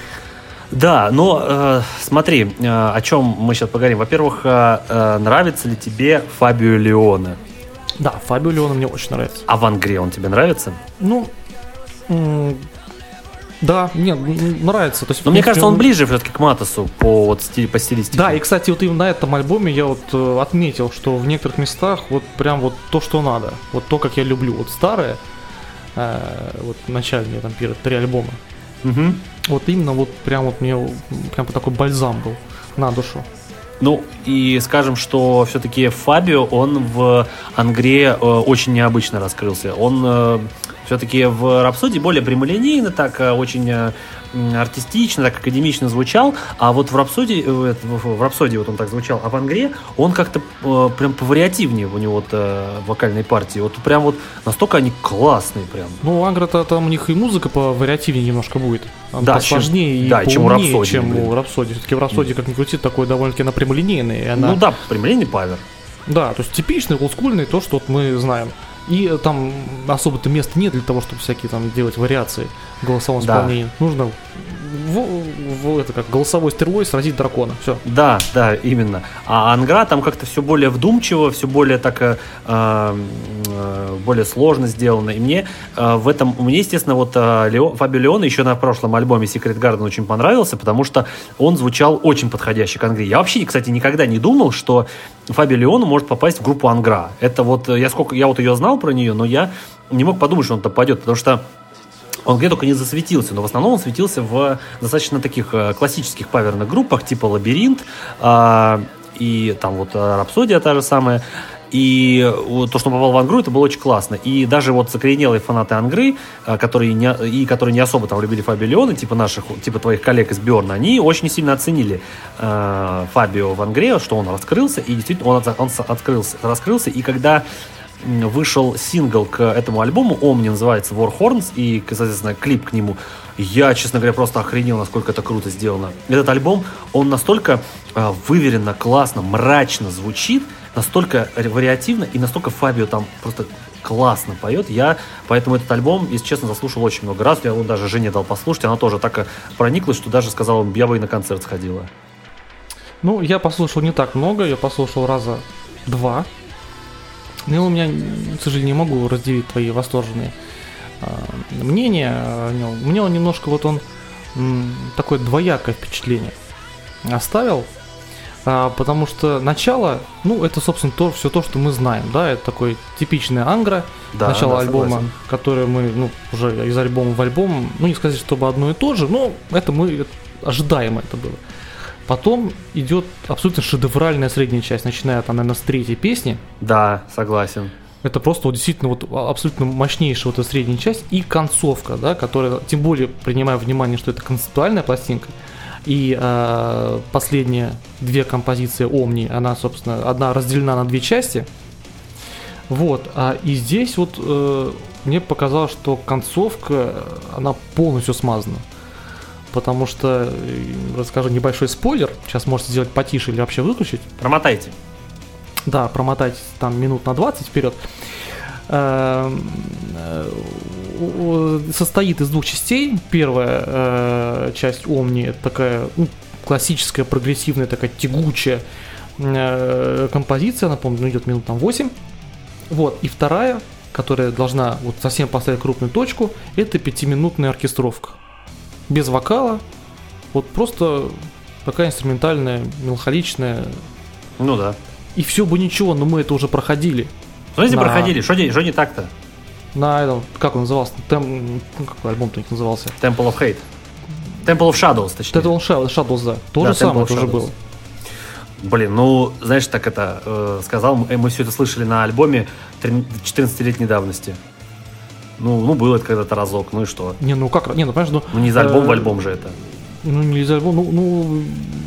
A: Да, но э, смотри, э, о чем мы сейчас поговорим. Во-первых, э, э, нравится ли тебе Фабио Леоне?
B: Да, Фабио Леоне мне очень нравится.
A: А в Ангре он тебе нравится?
B: Ну, м- да, мне нравится. То есть,
A: но мне кажется, он ближе все-таки к Матосу по, вот, стиль, по стилистике.
B: Да, и, кстати, вот именно на этом альбоме я вот э, отметил, что в некоторых местах вот прям вот то, что надо. Вот то, как я люблю. Вот старое, э, вот начальные там первые три альбома.
A: Угу.
B: Вот именно вот прям вот мне прям такой бальзам был на душу.
A: Ну, и скажем, что все-таки Фабио, он в Ангре э, очень необычно раскрылся. Он э, все-таки в Рапсодии более прямолинейно, так э, очень э, артистично, так академично звучал, а вот в Рапсодии, э, в, в Рапсодии вот он так звучал, а в Ангре он как-то э, прям повариативнее у него вот, э, вокальной партии. Вот прям вот настолько они классные прям.
B: Ну, у Ангра-то там у них и музыка повариативнее немножко будет.
A: Да,
B: посложнее
A: чем,
B: и
A: да, чем у Рапсодии,
B: чем
A: блин.
B: у Рапсодии. Все-таки в Рапсодии, как ни крути, такой довольно-таки она прямолинейная. Она...
A: Ну да, прямолинейный павер.
B: Да, то есть типичный, олдскульный, то, что вот мы знаем. И там особо-то места нет для того, чтобы всякие там делать вариации в голосовом
A: да.
B: исполнении. Нужно в, в, это как голосовой стрелой сразить дракона. Все.
A: Да, да, именно. А Ангра там как-то все более вдумчиво, все более так э, э, более сложно сделано. И мне э, в этом, мне, естественно, вот э, Лео, Фабио Леоне еще на прошлом альбоме Secret Garden очень понравился, потому что он звучал очень подходящий к Ангре. Я вообще, кстати, никогда не думал, что Фабио Леоне может попасть в группу Ангра. Это вот, я сколько, я вот ее знал про нее, но я не мог подумать, что он туда пойдет, потому что он где только не засветился, но в основном он светился в достаточно таких э, классических паверных группах, типа «Лабиринт», э, и там вот «Рапсодия» та же самая. И то, что он попал в Ангру, это было очень классно. И даже вот закоренелые фанаты Ангры, которые не, и которые не особо там любили Фабио Леоне, типа наших, типа твоих коллег из Бьорна, они очень сильно оценили э, Фабио в Ангре, что он раскрылся, и действительно он, он открылся, раскрылся. И когда вышел сингл к этому альбому, Omni, называется War Horns, и, соответственно, клип к нему, я, честно говоря, просто охренел, насколько это круто сделано. Этот альбом, он настолько э, выверенно, классно, мрачно звучит, настолько вариативно, и настолько Фабио там просто классно поет. Я поэтому этот альбом, если честно, заслушал очень много раз. Я его даже жене дал послушать, она тоже так прониклась, что даже сказала, я бы и на концерт сходила.
B: Ну, я послушал не так много, я послушал раза два. Но у меня, к сожалению, не могу разделить твои восторженные э, мнения о нем. Мне он немножко, вот он м, такое двоякое впечатление оставил. А, потому что начало, ну, это, собственно, то, все то, что мы знаем, да, это такой типичный Ангра, да, начало да, альбома, согласен. Который мы, ну, уже из альбома в альбом, ну, не сказать, чтобы одно и то же, но это мы, ожидаемо это было. Потом идет абсолютно шедевральная средняя часть, начиная там, наверное, с третьей песни.
A: Да, согласен.
B: Это просто вот действительно вот абсолютно мощнейшая вот эта средняя часть и концовка, да, которая, тем более, принимая внимание, что это концептуальная пластинка. И э, последние две композиции Omni, она, собственно, одна разделена на две части. Вот, а и здесь вот э, мне показалось, что концовка, она полностью смазана. Потому что, расскажу небольшой спойлер, сейчас можете сделать потише или вообще выключить.
A: Промотайте.
B: Да, промотайте там минут на двадцать вперед. Состоит из двух частей. Первая э, часть Omni, это такая, ну, классическая, прогрессивная, такая тягучая э, композиция, она, помню, идет минут там восемь. Вот. И вторая, которая должна вот совсем поставить крупную точку, это пятиминутная оркестровка. Без вокала. Вот просто такая инструментальная, меланхоличная.
A: Ну да.
B: И все бы ничего, но мы это уже проходили.
A: Ну, если на... проходили, что не, что не так-то?
B: На этом, как он назывался? Тем... Какой альбом-то у них назывался?
A: Temple of Hate. Temple of Shadows, точнее.
B: Temple of Shadows, да. То
A: да,
B: же самое тоже было.
A: Блин, ну, знаешь, так это э, сказал, мы все это слышали на альбоме четырнадцатилетней давности. Ну, ну, было это когда-то разок, ну и что?
B: Не, ну как, не, ну понимаешь, ну...
A: Ну, не из альбома в альбом же это.
B: Ну, не из альбома, ну, ну...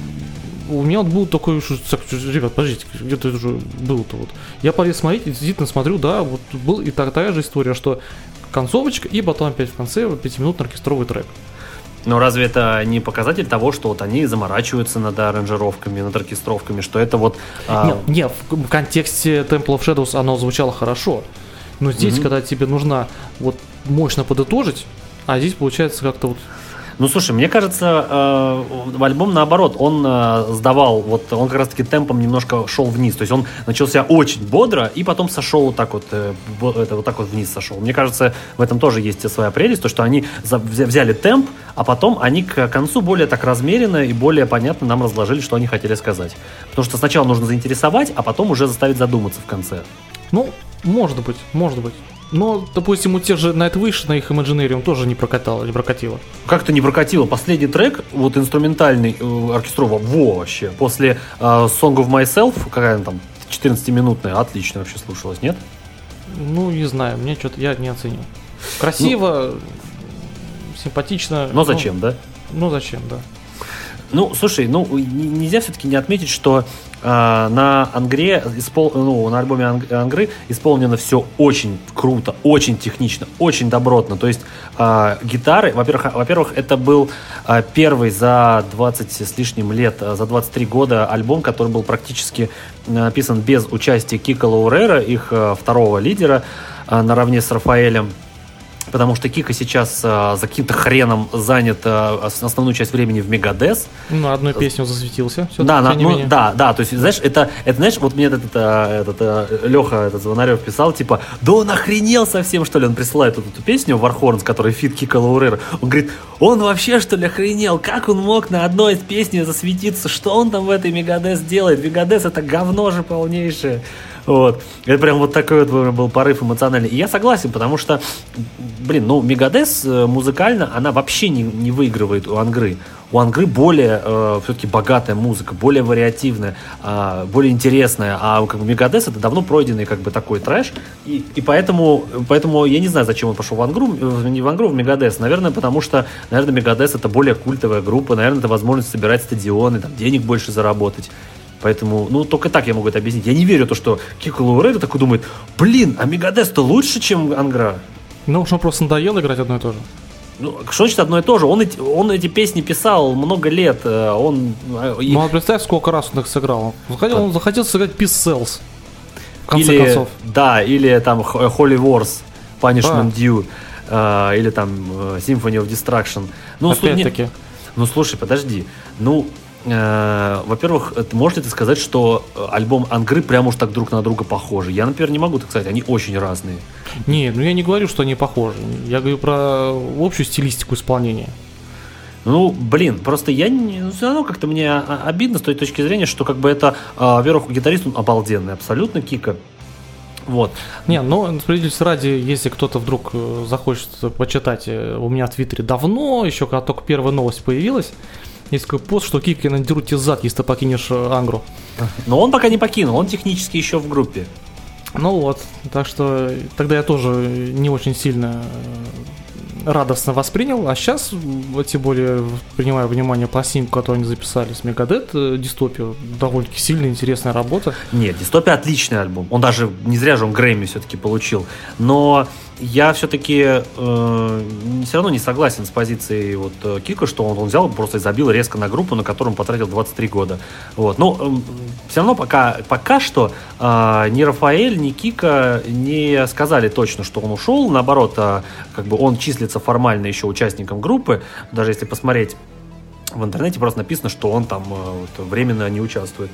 B: У меня вот был такой, что, ребят, подождите, где-то это уже было-то вот. Я полез смотреть, и действительно смотрю, да, вот был и такая же история, что концовочка, и потом опять в конце вот пятиминутный оркестровый трек.
A: Но разве это не показатель того, что вот они заморачиваются над аранжировками, над оркестровками, что это вот... А...
B: Нет, нет, в контексте Temple of Shadows оно звучало хорошо, но здесь, mm-hmm. когда тебе нужно вот мощно подытожить, а здесь получается как-то вот...
A: Ну, слушай, мне кажется, э, альбом наоборот, он э, сдавал, вот он как раз-таки темпом немножко шел вниз, то есть он начался очень бодро и потом сошел вот так вот, э, это, вот так вот вниз сошел. Мне кажется, в этом тоже есть своя прелесть, то, что они за, взяли темп, а потом они к концу более так размеренно и более понятно нам разложили, что они хотели сказать. Потому что сначала нужно заинтересовать, а потом уже заставить задуматься в конце.
B: Ну, может быть, может быть. Но, допустим, у тех же Nightwish на их Imaginarium тоже не прокатало, не прокатило.
A: Как-то не прокатило. Последний трек, вот инструментальный, э, оркестровый, во, вообще. После э, Song of Myself, какая она там, четырнадцатиминутная, отлично вообще слушалась, нет?
B: Ну, не знаю, мне что-то, я не оценил. Красиво, ну, симпатично.
A: Но зачем, ну, да?
B: Ну, зачем, да.
A: Ну, слушай, ну, нельзя все-таки не отметить, что э, на Ангре, испол... ну, на альбоме Ангры исполнено все очень круто, очень технично, очень добротно. То есть э, гитары, во-первых, во-первых, это был э, первый за двадцать с лишним лет, за двадцать три года альбом, который был практически написан без участия Кика Лаурера, их э, второго лидера, э, наравне с Рафаэлем. потому что Кика сейчас э, за каким-то хреном занят э, основную часть времени в Мегадес.
B: Ну, одной песней засветился.
A: Да, на, ну, да, да, то есть, знаешь, это, это знаешь, вот мне этот, этот, этот Леха, этот Звонарев писал, типа, да он охренел совсем, что ли, он присылает вот эту песню Warhorns, которая фит Кика Лаурера, он говорит, он вообще, что ли, охренел, как он мог на одной из песней засветиться, что он там в этой Мегадес делает, Мегадес это говно же полнейшее. Вот. Это прям вот такой вот был порыв эмоциональный. И я согласен, потому что, блин, ну, Мегадес музыкально, она вообще не, не выигрывает у Ангры. У Ангры более э, все-таки богатая музыка, более вариативная, э, более интересная. А как бы Мегадес это давно пройденный как бы такой трэш. И, и поэтому, поэтому я не знаю, зачем он пошел в Ангру, не в Ангру, в Мегадес. Наверное, потому что, наверное, Мегадес это более культовая группа. Наверное, это возможность собирать стадионы, там, денег больше заработать. Поэтому, ну, только так я могу это объяснить. Я не верю в то, что Кика Лаурера такой думает, блин, а Мегадес-то лучше, чем Ангра.
B: Ну, уж он просто надоело играть одно и то же.
A: Ну, что значит одно и то же? Он эти, он эти песни писал много лет. Он...
B: Ну, а представь, сколько раз он их сыграл. Он захотел, он захотел сыграть Peace Sells. В конце
A: или,
B: концов.
A: Да, или там Holy Wars, Punishment Due, э, или там Symphony of Destruction. Ну,
B: опять-таки.
A: Ну, слушай, подожди. Ну, э, во-первых, можете ты сказать, что альбом Ангры прям уж так друг на друга похожи? Я, например, не могу так сказать. Они очень разные.
B: Не, ну я не говорю, что они похожи. Я говорю про общую стилистику исполнения.
A: Ну, блин, просто я не, ну, все равно как-то мне обидно с той точки зрения, что как бы это, во-первых, гитарист он обалденный, абсолютно Кика. Вот.
B: Не, ну, справедливости ради, если кто-то вдруг захочет почитать, у меня в Твиттере давно, еще когда только первая новость появилась, есть такой пост, что Кика надерут тебе зад, если ты покинешь Ангру.
A: Но он пока не покинул, он технически еще в группе.
B: Ну вот, так что тогда я тоже не очень сильно радостно воспринял, а сейчас, тем более, принимая во внимание пластинку, которую они записали с Мегадет, Дистопию, довольно-таки сильная, интересная работа.
A: Нет, Дистопия отличный альбом, он даже, не зря же он Грэмми все-таки получил, но я все-таки э, все равно не согласен с позицией вот Кика, что он, он взял, просто забил резко на группу, на которую он потратил двадцать три года. Вот. Но э, все равно пока, пока что э, ни Рафаэль, ни Кика не сказали точно, что он ушел. Наоборот, э, как бы он числится формально еще участником группы. Даже если посмотреть в интернете, просто написано, что он там э, вот, временно не участвует.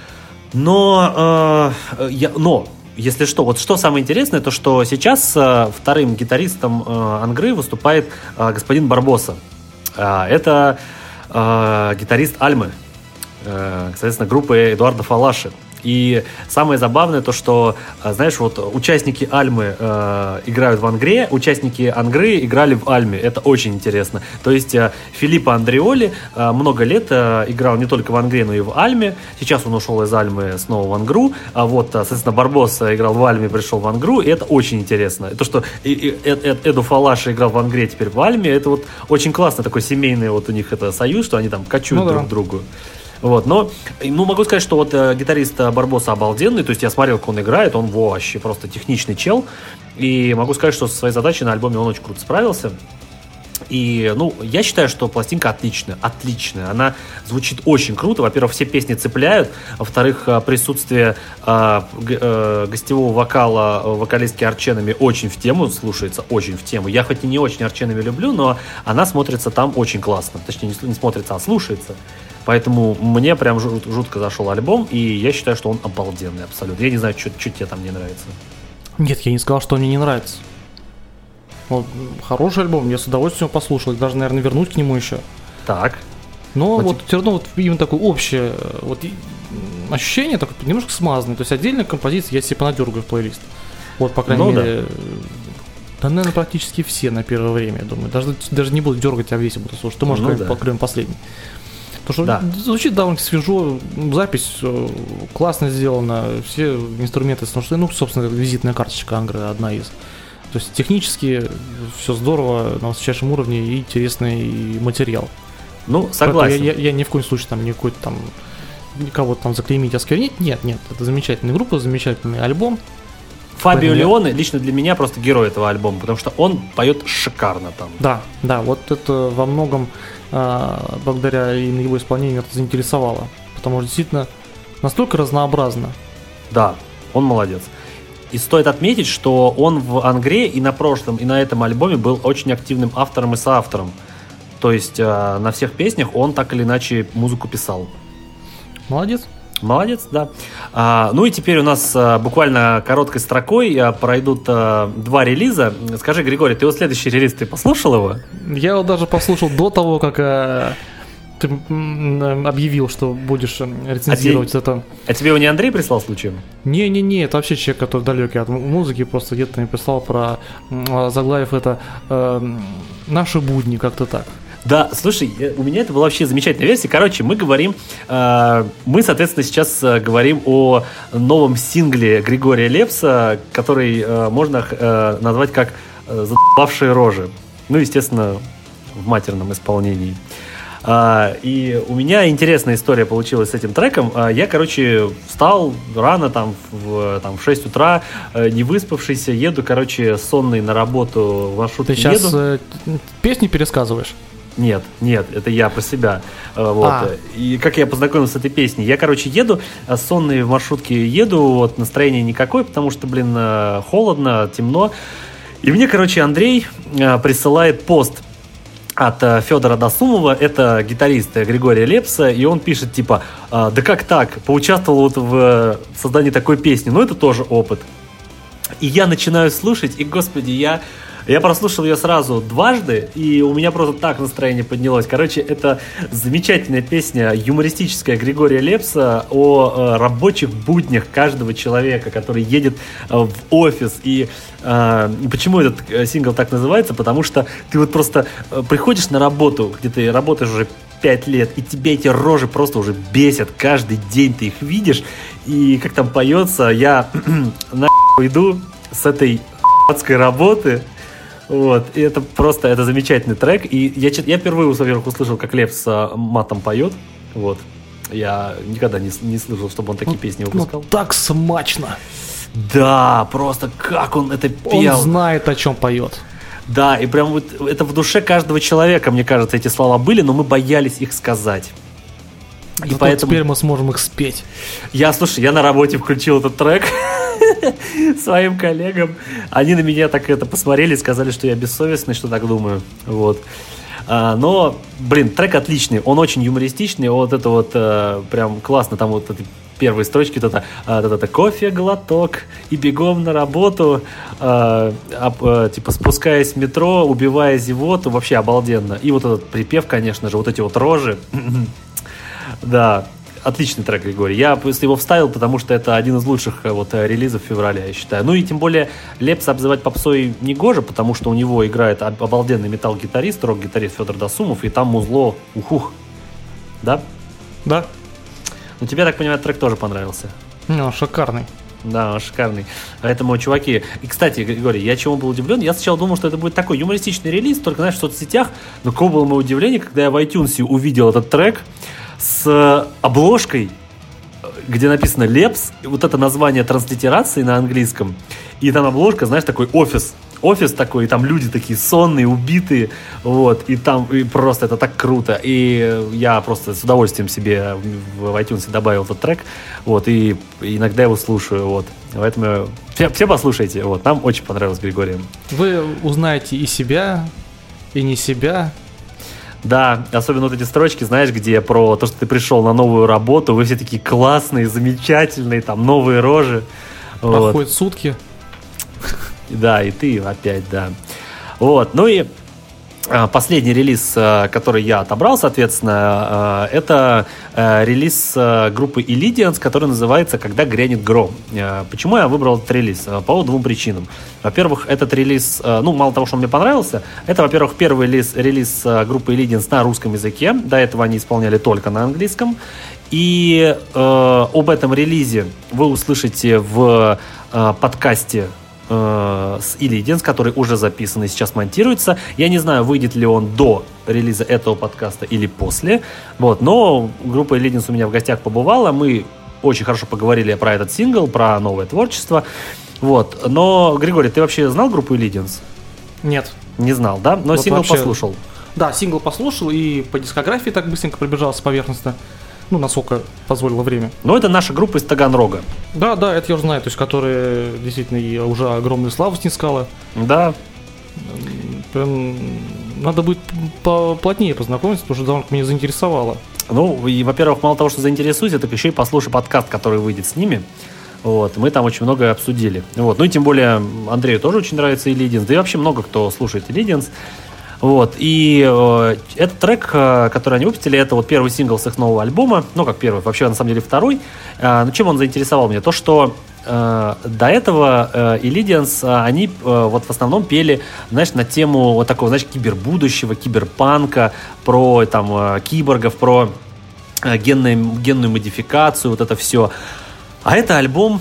A: Но, э, я, но если что, вот что самое интересное, то что сейчас э, вторым гитаристом э, Ангры выступает э, господин Барбоса. Э, это э, гитарист Альмы, э, соответственно, группы Эдуарда Фалаши. И самое забавное то, что, знаешь, вот участники Альмы э, играют в Ангре, участники Ангры играли в Альме. Это очень интересно. То есть э, Филиппо Андреоли э, много лет э, играл не только в Ангре, но и в Альме. Сейчас он ушел из Альмы снова в Ангру. А вот, соответственно, Барбоса играл в Альме, пришел в Ангру. И это очень интересно. То, что и, и, и, Эду Фалаши играл в Ангре, теперь в Альме, это вот очень классно. Такой семейный вот у них это союз, что они там качуют ну, друг да. другу. Вот, но, ну, могу сказать, что вот э, гитарист Барбоса обалденный, то есть я смотрел, как он играет, он вообще просто техничный чел, и могу сказать, что со своей задачей на альбоме он очень круто справился. И, ну, я считаю, что пластинка отличная, отличная, она звучит очень круто, во-первых, все песни цепляют, во-вторых, присутствие э, э, гостевого вокала вокалистки Арченами очень в тему слушается, очень в тему. Я хоть и не очень Арченами люблю, но она смотрится там очень классно, точнее, не, не смотрится, а слушается. Поэтому мне прям жут, жутко зашел альбом, и я считаю, что он обалденный абсолютно. Я не знаю, что тебе там не нравится.
B: Нет, я не сказал, что мне не нравится. Вот, хороший альбом, я с удовольствием послушал, даже, наверное, вернусь к нему еще.
A: Так.
B: Но вот, вот все равно вот именно такое общее вот, ощущение такое немножко смазанное. То есть отдельная композиция я себе понадергаю в плейлист. Вот, по крайней ну, мере... Да. Да, наверное, практически все на первое время, я думаю. Даже, даже не буду дергать, а весь буду слушать. Ты можешь, ну, да. кроме последней. Потому что да. звучит довольно свежо, запись классно сделана, все инструменты, ну, собственно, визитная карточка Ангры одна из. То есть технически все здорово, на высочайшем уровне и интересный материал.
A: Ну, согласен.
B: Я, я, я ни в коем случае там никакой там никого-то там заклеймить, осквернить. Нет, нет, это замечательная группа, замечательный альбом.
A: Фабио Леоне лично для меня просто герой этого альбома, потому что он поет шикарно там.
B: Да, да, вот это во многом а, благодаря и на его исполнению это заинтересовало, потому что действительно настолько разнообразно.
A: Да, он молодец. И стоит отметить, что он в Ангре и на прошлом, и на этом альбоме был очень активным автором и соавтором. То есть э, на всех песнях он так или иначе музыку писал.
B: Молодец.
A: Молодец, да. А, ну и теперь у нас а, буквально короткой строкой а, пройдут а, два релиза. Скажи, Григорий, ты вот следующий релиз, ты послушал его?
B: Я его даже послушал до того, как а, ты м, объявил, что будешь рецензировать
A: а
B: это.
A: А тебе его не Андрей прислал случаем?
B: Не-не-не, это вообще человек, который далекий от музыки, просто где-то мне прислал про заглавив это э, «Наши будни», как-то так.
A: Да, слушай, у меня это была вообще замечательная версия. Короче, мы говорим, э, мы, соответственно, сейчас э, говорим о новом сингле Григория Лепса, который э, можно э, назвать как э, «Задолбавшие рожи». Ну, естественно, в матерном исполнении. Uh, и у меня интересная история получилась с этим треком. Uh, я, короче, встал рано, там, в, там, в шесть утра, uh, не выспавшийся, еду, короче, сонный на работу в маршрутке.
B: Ты сейчас
A: еду.
B: Э, песни пересказываешь?
A: Нет, нет, это я про себя. Uh, вот. А. И как я познакомился с этой песней? Я, короче, еду, сонный в маршрутке еду, вот, настроения никакой, потому что, блин, холодно, темно. И мне, короче, Андрей uh, присылает пост от uh, Федора Досумова, это гитарист Григория Лепса, и он пишет, типа, да как так, поучаствовал вот в создании такой песни, ну это тоже опыт. И я начинаю слушать, и, господи, я, я прослушал ее сразу дважды, и у меня просто так настроение поднялось. Короче, это замечательная песня, юмористическая Григория Лепса о э, рабочих буднях каждого человека, который едет э, в офис. И э, почему этот э, сингл так называется? Потому что ты вот просто э, приходишь на работу, где ты работаешь уже пять лет, и тебя эти рожи просто уже бесят. Каждый день ты их видишь, и как там поется, я на иду с этой адской работы. Вот, и это просто, это замечательный трек. И я, я впервые, во-первых, услышал, как Лепс матом поет. Вот. Я никогда не, не слышал, чтобы он такие ну, песни выпускал.
B: Ну, так смачно.
A: Да, просто как он это пел.
B: Он знает, о чем поет.
A: Да, и прям вот это в душе каждого человека, мне кажется, эти слова были, но мы боялись их сказать.
B: И зато поэтому теперь мы сможем их спеть.
A: Я, слушай, я на работе включил этот трек своим коллегам. Они на меня так это посмотрели, сказали, что я бессовестный, что так думаю. Вот. А, но, блин, трек отличный, он очень юмористичный, вот это вот а, прям классно, там вот эти первые строчки, вот это, а, вот это кофе, глоток и бегом на работу, а, а, типа спускаясь в метро, убивая зевоту, вообще обалденно. И вот этот припев, конечно же, вот эти вот рожи. Да, отличный трек, Григорий. Я просто его вставил, потому что это один из лучших вот релизов февраля, я считаю. Ну и тем более Лепса обзывать попсой не гоже, потому что у него играет обалденный металл-гитарист, рок-гитарист Федор Досумов, и там музло ухух. Да?
B: Да.
A: Ну тебе, так понимаю, трек тоже понравился.
B: Ну, шикарный.
A: Да, он шикарный. Поэтому, чуваки... И, кстати, Григорий, я чему был удивлен? Я сначала думал, что это будет такой юмористичный релиз, только, знаешь, в соцсетях. Но какое было мое удивление, когда я в iTunes увидел этот трек с обложкой, где написано «Лепс», и вот это название транслитерации на английском, и там обложка, знаешь, такой офис, офис такой, и там люди такие сонные, убитые, вот, и там и просто это так круто, и я просто с удовольствием себе в iTunes добавил этот трек, вот, и иногда его слушаю, вот, поэтому все, все послушайте, вот, нам очень понравилось с Григорием.
B: Вы узнаете и себя, и не себя.
A: Да, особенно вот эти строчки, знаешь, где про то, что ты пришел на новую работу, вы все такие классные, замечательные, там, новые рожи.
B: Проходят
A: вот.
B: Сутки.
A: Да, и ты опять, да. Вот, ну и а, последний релиз, а, который я отобрал, соответственно, а, это а, релиз а, группы Illidians, который называется «Когда грянет гром». А, почему я выбрал этот релиз? А, по двум причинам. Во-первых, этот релиз, а, ну, мало того, что он мне понравился, это, во-первых, первый релиз, релиз а, группы Illidians на русском языке. До этого они исполняли только на английском. И э, об этом релизе вы услышите в э, подкасте с Illidians, который уже записан и сейчас монтируется. Я не знаю, выйдет ли он до релиза этого подкаста или после. Вот. Но группа Illidians у меня в гостях побывала. Мы очень хорошо поговорили про этот сингл, про новое творчество. Вот. Но, Григорий, ты вообще знал группу Illidians?
B: Нет.
A: Не знал, да? Но вот сингл вообще... послушал.
B: Да, сингл послушал и по дискографии так быстренько пробежался поверхностно. Ну, насколько позволило время.
A: Но это наша группа из Таганрога.
B: Да, да, это я уже знаю, то есть, которая действительно и уже огромную славу снискала.
A: Да.
B: Прям надо будет поплотнее познакомиться, потому что довольно меня заинтересовало.
A: Ну, и, во-первых, мало того, что заинтересуйся, так еще и послушай подкаст, который выйдет с ними. Вот, мы там очень многое обсудили. Вот, ну и тем более Андрею тоже очень нравится Illidians, да и вообще много кто слушает Illidians. Вот, и э, этот трек, э, который они выпустили, это вот первый сингл с их нового альбома, ну, как первый, вообще, на самом деле, второй. Э, ну, чем он заинтересовал меня? То, что э, до этого э, Illidians, э, они э, вот в основном пели, знаешь, на тему вот такого, знаешь, кибербудущего, киберпанка, про, там, э, киборгов, про э, генную, генную модификацию, вот это все. А это альбом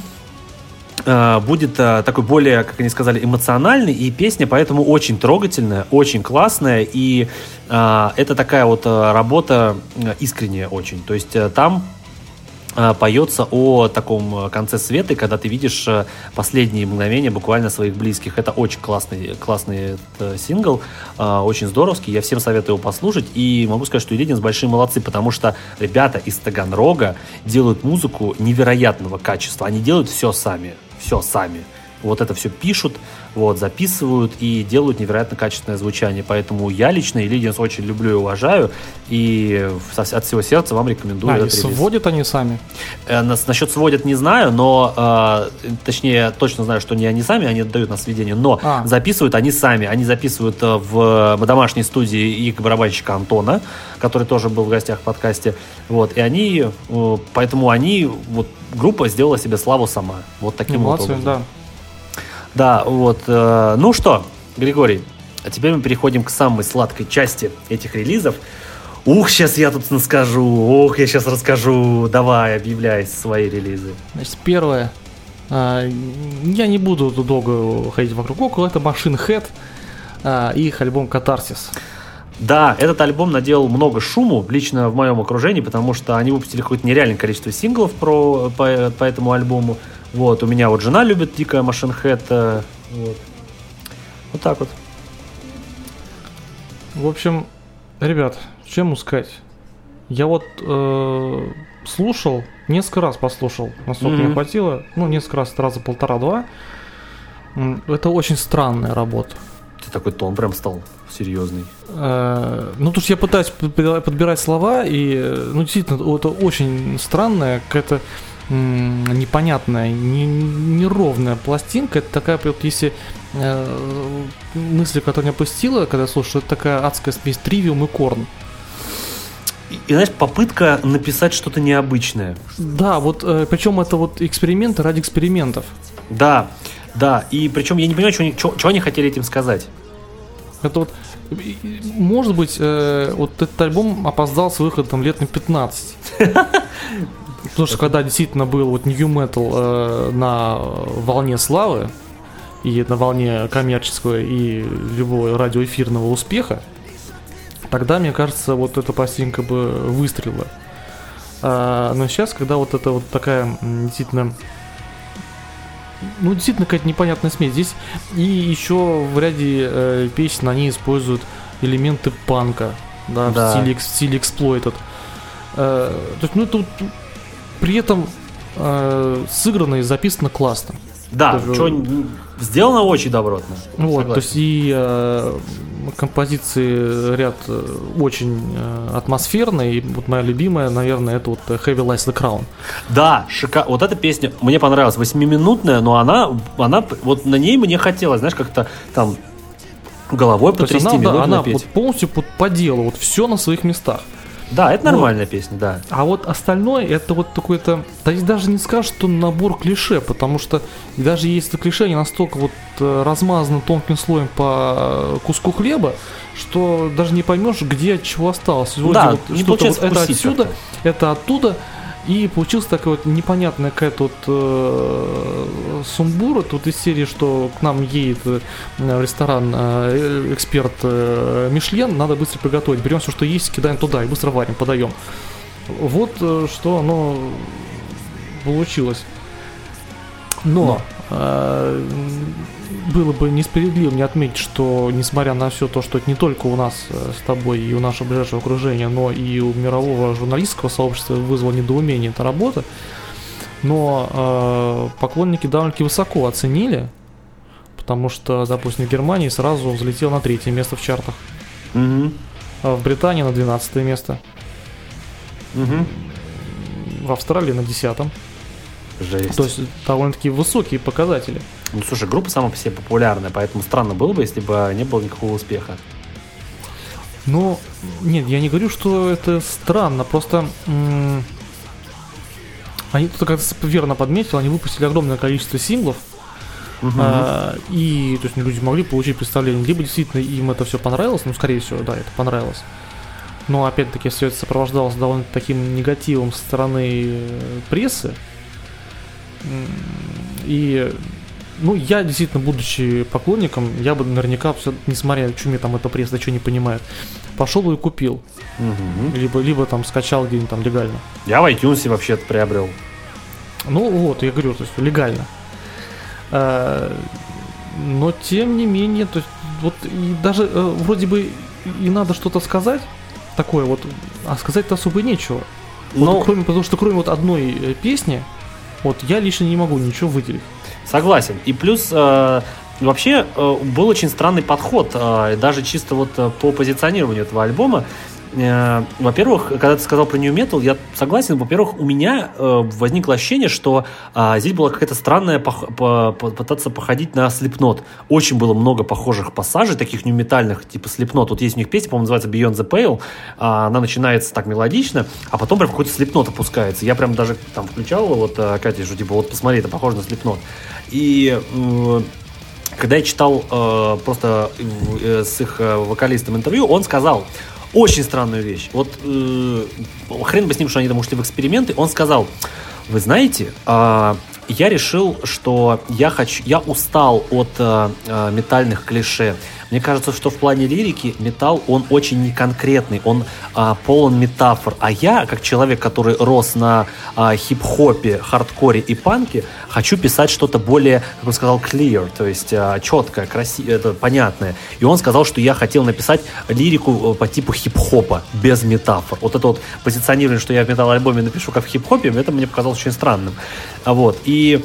A: будет такой более, как они сказали, эмоциональный, и песня поэтому очень трогательная, очень классная, и э, это такая вот работа искренняя очень. То есть там э, поется о таком конце света, когда ты видишь последние мгновения буквально своих близких. Это очень классный, классный сингл, э, очень здоровский, я всем советую его послушать, и могу сказать, что Illidians большие молодцы, потому что ребята из Таганрога делают музыку невероятного качества, они делают все сами. Все сами. Вот это все пишут, вот, записывают и делают невероятно качественное звучание. Поэтому я лично Illidians очень люблю и уважаю. И от всего сердца вам рекомендую.
B: А,
A: этот
B: и
A: релиз.
B: Сводят они сами?
A: Э, насчет сводят не знаю, но э, точнее, точно знаю, что не они сами, они отдают на сведение, но а. записывают они сами. Они записывают в домашней студии их барабанщика Антона, который тоже был в гостях в подкасте. Вот, и они, э, поэтому они, вот, группа сделала себе славу сама. Вот таким вот
B: образом. Да.
A: Да, вот. Э, ну что, Григорий, а теперь мы переходим к самой сладкой части этих релизов. Ух, сейчас я тут скажу, ух, я сейчас расскажу. Давай, объявляй свои релизы.
B: Значит, первое. Э, я не буду тут долго ходить вокруг около. Это Machine Head э, и их альбом «Катарсис».
A: Да, этот альбом наделал много шуму, лично в моем окружении, потому что они выпустили какое-то нереальное количество синглов про, по, по этому альбому. Вот, у меня вот жена любит дико Machine Head. Вот. Вот так вот.
B: В общем, ребят, чем сказать? Я вот э, слушал, несколько раз послушал, насколько mm-hmm. мне хватило. Ну, несколько раз, раза полтора-два. Это очень странная работа.
A: Ты такой тон прям стал серьезный.
B: Э, ну, тут я пытаюсь подбирать слова, и, ну, действительно, это очень странная какая-то непонятная, не, неровная пластинка. Это такая, вот если э, мысль, которая меня пустила, когда я слушаю, это такая адская смесь Trivium и Korn.
A: И, и знаешь, попытка написать что-то необычное.
B: Да, вот, э, причем это вот эксперименты ради экспериментов.
A: Да, да, и причем я не понимаю, что они, что, что они хотели этим сказать. Это вот,
B: может быть, э, вот этот альбом опоздал с выходом лет на пятнадцать. Потому что когда действительно был вот New Metal э, на волне славы и на волне коммерческого и любого радиоэфирного успеха, тогда, мне кажется, вот эта пластинка бы выстрелила. А, но сейчас, когда вот это вот такая действительно, ну действительно какая-то непонятная смесь. Здесь и еще в ряде э, песен они используют элементы панка, да, да. В стиле, в стиле Exploited. Э, то есть, ну это вот при этом э, сыграно и записано классно.
A: Да, что сделано очень добротно.
B: Вот, согласен. То есть и э, композиции ряд очень э, атмосферные. И вот моя любимая, наверное, это вот Heavy Lies the Crown.
A: Да, шика... вот эта песня мне понравилась, восьмиминутная, но она, она, вот на ней мне хотелось, знаешь, как-то там головой потрясти,
B: она,
A: минуту
B: да, она
A: напеть.
B: Вот полностью по, по делу, вот все на своих местах.
A: Да, это нормальная
B: вот.
A: Песня, да.
B: А вот остальное, это вот такой-то... Да даже не скажешь, что набор клише, потому что даже если клише не настолько вот размазаны тонким слоем по куску хлеба, что даже не поймешь, где от чего осталось.
A: Да,
B: вот
A: не получается
B: вот это отсюда,
A: как-то.
B: это оттуда. И получилась такая вот непонятная какая-то вот э, сумбура тут из серии, что к нам едет э, в ресторан э, эксперт э, Мишлен, надо быстро приготовить, берем все, что есть, кидаем туда и быстро варим, подаем. Вот э, что оно получилось. Но, Но. Э, было бы несправедливо не отметить, что несмотря на все то, что это не только у нас с тобой и у нашего ближайшего окружения, но и у мирового журналистского сообщества вызвало недоумение эта работа, но э, поклонники довольно-таки высоко оценили, потому что, допустим, в Германии сразу взлетел на третье место в чартах,
A: Угу.
B: а в Британии на двенадцатое место,
A: Угу.
B: в Австралии на десятом.
A: Жесть.
B: То есть довольно-таки высокие показатели.
A: Ну, слушай, группа сама по себе популярная, поэтому странно было бы, если бы не было никакого успеха.
B: Ну, нет, я не говорю, что это странно, просто м- они тут как-то верно подметил, они выпустили огромное количество синглов,
A: Угу.
B: а, и то есть люди могли получить представление, либо действительно им это все понравилось, ну, скорее всего, да, это понравилось. Но опять-таки все это сопровождалось довольно таким негативом со стороны э, прессы. М, И, ну, я действительно, будучи поклонником, я бы наверняка, всё, несмотря, что мне там эта пресса, что не понимает, пошел бы и купил.
A: Угу.
B: Либо, либо там скачал где-нибудь там легально.
A: Я в iTunes вообще-то приобрел.
B: Ну вот, я говорю, то есть легально. А, но тем не менее, то есть вот и даже э, вроде бы и надо что-то сказать такое вот, а сказать-то особо и нечего. Вот,
A: Ну,
B: кроме, потому что кроме вот одной э, песни, вот я лично не могу ничего выделить.
A: согласен. И плюс э, вообще э, был очень странный подход, э, даже чисто вот э, по позиционированию этого альбома. Э, во-первых, когда ты сказал про New Metal, я согласен. Во-первых, у меня э, возникло ощущение, что э, здесь была какая-то странная пох- по- по- пытаться походить на Slipknot. Очень было много похожих пассажей, таких нью-метальных, типа Slipknot. Вот есть у них песня, по-моему, называется Beyond the Pale. А, она начинается так мелодично, а потом прям какой-то Slipknot опускается. Я прям даже там включал его, вот э, Катя, что типа, вот посмотри, это похоже на Slipknot. И э, когда я читал э, просто э, с их э, вокалистом интервью, он сказал очень странную вещь. Вот э, хрен бы с ним, что они там ушли в эксперименты. Он сказал: вы знаете, э, я решил, что я хочу, я устал от э, э, метальных клише. Мне кажется, что в плане лирики металл, он очень неконкретный, он э, полон метафор. А я, как человек, который рос на э, хип-хопе, хардкоре и панке, хочу писать что-то более, как он сказал, clear, то есть э, четкое, красивое, это понятное. И он сказал, что я хотел написать лирику по типу хип-хопа, без метафор. Вот это вот позиционирование, что я в металл-альбоме напишу как в хип-хопе, это мне показалось очень странным. Вот. И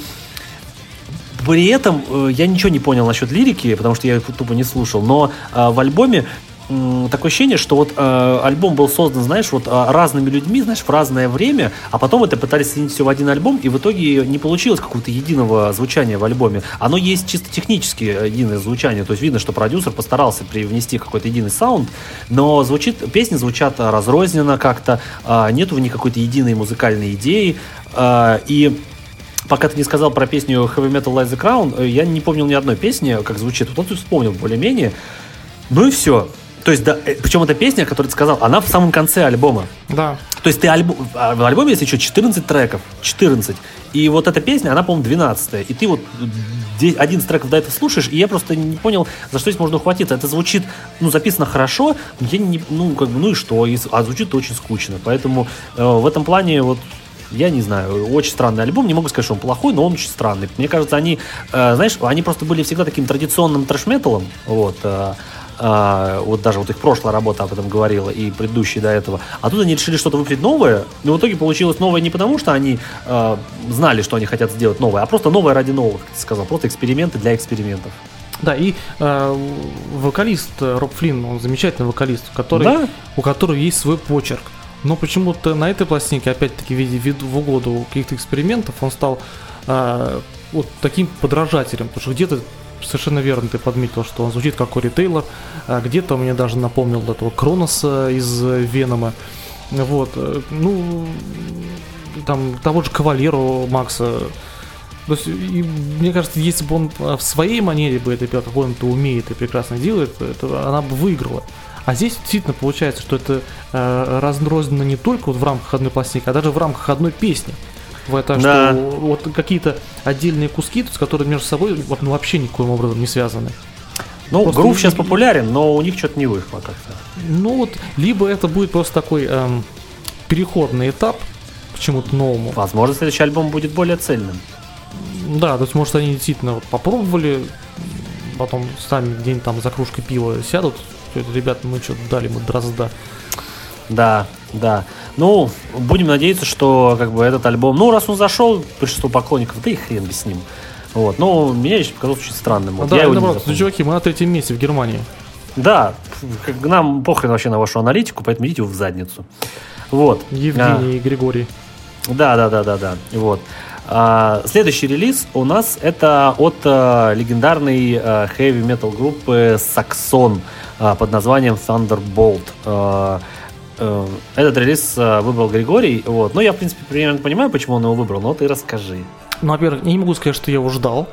A: при этом э, я ничего не понял насчет лирики, потому что я ее тупо не слушал, но э, в альбоме м, такое ощущение, что вот э, альбом был создан, знаешь, вот э, разными людьми, знаешь, в разное время, а потом это пытались соединить все в один альбом, и в итоге не получилось какого-то единого звучания в альбоме. Оно есть чисто технически единое звучание, то есть видно, что продюсер постарался привнести какой-то единый саунд, но звучит, песни звучат разрозненно как-то, э, нету в них какой-то единой музыкальной идеи, э, и пока ты не сказал про песню Heavy Metal Lies the Crown, я не помнил ни одной песни, как звучит. Вот ты вспомнил более-менее. Ну и все. То есть, да, причем эта песня, которую ты сказал, она в самом конце альбома.
B: Да.
A: То есть ты альбом, в альбоме есть еще четырнадцать треков. четырнадцать. И вот эта песня, она, по-моему, двенадцатая. И ты вот одиннадцать треков до этого слушаешь, и я просто не понял, за что здесь можно ухватиться. Это звучит, ну, записано хорошо, я не, ну, как бы, ну и что? А звучит очень скучно. Поэтому э, в этом плане вот я не знаю, очень странный альбом. Не могу сказать, что он плохой, но он очень странный. Мне кажется, они, э, знаешь, они просто были всегда таким традиционным трэш-металом. Вот, э, э, вот даже вот их прошлая работа об этом говорила, и предыдущие до этого. А тут они решили что-то выпустить новое, но в итоге получилось новое не потому, что они э, знали, что они хотят сделать новое, а просто новое ради нового, как ты сказал. Просто эксперименты для экспериментов.
B: Да, и э, вокалист Роб Флинн, он замечательный вокалист, который,
A: Да?
B: у которого есть свой почерк. Но почему-то на этой пластинке, опять-таки, в, виде, в угоду каких-то экспериментов, он стал э, вот таким подражателем. Потому что где-то, совершенно верно ты подметил, что он звучит как Кори Тейлор, а где-то мне даже напомнил этого Кроноса из Венома. Вот, ну, там, того же Кавалеру Макса. То есть, и, мне кажется, если бы он в своей манере бы это пел, как он это умеет и прекрасно делает, то она бы выиграла. А здесь действительно получается, что это э, разрознено не только вот в рамках одной пластинки, а даже в рамках одной песни. Это
A: да.
B: Что вот какие-то отдельные куски, с которыми между собой ну, вообще никаким образом не связаны.
A: Ну,
B: просто
A: грув
B: не...
A: сейчас популярен, но у них что-то не вышло как-то.
B: Ну вот, либо это будет просто такой эм, переходный этап к чему-то новому.
A: Возможно, следующий альбом будет более цельным.
B: Да, то есть, может, они действительно вот попробовали, потом сами где-нибудь там за кружкой пива сядут, ребята, мы что дали, мы дрозда.
A: Да, да. Ну, будем надеяться, что как бы этот альбом, ну, раз он зашел, большинство поклонников, да и хрен бы с ним. Вот, но меня еще показалось очень странным. Вот,
B: да,
A: я его
B: наоборот, чуваки, мы на третьем месте в Германии.
A: Да, нам похрен вообще на вашу аналитику, поэтому идите в задницу. Вот.
B: Евгений
A: а,
B: и Григорий.
A: Да, да, да, да, да. Вот. А, следующий релиз у нас это от а, легендарной а, heavy metal группы Saxon а, под названием Thunderbolt. А, а, этот релиз а, выбрал Григорий. Вот. Ну, я, в принципе, примерно понимаю, почему он его выбрал, но ты расскажи.
B: Ну, во-первых, я не могу сказать, что я его ждал.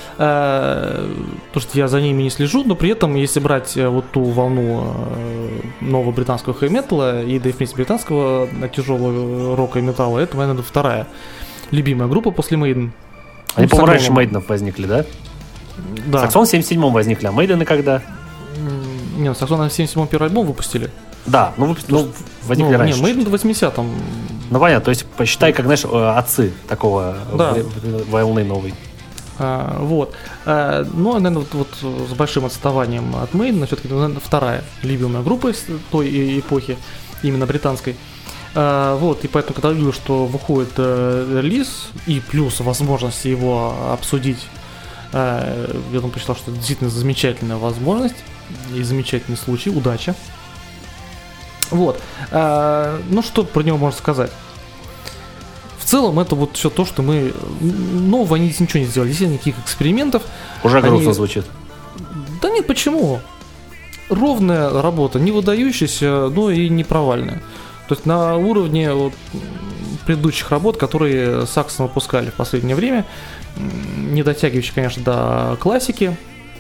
B: Потому что я за ними не слежу, но при этом, если брать вот ту волну нового британского хэви-металла и, да и в принципе, британского тяжелого рока и металла, это, наверное, вторая любимая группа после Maiden.
A: Они, ну, по-моему, раньше Мейденов возникли, да?
B: Да.
A: Саксон в семьдесят седьмом возникли, а Мейдены когда?
B: Не, ну Саксон в семьдесят седьмом первый альбом выпустили.
A: Да, ну, выпу... ну возникли
B: ну,
A: раньше.
B: Не, Мейден в восьмидесятом.
A: Ну, понятно, то есть посчитай, как, знаешь, отцы такого
B: да.
A: волны новой.
B: А, вот. А, ну, наверное, вот, вот с большим отставанием от Maiden, все-таки, наверное, вторая любимая группа из той эпохи, именно британской. А, вот, и поэтому, когда увидел, что выходит э, релиз, и плюс возможность его обсудить, э, я думаю, посчитал, что это действительно замечательная возможность и замечательный случай, удача. Вот. А, ну, что про него можно сказать? В целом, это вот все то, что мы... Нового они здесь ничего не сделали. Здесь никаких экспериментов.
A: Уже
B: они...
A: грустно звучит.
B: Да нет, почему? Ровная работа, не выдающаяся, но и не провальная. То есть на уровне вот предыдущих работ, которые Saxon выпускали в последнее время, не дотягивающие, конечно, до классики,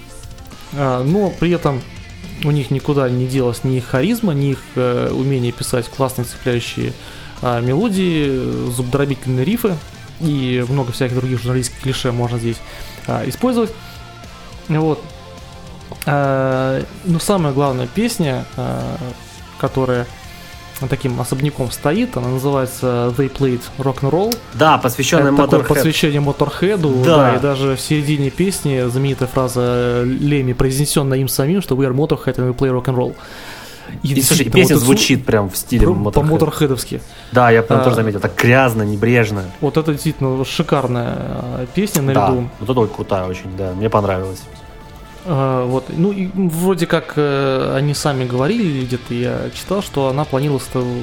B: но при этом у них никуда не делась ни их харизма, ни их умение писать классные цепляющие мелодии, зубодробительные рифы и много всяких других журналистских клише можно здесь а, использовать. Вот. А, но самая главная песня, а, которая таким особняком стоит, она называется They Played Rock'n'Roll.
A: Да, посвященная
B: Motorhead. Посвящение Motorhead'у,
A: да.
B: да, и даже в середине песни знаменитая фраза Леми, произнесенная им самим, что we are Motorhead and we play rock'n'roll.
A: И, и слушай, песня вот звучит прям в стиле Motorhead.
B: По-моторхедовски.
A: Да, я прям а, тоже заметил, так грязно, небрежно.
B: Вот это действительно шикарная песня наряду.
A: Да, вот это крутая очень, да, мне понравилось.
B: А, вот, ну и вроде как э, они сами говорили, где-то я читал, что она планировалась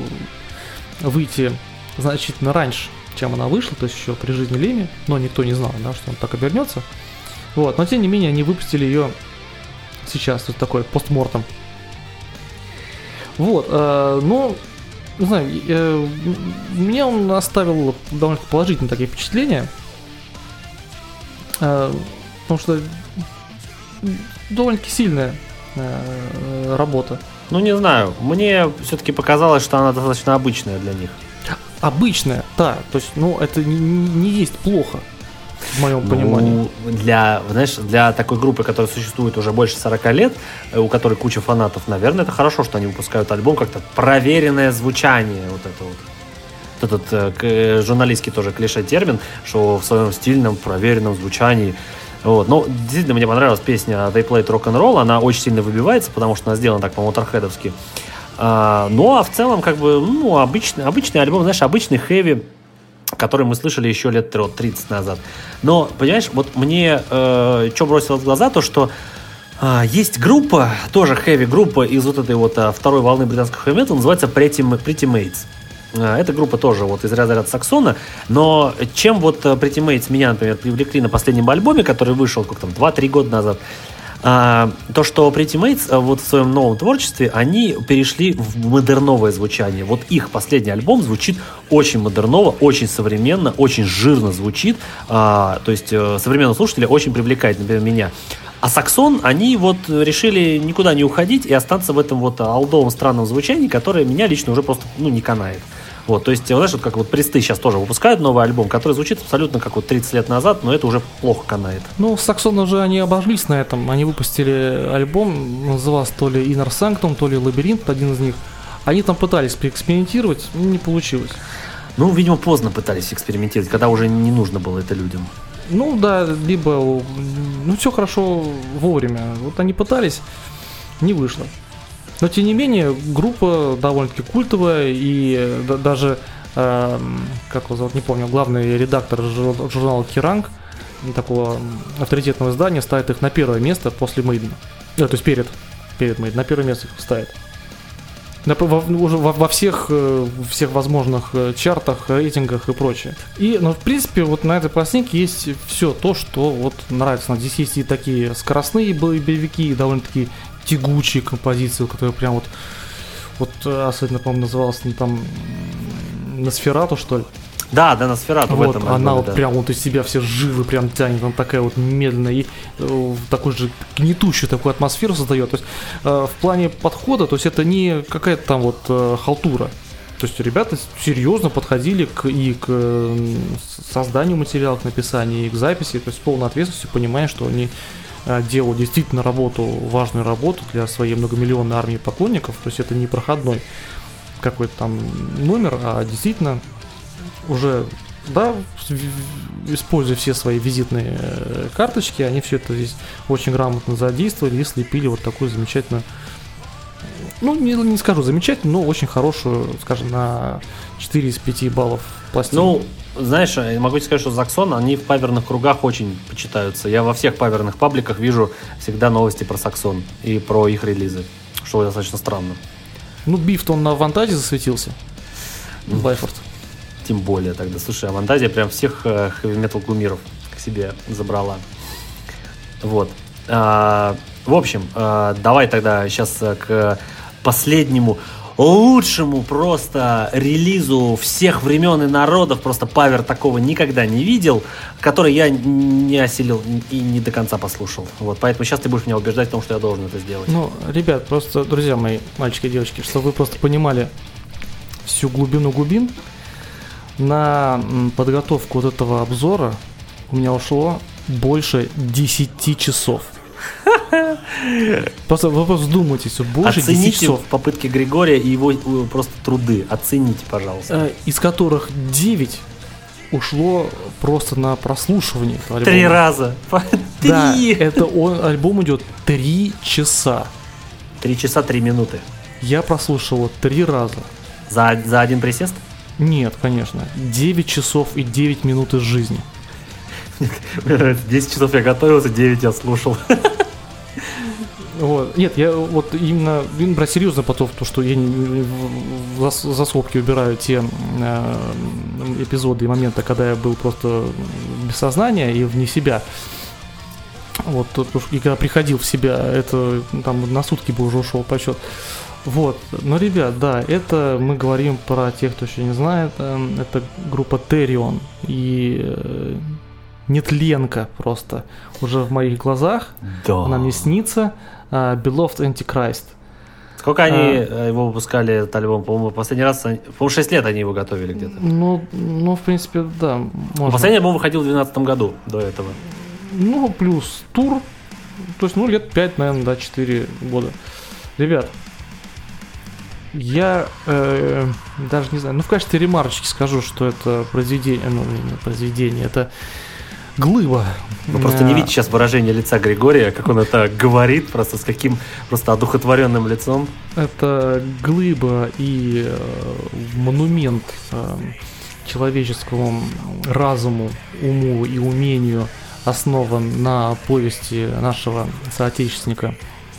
B: выйти значительно раньше, чем она вышла, то есть еще при жизни Леми, но никто не знал, да, что он так обернется. Вот, но тем не менее они выпустили ее сейчас, вот такой постмортом. Вот, э, но, не знаю, э, меня он оставил довольно положительные такие впечатления, э, потому что довольно-таки сильная э, работа.
A: Ну, не знаю, мне все-таки показалось, что она достаточно обычная для них.
B: Обычная, да, то есть, ну, это не, не есть плохо. В моем
A: ну,
B: понимании.
A: Для, знаешь, для такой группы, которая существует уже больше сорока лет, у которой куча фанатов, наверное, это хорошо, что они выпускают альбом, как-то проверенное звучание, вот это вот. Вот этот э, журналистский тоже клише-термин, что в своем стильном, проверенном звучании. Вот. Но действительно мне понравилась песня They Played Rock'n'Roll, она очень сильно выбивается, потому что она сделана так по-моторхедовски. А, ну, а в целом, как бы, ну, обычный, обычный альбом, знаешь, обычный хэви, который мы слышали еще лет тридцать назад. Но, понимаешь, вот мне э, что бросилось в глаза, то, что э, есть группа, тоже хэви-группа из вот этой вот э, второй волны британского хэви-металла, называется Pretty, Pretty Mates. Э, эта группа тоже вот из разряда Саксона, но чем вот Pretty Mates меня, например, привлекли на последнем альбоме, который вышел как там два-три года назад, Uh, то, что Pretty Mates uh, вот в своем новом творчестве, они перешли в модерновое звучание. Вот их последний альбом звучит очень модерново, очень современно, очень жирно звучит. Uh, то есть uh, современного слушателя очень привлекает, например, меня. А Saxon, они вот решили никуда не уходить и остаться в этом вот олдовом странном звучании, которое меня лично уже просто, ну, не канает. Вот, то есть, знаешь, вот как вот Присты сейчас тоже выпускают новый альбом, который звучит абсолютно как вот тридцать лет назад, но это уже плохо канает.
B: Ну, Saxon уже они обожглись на этом. Они выпустили альбом, назывался то ли Inner Sanctum, то ли Лабиринт, один из них. Они там пытались поэкспериментировать, не получилось.
A: Ну, видимо, поздно пытались экспериментировать, когда уже не нужно было это людям.
B: Ну да, либо, ну все хорошо вовремя. Вот они пытались, не вышло. Но тем не менее, группа довольно-таки культовая, и да, даже, э, как его зовут, не помню, главный редактор жур- журнала Kerrang, такого авторитетного издания, ставит их на первое место после Мейдена. Ну, то есть перед, перед Мейденом, на первое место их ставит. На, во, уже во, во всех, всех возможных чартах, рейтингах и прочее. И, ну, в принципе, вот на этой пластинке есть все то, что вот нравится. Здесь есть и такие скоростные боевики, и довольно-таки тягучие композиции, которые прям вот, вот особенно, по-моему, называлась не там Носферату, что ли.
A: Да, да, Носферату
B: вот,
A: в этом.
B: Она
A: альбоме,
B: вот
A: да.
B: прям вот из себя все жилы прям тянет, она такая вот медленная и э, такой же гнетущую такую атмосферу создает. То есть э, в плане подхода, то есть это не какая-то там вот э, халтура. То есть ребята серьезно подходили к, и к э, созданию материала, к написанию, и к записи, то есть с полной ответственностью, понимая, что они э, делают действительно работу, важную работу для своей многомиллионной армии поклонников. То есть это не проходной какой-то там номер, а действительно уже, да, используя все свои визитные карточки, они все это здесь очень грамотно задействовали и слепили вот такую замечательную, ну, не, не скажу замечательную, но очень хорошую, скажем, на четыре из пяти баллов пластину.
A: Ну, знаешь, я могу тебе сказать, что Саксон, они в паверных кругах очень почитаются. Я во всех паверных пабликах вижу всегда новости про Саксон и про их релизы, что достаточно странно.
B: Ну, Бифт, он на Авантазе засветился. Mm. Байфорд.
A: Тем более тогда. Слушай, Авантазия прям всех э, хэви-метал глумиров к себе забрала. Вот. А, в общем, а, давай тогда сейчас к последнему, лучшему просто релизу всех времен и народов. Просто павер такого никогда не видел, который я не осилил и не до конца послушал. Вот. Поэтому сейчас ты будешь меня убеждать в том, что я должен это сделать.
B: Ну, ребят, просто, друзья мои, мальчики и девочки, чтобы вы просто понимали всю глубину глубин, на подготовку вот этого обзора у меня ушло больше десяти часов. Просто вы просто вдумайтесь, больше
A: Оцените
B: десяти часов.
A: попытки Григория и его просто труды. Оцените, пожалуйста.
B: Из которых девять ушло просто на прослушивание этого альбома.
A: Три раза. Три.
B: Да, это он, альбом идет три часа.
A: Три часа, три минуты.
B: Я прослушал три раза.
A: За, за один присест?
B: Нет, конечно. девять часов и девять минут из жизни.
A: десять часов я готовился, девять я слушал.
B: Вот. Нет, я вот именно, именно серьезно потом, то, что я не, за, за скобки убираю те э, эпизоды и моменты, когда я был просто без сознания и вне себя. Вот, и когда приходил в себя, это там на сутки бы уже ушел почет. Вот, но, ребят, да, это мы говорим про тех, кто еще не знает, это группа Therion, и э, нетленка просто уже в моих глазах,
A: да.
B: Она мне снится, э, Beloved Antichrist.
A: Сколько они
B: а,
A: его выпускали, этот альбом? По-моему, последний раз, по-моему, шесть лет они его готовили где-то.
B: Ну, ну в принципе, да, можно.
A: Последний альбом выходил в две тысячи двенадцатом году, до этого.
B: Ну, плюс тур, то есть, ну, лет пять, наверное, да, четыре года. Ребят, я э, даже не знаю, ну в качестве ремарочки скажу, что это произведение, ну не произведение, это глыба.
A: Вы просто не видите сейчас выражение лица Григория, как он это говорит, просто с каким просто одухотворенным лицом.
B: Это глыба и э, монумент э, человеческому разуму, уму и умению, основан на повести нашего соотечественника,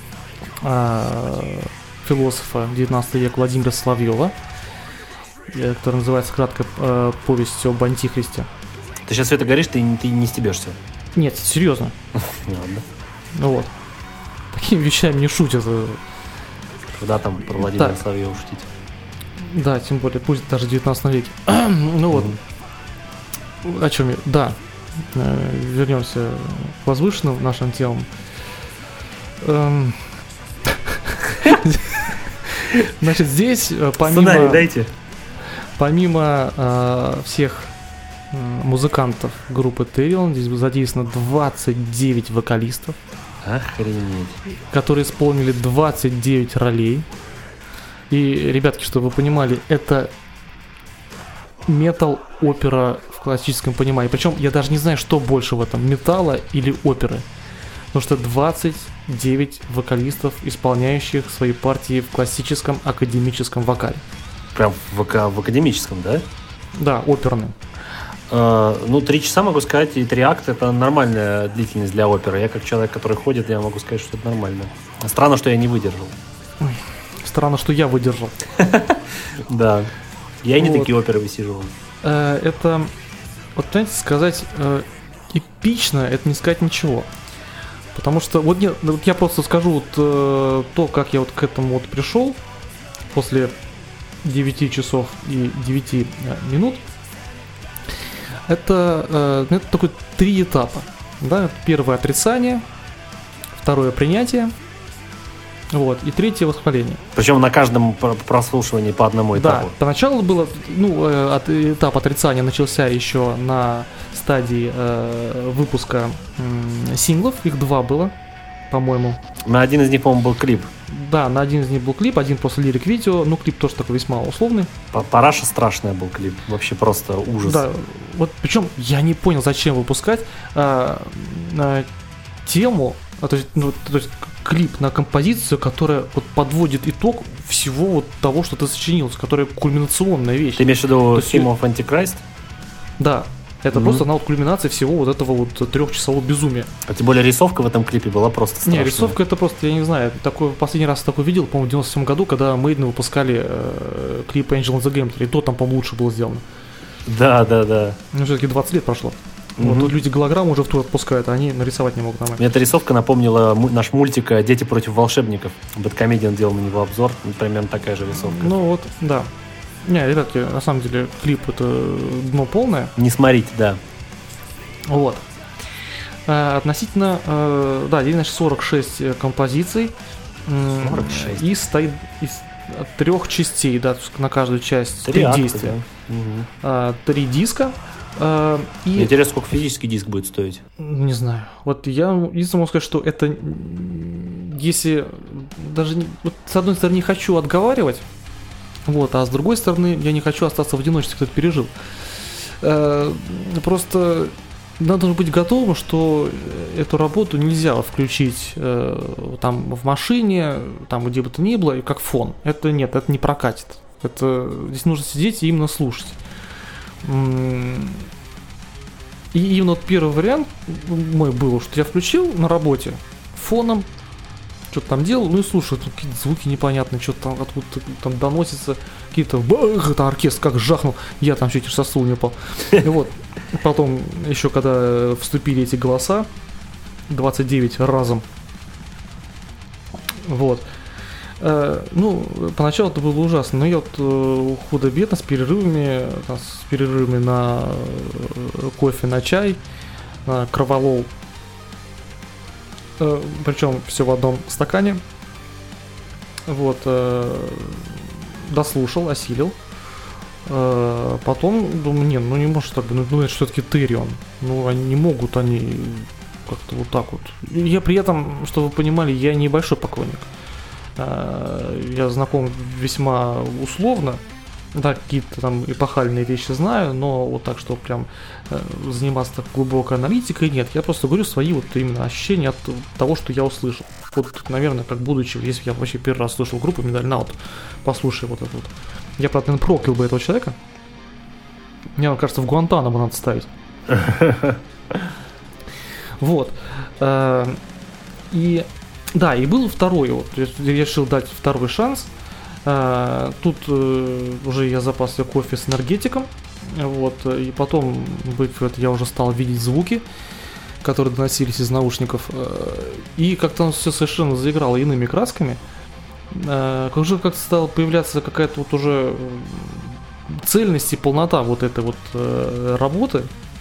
B: э, философа девятнадцатого века Владимира Соловьева, который называется кратко э, «Повесть об Антихристе».
A: Ты сейчас все это говоришь, ты, ты не стебешься.
B: Нет, серьезно.
A: Ладно.
B: Ну вот. Такими вещами не шутят.
A: Когда там про Владимира
B: Так.
A: Соловьева шутить?
B: Да, тем более, пусть даже в девятнадцатом веке. Ну вот. Mm-hmm. О чем я? Да. Э, вернемся к возвышенным нашим темам. Эм... Значит, здесь помимо,
A: Сценарий дайте.
B: помимо э, всех э, музыкантов группы Therion, здесь задействовано двадцать девять вокалистов.
A: Охренеть.
B: Которые исполнили двадцать девять ролей. И, ребятки, чтобы вы понимали, это метал-опера в классическом понимании. Причем я даже не знаю, что больше в этом, металла или оперы. Потому что двадцать девять вокалистов, исполняющих свои партии в классическом академическом вокале.
A: Прям в, в академическом, да?
B: Да, оперным.
A: Uh, ну, три часа, могу сказать, и три акта — это нормальная длительность для оперы. Я как человек, который ходит, я могу сказать, что это нормально. Странно, что я не выдержал.
B: Ой, странно, что я выдержал.
A: Да. Я и не такие оперы высиживал.
B: Это, вот, понимаете, сказать эпично, это не сказать ничего. Потому что, вот, нет, вот я просто скажу вот, то, как я вот к этому вот пришел после девяти часов и девяти минут. Это, это такой три этапа. Да? Первое — отрицание, второе — принятие, вот, и третье — восхваление.
A: Причем на каждом прослушивании по одному этапу.
B: Да, поначалу было, ну, от, этап отрицания начался еще на стадии э, выпуска э, синглов, их два было, по-моему.
A: На один из них, по-моему, был клип.
B: Да, на один из них был клип, один после лирик-видео, ну, клип тоже такой весьма условный.
A: Параша страшная был клип, вообще просто ужас.
B: Да, вот причем я не понял, зачем выпускать а, а, тему, а, то есть, ну, то есть клип на композицию, которая вот подводит итог всего вот того, что ты сочинил, которая кульминационная вещь.
A: Ты имеешь в виду Theme of Antichrist?
B: Да. Это mm-hmm. просто на вот кульминации всего вот этого вот трехчасового безумия.
A: А тем более рисовка в этом клипе была просто страшная.
B: Не, рисовка это просто, я не знаю, такой, последний раз такой видел, по-моему, в девяносто седьмом году, когда Maiden выпускали э, клип Angel in the Game, и то там, по-моему, лучше было сделано.
A: Да, да, да.
B: Ну, все-таки двадцать лет прошло. Mm-hmm. Вот тут люди голограмму уже в тур отпускают, а они нарисовать не могут нормально.
A: Мне эта рисовка напомнила наш мультик «Дети против волшебников». Бэдкомедиан делал на него обзор, примерно такая же рисовка.
B: Ну вот, да. Не, ребятки, на самом деле клип это дно полное.
A: Не смотрите, да.
B: Вот. А, относительно, э, да, здесь, значит, сорок шесть композиций.
A: сорок шесть.
B: И стоит из трех частей, да, на каждую часть три, три действия. Да. Угу. А, три диска. А, и...
A: Интересно, сколько физический диск будет стоить?
B: Не знаю. Вот я единственное могу сказать, что это, если даже, вот, с одной стороны, не хочу отговаривать, вот, а с другой стороны, я не хочу остаться в одиночестве, кто это пережил. А, просто надо быть готовым, что эту работу нельзя включить э, там в машине, там где бы то ни было, как фон. Это нет, это не прокатит. Это здесь нужно сидеть и именно слушать. И именно вот первый вариант мой был, что я включил на работе фоном, что-то там делал, ну и слушаю, тут какие-то звуки непонятные, что-то там откуда-то там доносится, какие-то бах, это оркестр как жахнул, я там чуть со стула не упал. И вот, потом еще когда вступили эти голоса, двадцать девять разом, вот, э, ну, поначалу это было ужасно, но я вот э, худо-бедно с перерывами, там, с перерывами на э, кофе, на чай, на кроволол, э, причем все в одном стакане, вот, э, дослушал, осилил. Uh, потом думаю, не, ну не может так быть, ну это все-таки Therion, ну они не могут, они как-то вот так вот. Я при этом, чтобы вы понимали, я небольшой поклонник, uh, я знаком весьма условно, да, какие-то там эпохальные вещи знаю, но вот так, что прям uh, заниматься так глубокой аналитикой, нет, я просто говорю свои вот именно ощущения от того, что я услышал. Вот, наверное, как будучи, если я вообще первый раз слышал группу Медаль Наут, послушай вот это вот. Я, правда, наверное, проклял бы этого человека. Мне кажется, в Гуантанамо надо ставить. Вот. И да, и был второй. Вот, я решил дать второй шанс. Тут уже я запасся кофе с энергетиком. Вот. И потом я уже стал видеть звуки, которые доносились из наушников. И как-то он все совершенно заиграло иными красками. Как уже как-то стала появляться какая-то вот уже цельность и полнота вот этой вот э, работы,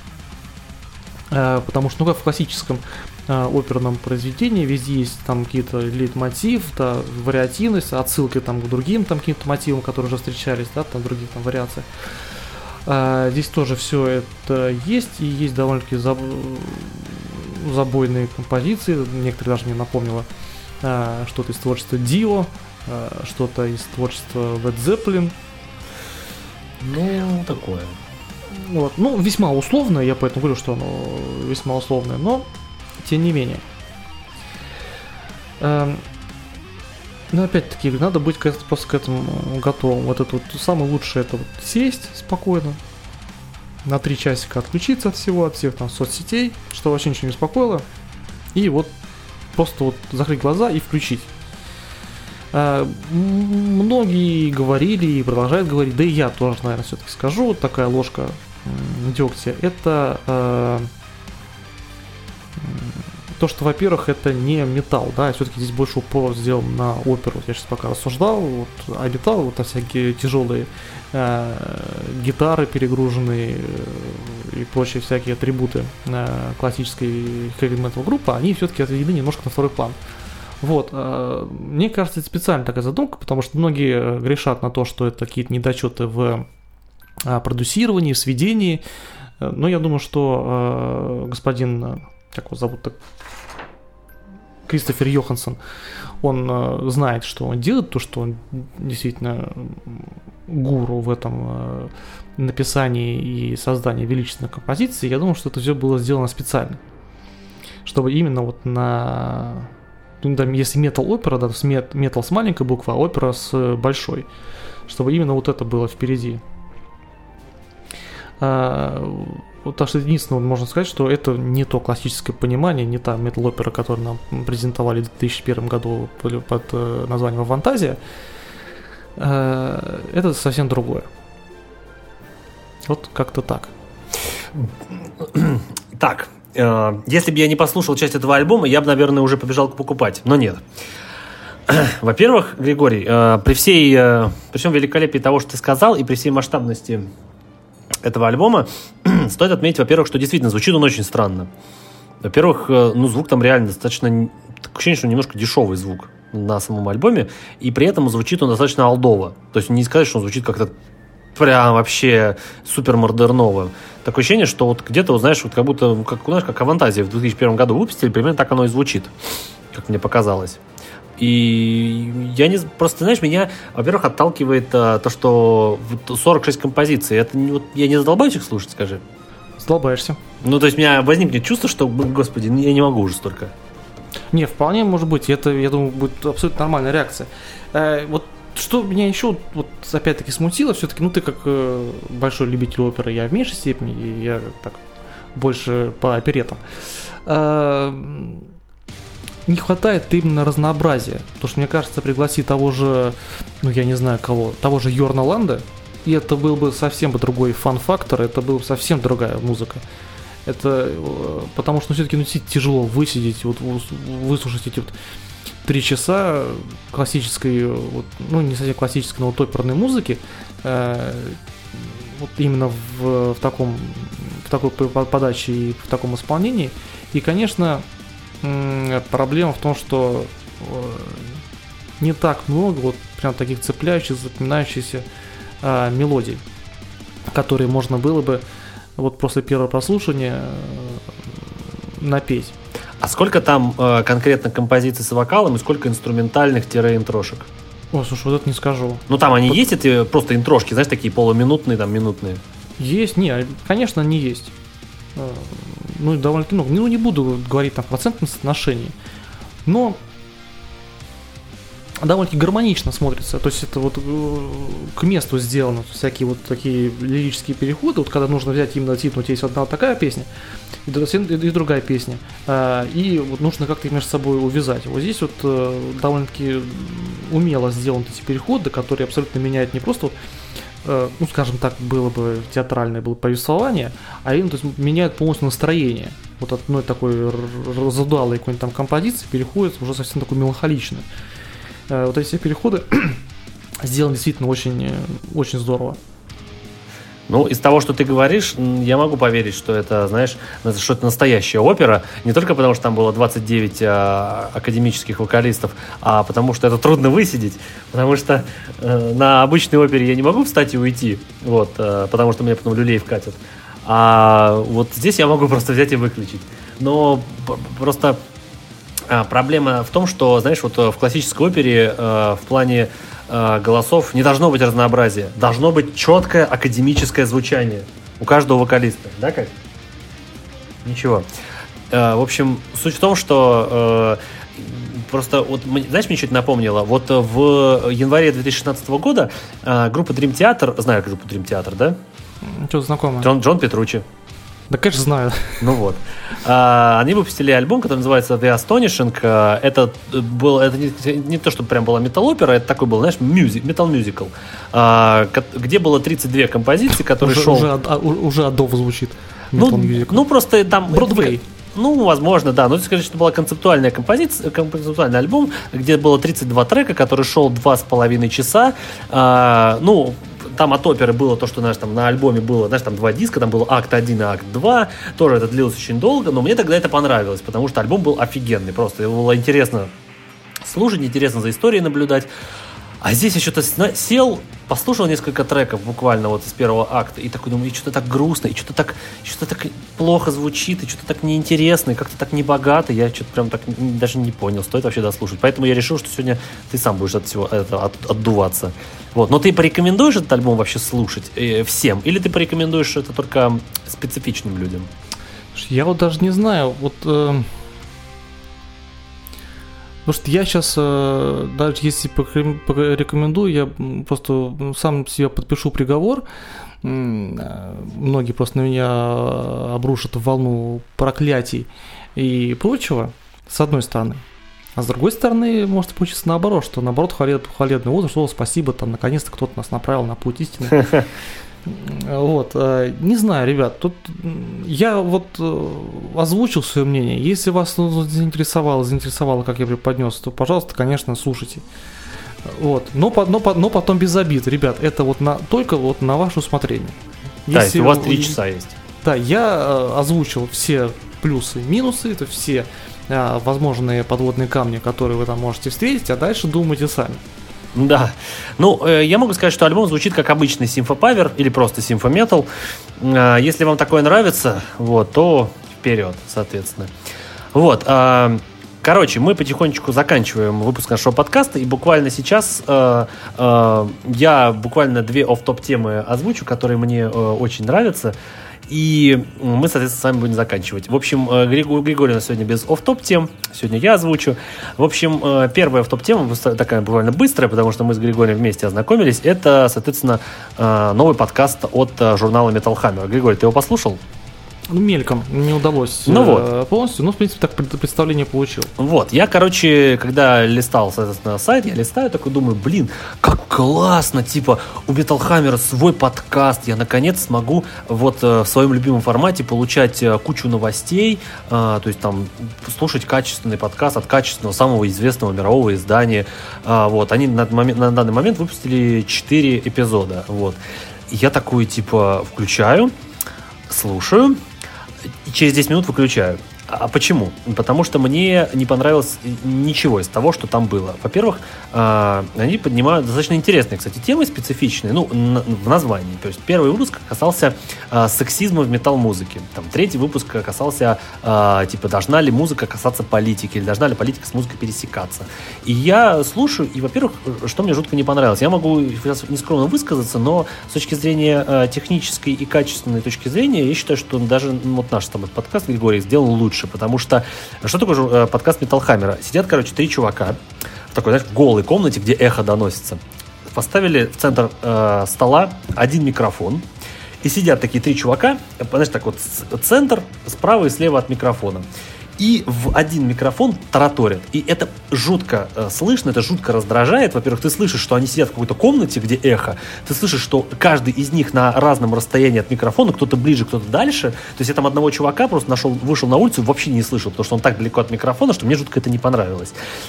B: э, потому что, ну как в классическом э, оперном произведении, везде есть там какие-то лейтмотив, да, вариативность, отсылки там к другим там каким-то мотивам, которые уже встречались, да, там других там вариаций. Э, здесь тоже все это есть, и есть довольно-таки заб... забойные композиции, некоторые даже мне напомнило что-то из творчества Дио, что-то из творчества Led Zeppelin.
A: Ну, такое.
B: Вот. Ну, весьма условное, я поэтому говорю, что оно весьма условное, но тем не менее. Эм, но опять-таки, надо быть просто к этому готовым. Вот это вот самое лучшее, это вот сесть спокойно, на три часика отключиться от всего, от всех там соцсетей, что вообще ничего не беспокоило, и вот просто вот закрыть глаза и включить. А, многие говорили и продолжают говорить, да и я тоже, наверное, все-таки скажу, вот такая ложка дегтя, это а, то, что, во-первых, это не металл, да, все-таки здесь больше упор сделан на оперу. Вот я сейчас пока рассуждал, вот, а металл, вот а всякие тяжелые э, гитары перегруженные э, и прочие всякие атрибуты э, классической хэви-метал группы, они все-таки отведены немножко на второй план. Вот, э, мне кажется, это специально такая задумка, потому что многие грешат на то, что это какие-то недочеты в э, продюсировании, в сведении, но я думаю, что э, господин, как его зовут, так, Кристофер Йоханссон, он э, знает, что он делает, то, что он действительно гуру в этом э, написании и создании величественной композиции. Я думаю, что это все было сделано специально, чтобы именно вот на, ну, да, если метал-опера, да, то метал с маленькой буквы, а опера с большой, чтобы именно вот это было впереди. А, вот, так что единственное, можно сказать, что это не то классическое понимание, не та метал-опера, которую нам презентовали в две тысячи первом году под, под названием «Фантазия». А, это совсем другое. Вот как-то так.
A: Так, э, если бы я не послушал часть этого альбома, я бы, наверное, уже побежал покупать, но нет. Во-первых, Григорий, э, при всей, э, при всем великолепии того, что ты сказал, и при всей масштабности этого альбома, стоит отметить, во-первых, что действительно звучит он очень странно. Во-первых, ну, звук там реально достаточно... Такое ощущение, что немножко дешевый звук на самом альбоме, и при этом звучит он достаточно олдово. То есть не сказать, что он звучит как-то прям вообще супер модерново. Такое ощущение, что вот где-то, вот, знаешь, вот как будто, как, знаешь, как «Фантазия» в две тысячи первом году выпустили, примерно так оно и звучит, как мне показалось. И я не... Просто, знаешь, меня, во-первых, отталкивает а, то, что сорок шесть композиций. Это не, вот, я не задолбаюсь их слушать, скажи?
B: Задолбаешься.
A: Ну, то есть у меня возникнет чувство, что, господи, я не могу уже столько.
B: Не, вполне может быть. Это, я думаю, будет абсолютно нормальная реакция. Э, вот что меня еще, вот, опять-таки, смутило, все-таки, ну, ты как э, большой любитель оперы, я в меньшей степени, и я так больше по оперетам. Э, не хватает именно разнообразия. Потому что, мне кажется, пригласи того же, ну, я не знаю кого, того же Йорна Ланда, и это был бы совсем бы другой фан-фактор, это была бы совсем другая музыка. Это потому что, ну, все-таки, ну, тяжело высидеть, вот, выслушать эти вот три часа классической, вот, ну, не совсем классической, но вот оперной музыки, э, вот именно в, в таком, в такой подаче и в таком исполнении. И, конечно, проблема в том, что не так много вот прям таких цепляющих, запоминающихся э, мелодий, которые можно было бы вот после первого прослушивания э, напеть.
A: А сколько там э, конкретно композиций с вокалом и сколько инструментальных-интрошек?
B: О, слушай, вот это не скажу.
A: Ну там они
B: вот...
A: есть, эти просто интрошки, знаешь, такие полуминутные, там, минутные?
B: Есть, не, конечно, не есть. Ну, довольно-таки много. Ну, не буду говорить там в процентном соотношении, но довольно-таки гармонично смотрится. То есть это вот к месту сделано. Всякие вот такие лирические переходы. Вот когда нужно взять именно типа, есть одна вот такая песня и, и другая песня. И вот нужно как-то их между собой увязать. Вот здесь вот довольно-таки умело сделаны эти переходы, которые абсолютно меняют не просто вот, ну, скажем так, было бы театральное было повествование, а именно, то есть, меняют полностью настроение. Вот от одной такой задалой какой-нибудь там композиции переходит уже совсем такой меланхоличный. Вот эти все переходы сделаны действительно очень, очень здорово.
A: Ну, из того, что ты говоришь, я могу поверить, что это, знаешь, что это настоящая опера. Не только потому, что там было двадцать девять а, академических вокалистов, а потому что это трудно высидеть. Потому что э, на обычной опере я не могу встать и уйти, вот, э, потому что меня потом люлей вкатят. А вот здесь я могу просто взять и выключить. Но просто э, проблема в том, что, знаешь, вот в классической опере э, в плане э, голосов не должно быть разнообразия. Должно быть четкое академическое звучание у каждого вокалиста. Да, Кать? Ничего. Э, в общем, суть в том, что э, просто, вот, знаешь, мне что-то напомнило? Вот в январе две тысячи шестнадцатого года э, группа Dream Theater, знаю группу Dream Theater, да?
B: Что-то знакомое.
A: Джон, Джон Петруччи.
B: Да, конечно, знаю.
A: Ну вот. А, они выпустили альбом, который называется The Astonishing. Это был, это не, не то, что прям была метал-опера, это такой был, знаешь, мюзик, метал-мюзикл, а, где было тридцать две композиции, которые
B: уже,
A: шел...
B: Уже, а, уже адов звучит.
A: Ну, ну, просто там...
B: Бродвей.
A: Ну, возможно, да. Но это, скажем, что была концептуальная композиция, концептуальный альбом, где было тридцать два трека, который шел два с половиной часа. А, ну... Там от оперы было то, что, знаешь, там на альбоме было, знаешь, там два диска, там было акт один и акт два, тоже это длилось очень долго, но мне тогда это понравилось, потому что альбом был офигенный, просто его было интересно слушать, интересно за историей наблюдать. А здесь я что-то сел, послушал несколько треков буквально вот из первого акта, и такой думаю, и что-то так грустно, и что-то так, что-то так плохо звучит, и что-то так неинтересно, и как-то так небогато, я что-то прям так даже не понял, стоит вообще дослушать. Поэтому я решил, что сегодня ты сам будешь от всего этого от, отдуваться. Вот. Но ты порекомендуешь этот альбом вообще слушать э, всем? Или ты порекомендуешь это только специфичным людям?
B: Я вот даже не знаю, вот... Э... Потому что я сейчас, даже если порекомендую, я просто сам себе подпишу приговор. Многие просто на меня обрушат волну проклятий и прочего, с одной стороны. А с другой стороны, может получиться наоборот, что наоборот хвалебный отзыв, что спасибо, там наконец-то кто-то нас направил на путь истины. Вот, не знаю, ребят, тут я вот озвучил свое мнение. Если вас заинтересовало, заинтересовало, как я преподнес, то, пожалуйста, конечно, слушайте. Вот, но, но, но потом без обид, ребят, это вот на, только вот на ваше усмотрение.
A: Да, если у вас три часа есть.
B: Да, я озвучил все плюсы и минусы, это все возможные подводные камни, которые вы там можете встретить, а дальше думайте сами.
A: Да. Ну, э, я могу сказать, что альбом звучит как обычный симфопавер или просто симфометал. Э, если вам такое нравится, вот, то вперед, соответственно. Вот. Э, короче, мы потихонечку заканчиваем выпуск нашего подкаста, и буквально сейчас э, э, я буквально две офф-топ темы озвучу, которые мне э, очень нравятся. И мы, соответственно, с вами будем заканчивать. В общем, Григорий у нас сегодня без офф-топ тем. Сегодня я озвучу. В общем, первая офф-топ тема, такая буквально быстрая, потому что мы с Григорием вместе ознакомились. Это, соответственно, новый подкаст от журнала Metal Hammer. Григорий, ты его послушал?
B: Ну, мельком, не удалось
A: ну вот.
B: полностью, но, в принципе, так представление получил.
A: Вот, я, короче, когда листал, соответственно, сайт, я листаю, такой думаю, блин, как классно, типа, у Metal Hammer свой подкаст, я, наконец, смогу вот в своем любимом формате получать кучу новостей, то есть, там, слушать качественный подкаст от качественного, самого известного мирового издания, вот, они на, на данный момент выпустили четыре эпизода, вот, и я такой, типа, включаю, слушаю, и через десять минут выключаю. А почему? Потому что мне не понравилось ничего из того, что там было. Во-первых, они поднимают достаточно интересные, кстати, темы, специфичные, ну, в названии. То есть первый выпуск касался сексизма в метал-музыке. Там третий выпуск касался, типа, должна ли музыка касаться политики, или должна ли политика с музыкой пересекаться. И я слушаю, и, во-первых, что мне жутко не понравилось. Я могу сейчас нескромно высказаться, но с точки зрения технической и качественной точки зрения, я считаю, что даже вот наш там подкаст Григорий сделал лучше. Потому что, что такое подкаст Metal Hammer? Сидят, короче, три чувака в такой, знаешь, голой комнате, где эхо доносится. Поставили в центр э, стола один микрофон. И сидят такие три чувака, знаешь, так вот, центр справа и слева от микрофона. И в один микрофон тараторят. И это жутко э, слышно, это жутко раздражает. Во-первых, ты слышишь, что они сидят в какой-то комнате, где эхо. Ты слышишь, что каждый из них на разном расстоянии от микрофона, кто-то ближе, кто-то дальше. То есть я там одного чувака просто нашел, вышел на улицу, вообще не слышал, потому что он так далеко от микрофона, что мне жутко это не понравилось.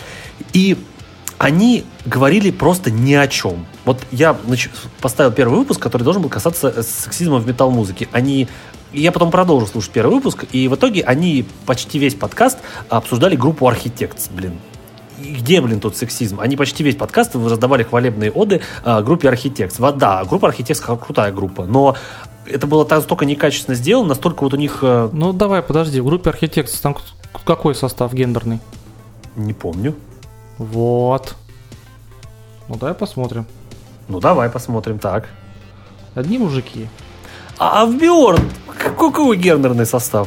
A: И они говорили просто ни о чем. Вот я значит, поставил первый выпуск, который должен был касаться сексизма в метал-музыке. Они... И я потом продолжил слушать первый выпуск, и в итоге они почти весь подкаст обсуждали группу Architects, блин. И где, блин, тот сексизм? Они почти весь подкаст раздавали хвалебные оды а, группе Architects. Вот, да, группа Architects крутая группа, но это было настолько некачественно сделано, настолько вот у них... А...
B: Ну, давай, подожди, в группе Architects там какой состав гендерный?
A: Не помню.
B: Вот. Ну, давай посмотрим.
A: Ну, давай посмотрим, так.
B: Одни мужики.
A: А, а в Bjorn какой гендерный состав?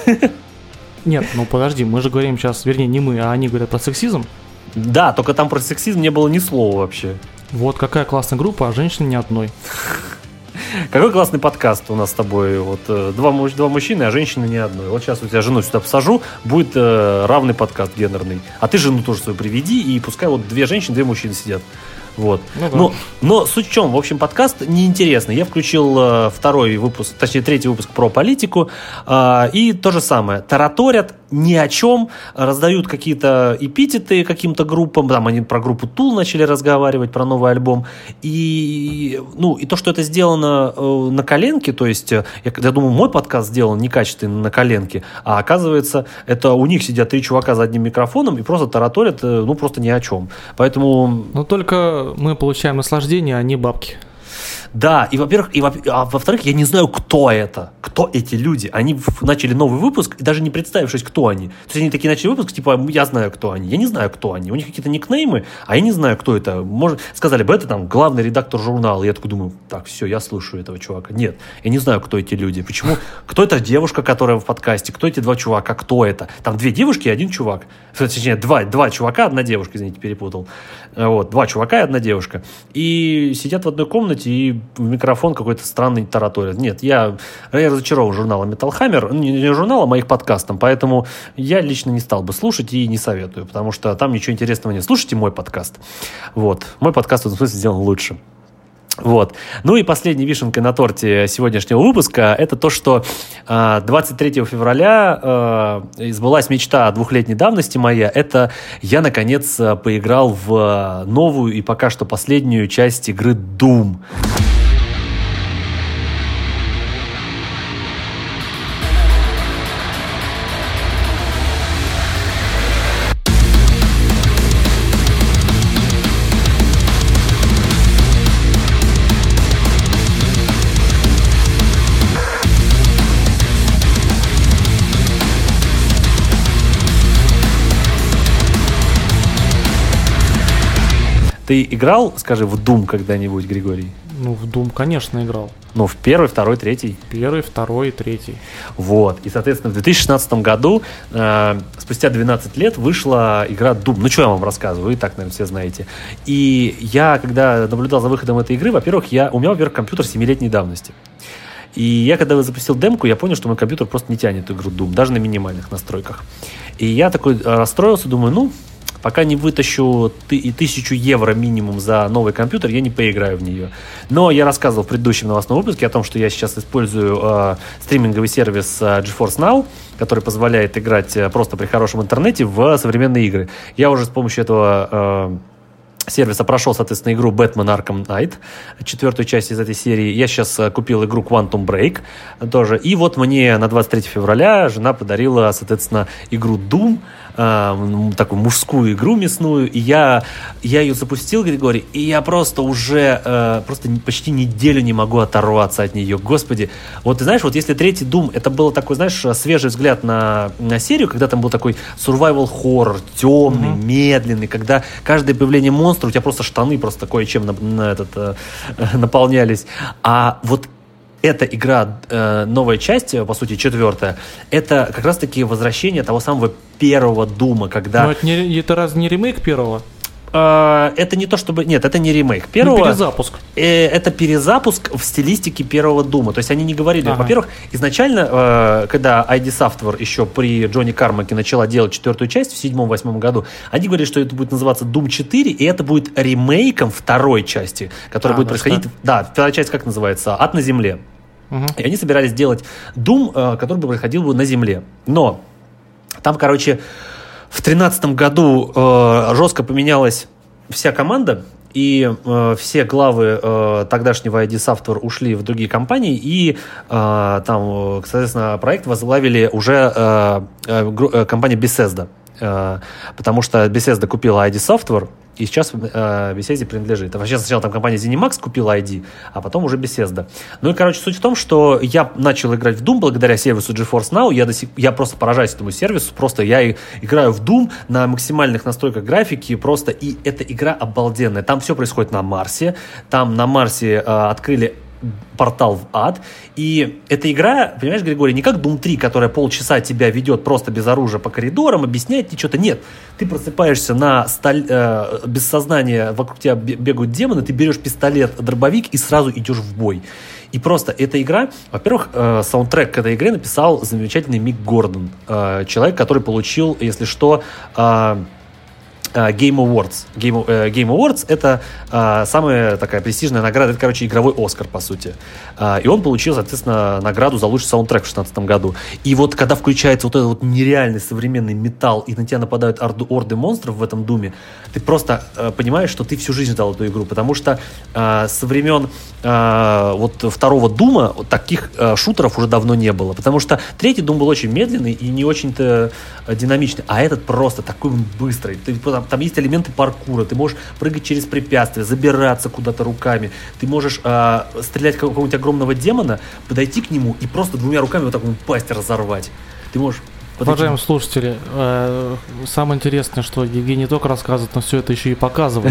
B: Нет, ну подожди, мы же говорим сейчас, вернее, не мы, а они говорят про сексизм.
A: Да, только там про сексизм не было ни слова вообще.
B: Вот какая классная группа, а женщин ни одной.
A: Какой классный подкаст у нас с тобой. Вот два, два мужчины, а женщины ни одной. Вот сейчас у тебя жену сюда посажу, будет э, равный подкаст гендерный. А ты жену тоже свою приведи, и пускай вот две женщины, две мужчины сидят. Вот. Ну, да. но, но суть в чем? В общем, подкаст неинтересный. Я включил э, второй выпуск, точнее, третий выпуск про политику. Э, и то же самое. Тараторят ни о чем, раздают какие-то эпитеты каким-то группам. Там они про группу Tool начали разговаривать, про новый альбом. И, ну, и то, что это сделано э, на коленке, то есть, я, я думаю, мой подкаст сделан некачественно на коленке, а оказывается, это у них сидят три чувака за одним микрофоном и просто тараторят, э, ну, просто ни о чем. Поэтому...
B: Но только мы получаем наслаждение, а не бабки.
A: Да, и во-первых, и во- а во-вторых, я не знаю, кто это, кто эти люди. Они в- начали новый выпуск, и даже не представившись, кто они. То есть они такие начали выпуск, типа, я знаю, кто они. Я не знаю, кто они. У них какие-то никнеймы, а я не знаю, кто это. Может, сказали бы, это там главный редактор журнала. Я такой думаю, так, все, я слушаю этого чувака. Нет, я не знаю, кто эти люди. Почему? Кто эта девушка, которая в подкасте? Кто эти два чувака? Кто это? Там две девушки и один чувак. Точнее, два, два чувака, одна девушка, извините, перепутал. Вот, два чувака и одна девушка. И сидят в одной комнате и в микрофон какой-то странный тараторит. Нет, я, я разочарован журналом Metal Hammer, не, не журналом, а моих подкастом, поэтому я лично не стал бы слушать и не советую, потому что там ничего интересного нет. Слушайте мой подкаст. Вот. Мой подкаст в этом смысле сделан лучше. Вот. Ну и последней вишенкой на торте сегодняшнего выпуска это то, что э, двадцать третьего февраля э, сбылась мечта двухлетней давности моя. Это я, наконец, поиграл в новую и пока что последнюю часть игры Doom. Ты играл, скажи, в Doom когда-нибудь, Григорий?
B: Ну, в Doom, конечно, играл.
A: Ну, в первый, второй, третий.
B: Первый, второй, третий.
A: Вот. И, соответственно, в две тысячи шестнадцатом году, э, спустя двенадцать лет, вышла игра Doom. Ну, что я вам рассказываю, вы и так, наверное, все знаете. И я, когда наблюдал за выходом этой игры, во-первых, я, у меня, во-первых, компьютер семилетней давности. И я, когда запустил демку, я понял, что мой компьютер просто не тянет игру Doom, даже на минимальных настройках. И я такой расстроился, думаю, ну... Пока не вытащу и тысячу евро минимум за новый компьютер, я не поиграю в нее. Но я рассказывал в предыдущем новостном выпуске о том, что я сейчас использую э, стриминговый сервис э, GeForce Now, который позволяет играть э, просто при хорошем интернете в современные игры. Я уже с помощью этого... Э, сервиса прошел, соответственно, игру Batman Arkham Knight, четвертую часть из этой серии. Я сейчас купил игру Quantum Break тоже. И вот мне на двадцать третьего февраля жена подарила, соответственно, игру Doom, э, такую мужскую игру мясную. И я, я ее запустил, Григорий, и я просто уже э, просто почти неделю не могу оторваться от нее. Господи, вот ты знаешь, вот если третий Doom, это был такой, знаешь, свежий взгляд на, на серию, когда там был такой survival horror, темный, mm-hmm. медленный, когда каждое появление монстра у тебя просто штаны просто кое-чем на, на этот, э, наполнялись. А вот эта игра, э, новая часть, по сути, четвертая, это как раз-таки возвращение того самого первого Дума, когда...
B: Но это, не, это раз не ремейк первого?
A: Э, это не то чтобы... Нет, это не ремейк первого.
B: Ну, перезапуск.
A: Э, это перезапуск в стилистике первого Дума. То есть они не говорили...
B: Ага.
A: Во-первых, изначально, э, когда ай ди Software еще при Джонни Кармаке начала делать четвертую часть в седьмом-восьмом году, они говорили, что это будет называться Doom четыре, и это будет ремейком второй части, которая а, будет происходить... Что? Да, вторая часть как называется? Ад на земле. Угу. И они собирались делать Doom, э, который бы происходил бы на земле. Но там, короче... В тринадцатом году э, жестко поменялась вся команда, и э, все главы э, тогдашнего ай ди Software ушли в другие компании, и э, там, соответственно, проект возглавили уже э, э, компания Bethesda, э, потому что Bethesda купила ай ди Software, и сейчас э, Bethesda принадлежит. А вообще сначала там компания ZeniMax купила ай ди, а потом уже Bethesda. Ну и, короче, суть в том, что я начал играть в Doom благодаря сервису GeForce Now. Я, до сих, я просто поражаюсь этому сервису. Просто я играю в Doom на максимальных настройках графики. Просто, и эта игра обалденная. Там все происходит на Марсе. Там на Марсе э, открыли портал в ад. И эта игра, понимаешь, Григорий, не как Doom три, которая полчаса тебя ведет просто без оружия по коридорам, объясняет тебе что-то. Нет. Ты просыпаешься на столь, э, без сознания, вокруг тебя бегают демоны, ты берешь пистолет, дробовик и сразу идешь в бой. И просто эта игра, во-первых, э, саундтрек к этой игре написал замечательный Мик Гордон. Э, человек, который получил, если что, э, Game Awards. Game, э, Game Awards — это э, самая такая престижная награда, это, короче, игровой Оскар, по сути. Э, и он получил, соответственно, награду за лучший саундтрек в две тысячи шестнадцатом году. И вот когда включается вот этот вот нереальный современный металл, и на тебя нападают орды, орды монстров в этом Думе, ты просто э, понимаешь, что ты всю жизнь ждал эту игру, потому что э, со времен э, вот второго Дума вот таких э, шутеров уже давно не было, потому что третий Дум был очень медленный и не очень-то э, динамичный, а этот просто такой быстрый. Ты, там, там есть элементы паркура, ты можешь прыгать через препятствия, забираться куда-то руками, ты можешь э, стрелять в какого-нибудь огромного демона, подойти к нему и просто двумя руками вот так вот пасть разорвать. Ты можешь...
B: Уважаемые слушатели, э, самое интересное, что Евгений не только рассказывает, но все это еще и показывает.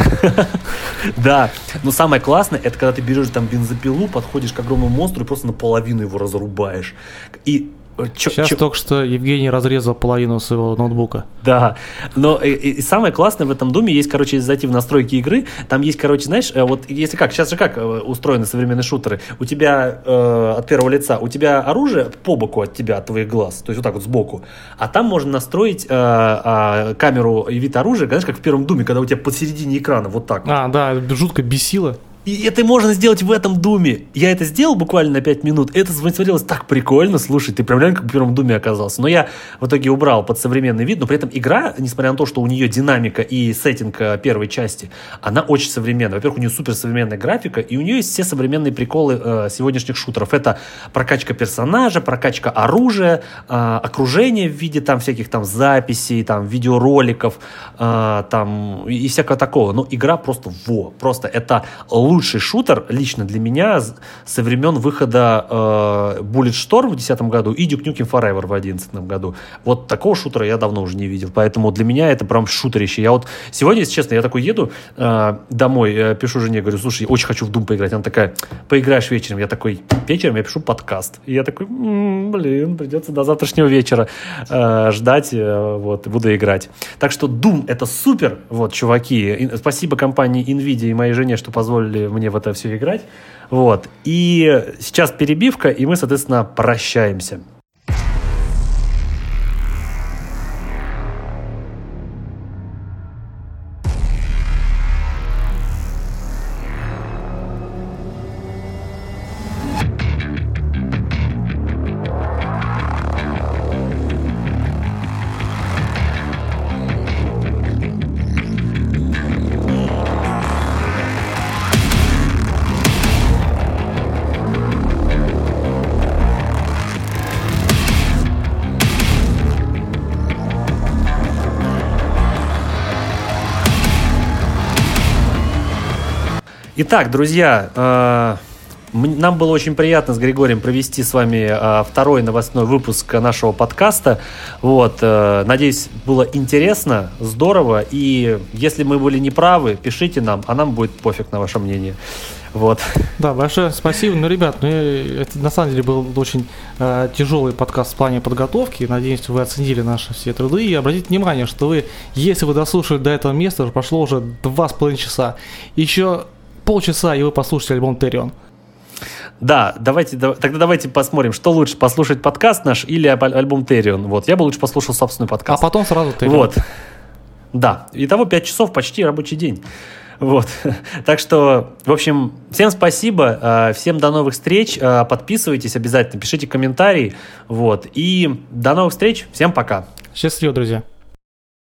A: Да, но самое классное, это когда ты берешь там бензопилу, подходишь к огромному монстру и просто наполовину его разрубаешь. И Чё,
B: Сейчас чё... только что Евгений разрезал половину своего ноутбука.
A: Да, но и, и самое классное в этом Думе есть, короче, зайти в настройки игры, там есть, короче, знаешь, вот если как, сейчас же как устроены современные шутеры, у тебя э, от первого лица, у тебя оружие по боку от тебя, от твоих глаз, то есть вот так вот сбоку, а там можно настроить э, э, камеру и вид оружия, знаешь, как в первом Думе, когда у тебя посередине экрана вот так.
B: А, да, жутко бесило.
A: И это можно сделать в этом Думе. Я это сделал буквально на пять минут. Это смотрелось так прикольно. Слушай, ты прям реально как в первом Думе оказался. Но я в итоге убрал под современный вид. Но при этом игра, несмотря на то, что у нее динамика и сеттинг первой части, она очень современная. Во-первых, у нее суперсовременная графика, и у нее есть все современные приколы э, сегодняшних шутеров. Это прокачка персонажа, прокачка оружия, э, окружение в виде там всяких там записей, там видеороликов, э, там и всякого такого. Но игра просто во. Просто это лучший лучший шутер лично для меня со времен выхода э, Bulletstorm в две тысячи десятом году и Duke Nukem Forever в две тысячи одиннадцатом году. Вот такого шутера я давно уже не видел. Поэтому для меня это прям шутерище. Я вот сегодня, если честно, я такой еду э, домой, э, пишу жене, говорю, слушай, очень хочу в Doom поиграть. Она такая, поиграешь вечером. Я такой, вечером я пишу подкаст. И я такой, м-м, блин, придется до завтрашнего вечера э, ждать, э, вот, буду играть. Так что Doom это супер, вот, чуваки. И, спасибо компании Nvidia и моей жене, что позволили мне в это все играть. Вот. И сейчас перебивка, и мы, соответственно, прощаемся. Итак, друзья, э, нам было очень приятно с Григорием провести с вами э, второй новостной выпуск нашего подкаста. Вот, э, надеюсь, было интересно, здорово. И если мы были неправы, пишите нам, а нам будет пофиг на ваше мнение. Вот.
B: Да, большое спасибо. Ну, ребят, ну, это на самом деле был очень э, тяжелый подкаст в плане подготовки. Надеюсь, вы оценили наши все труды. И обратите внимание, что вы, если вы дослушали до этого места, прошло уже два с половиной часа. Еще полчаса, и вы послушаете альбом Therion.
A: Да, давайте, да, тогда давайте посмотрим, что лучше, послушать подкаст наш или альбом Therion. Вот, я бы лучше послушал собственный подкаст.
B: А потом сразу Therion.
A: Вот, да, итого пять часов, почти рабочий день. Вот, так что, в общем, всем спасибо, всем до новых встреч, подписывайтесь обязательно, пишите комментарии, вот, и до новых встреч, всем пока.
B: Счастливо, друзья.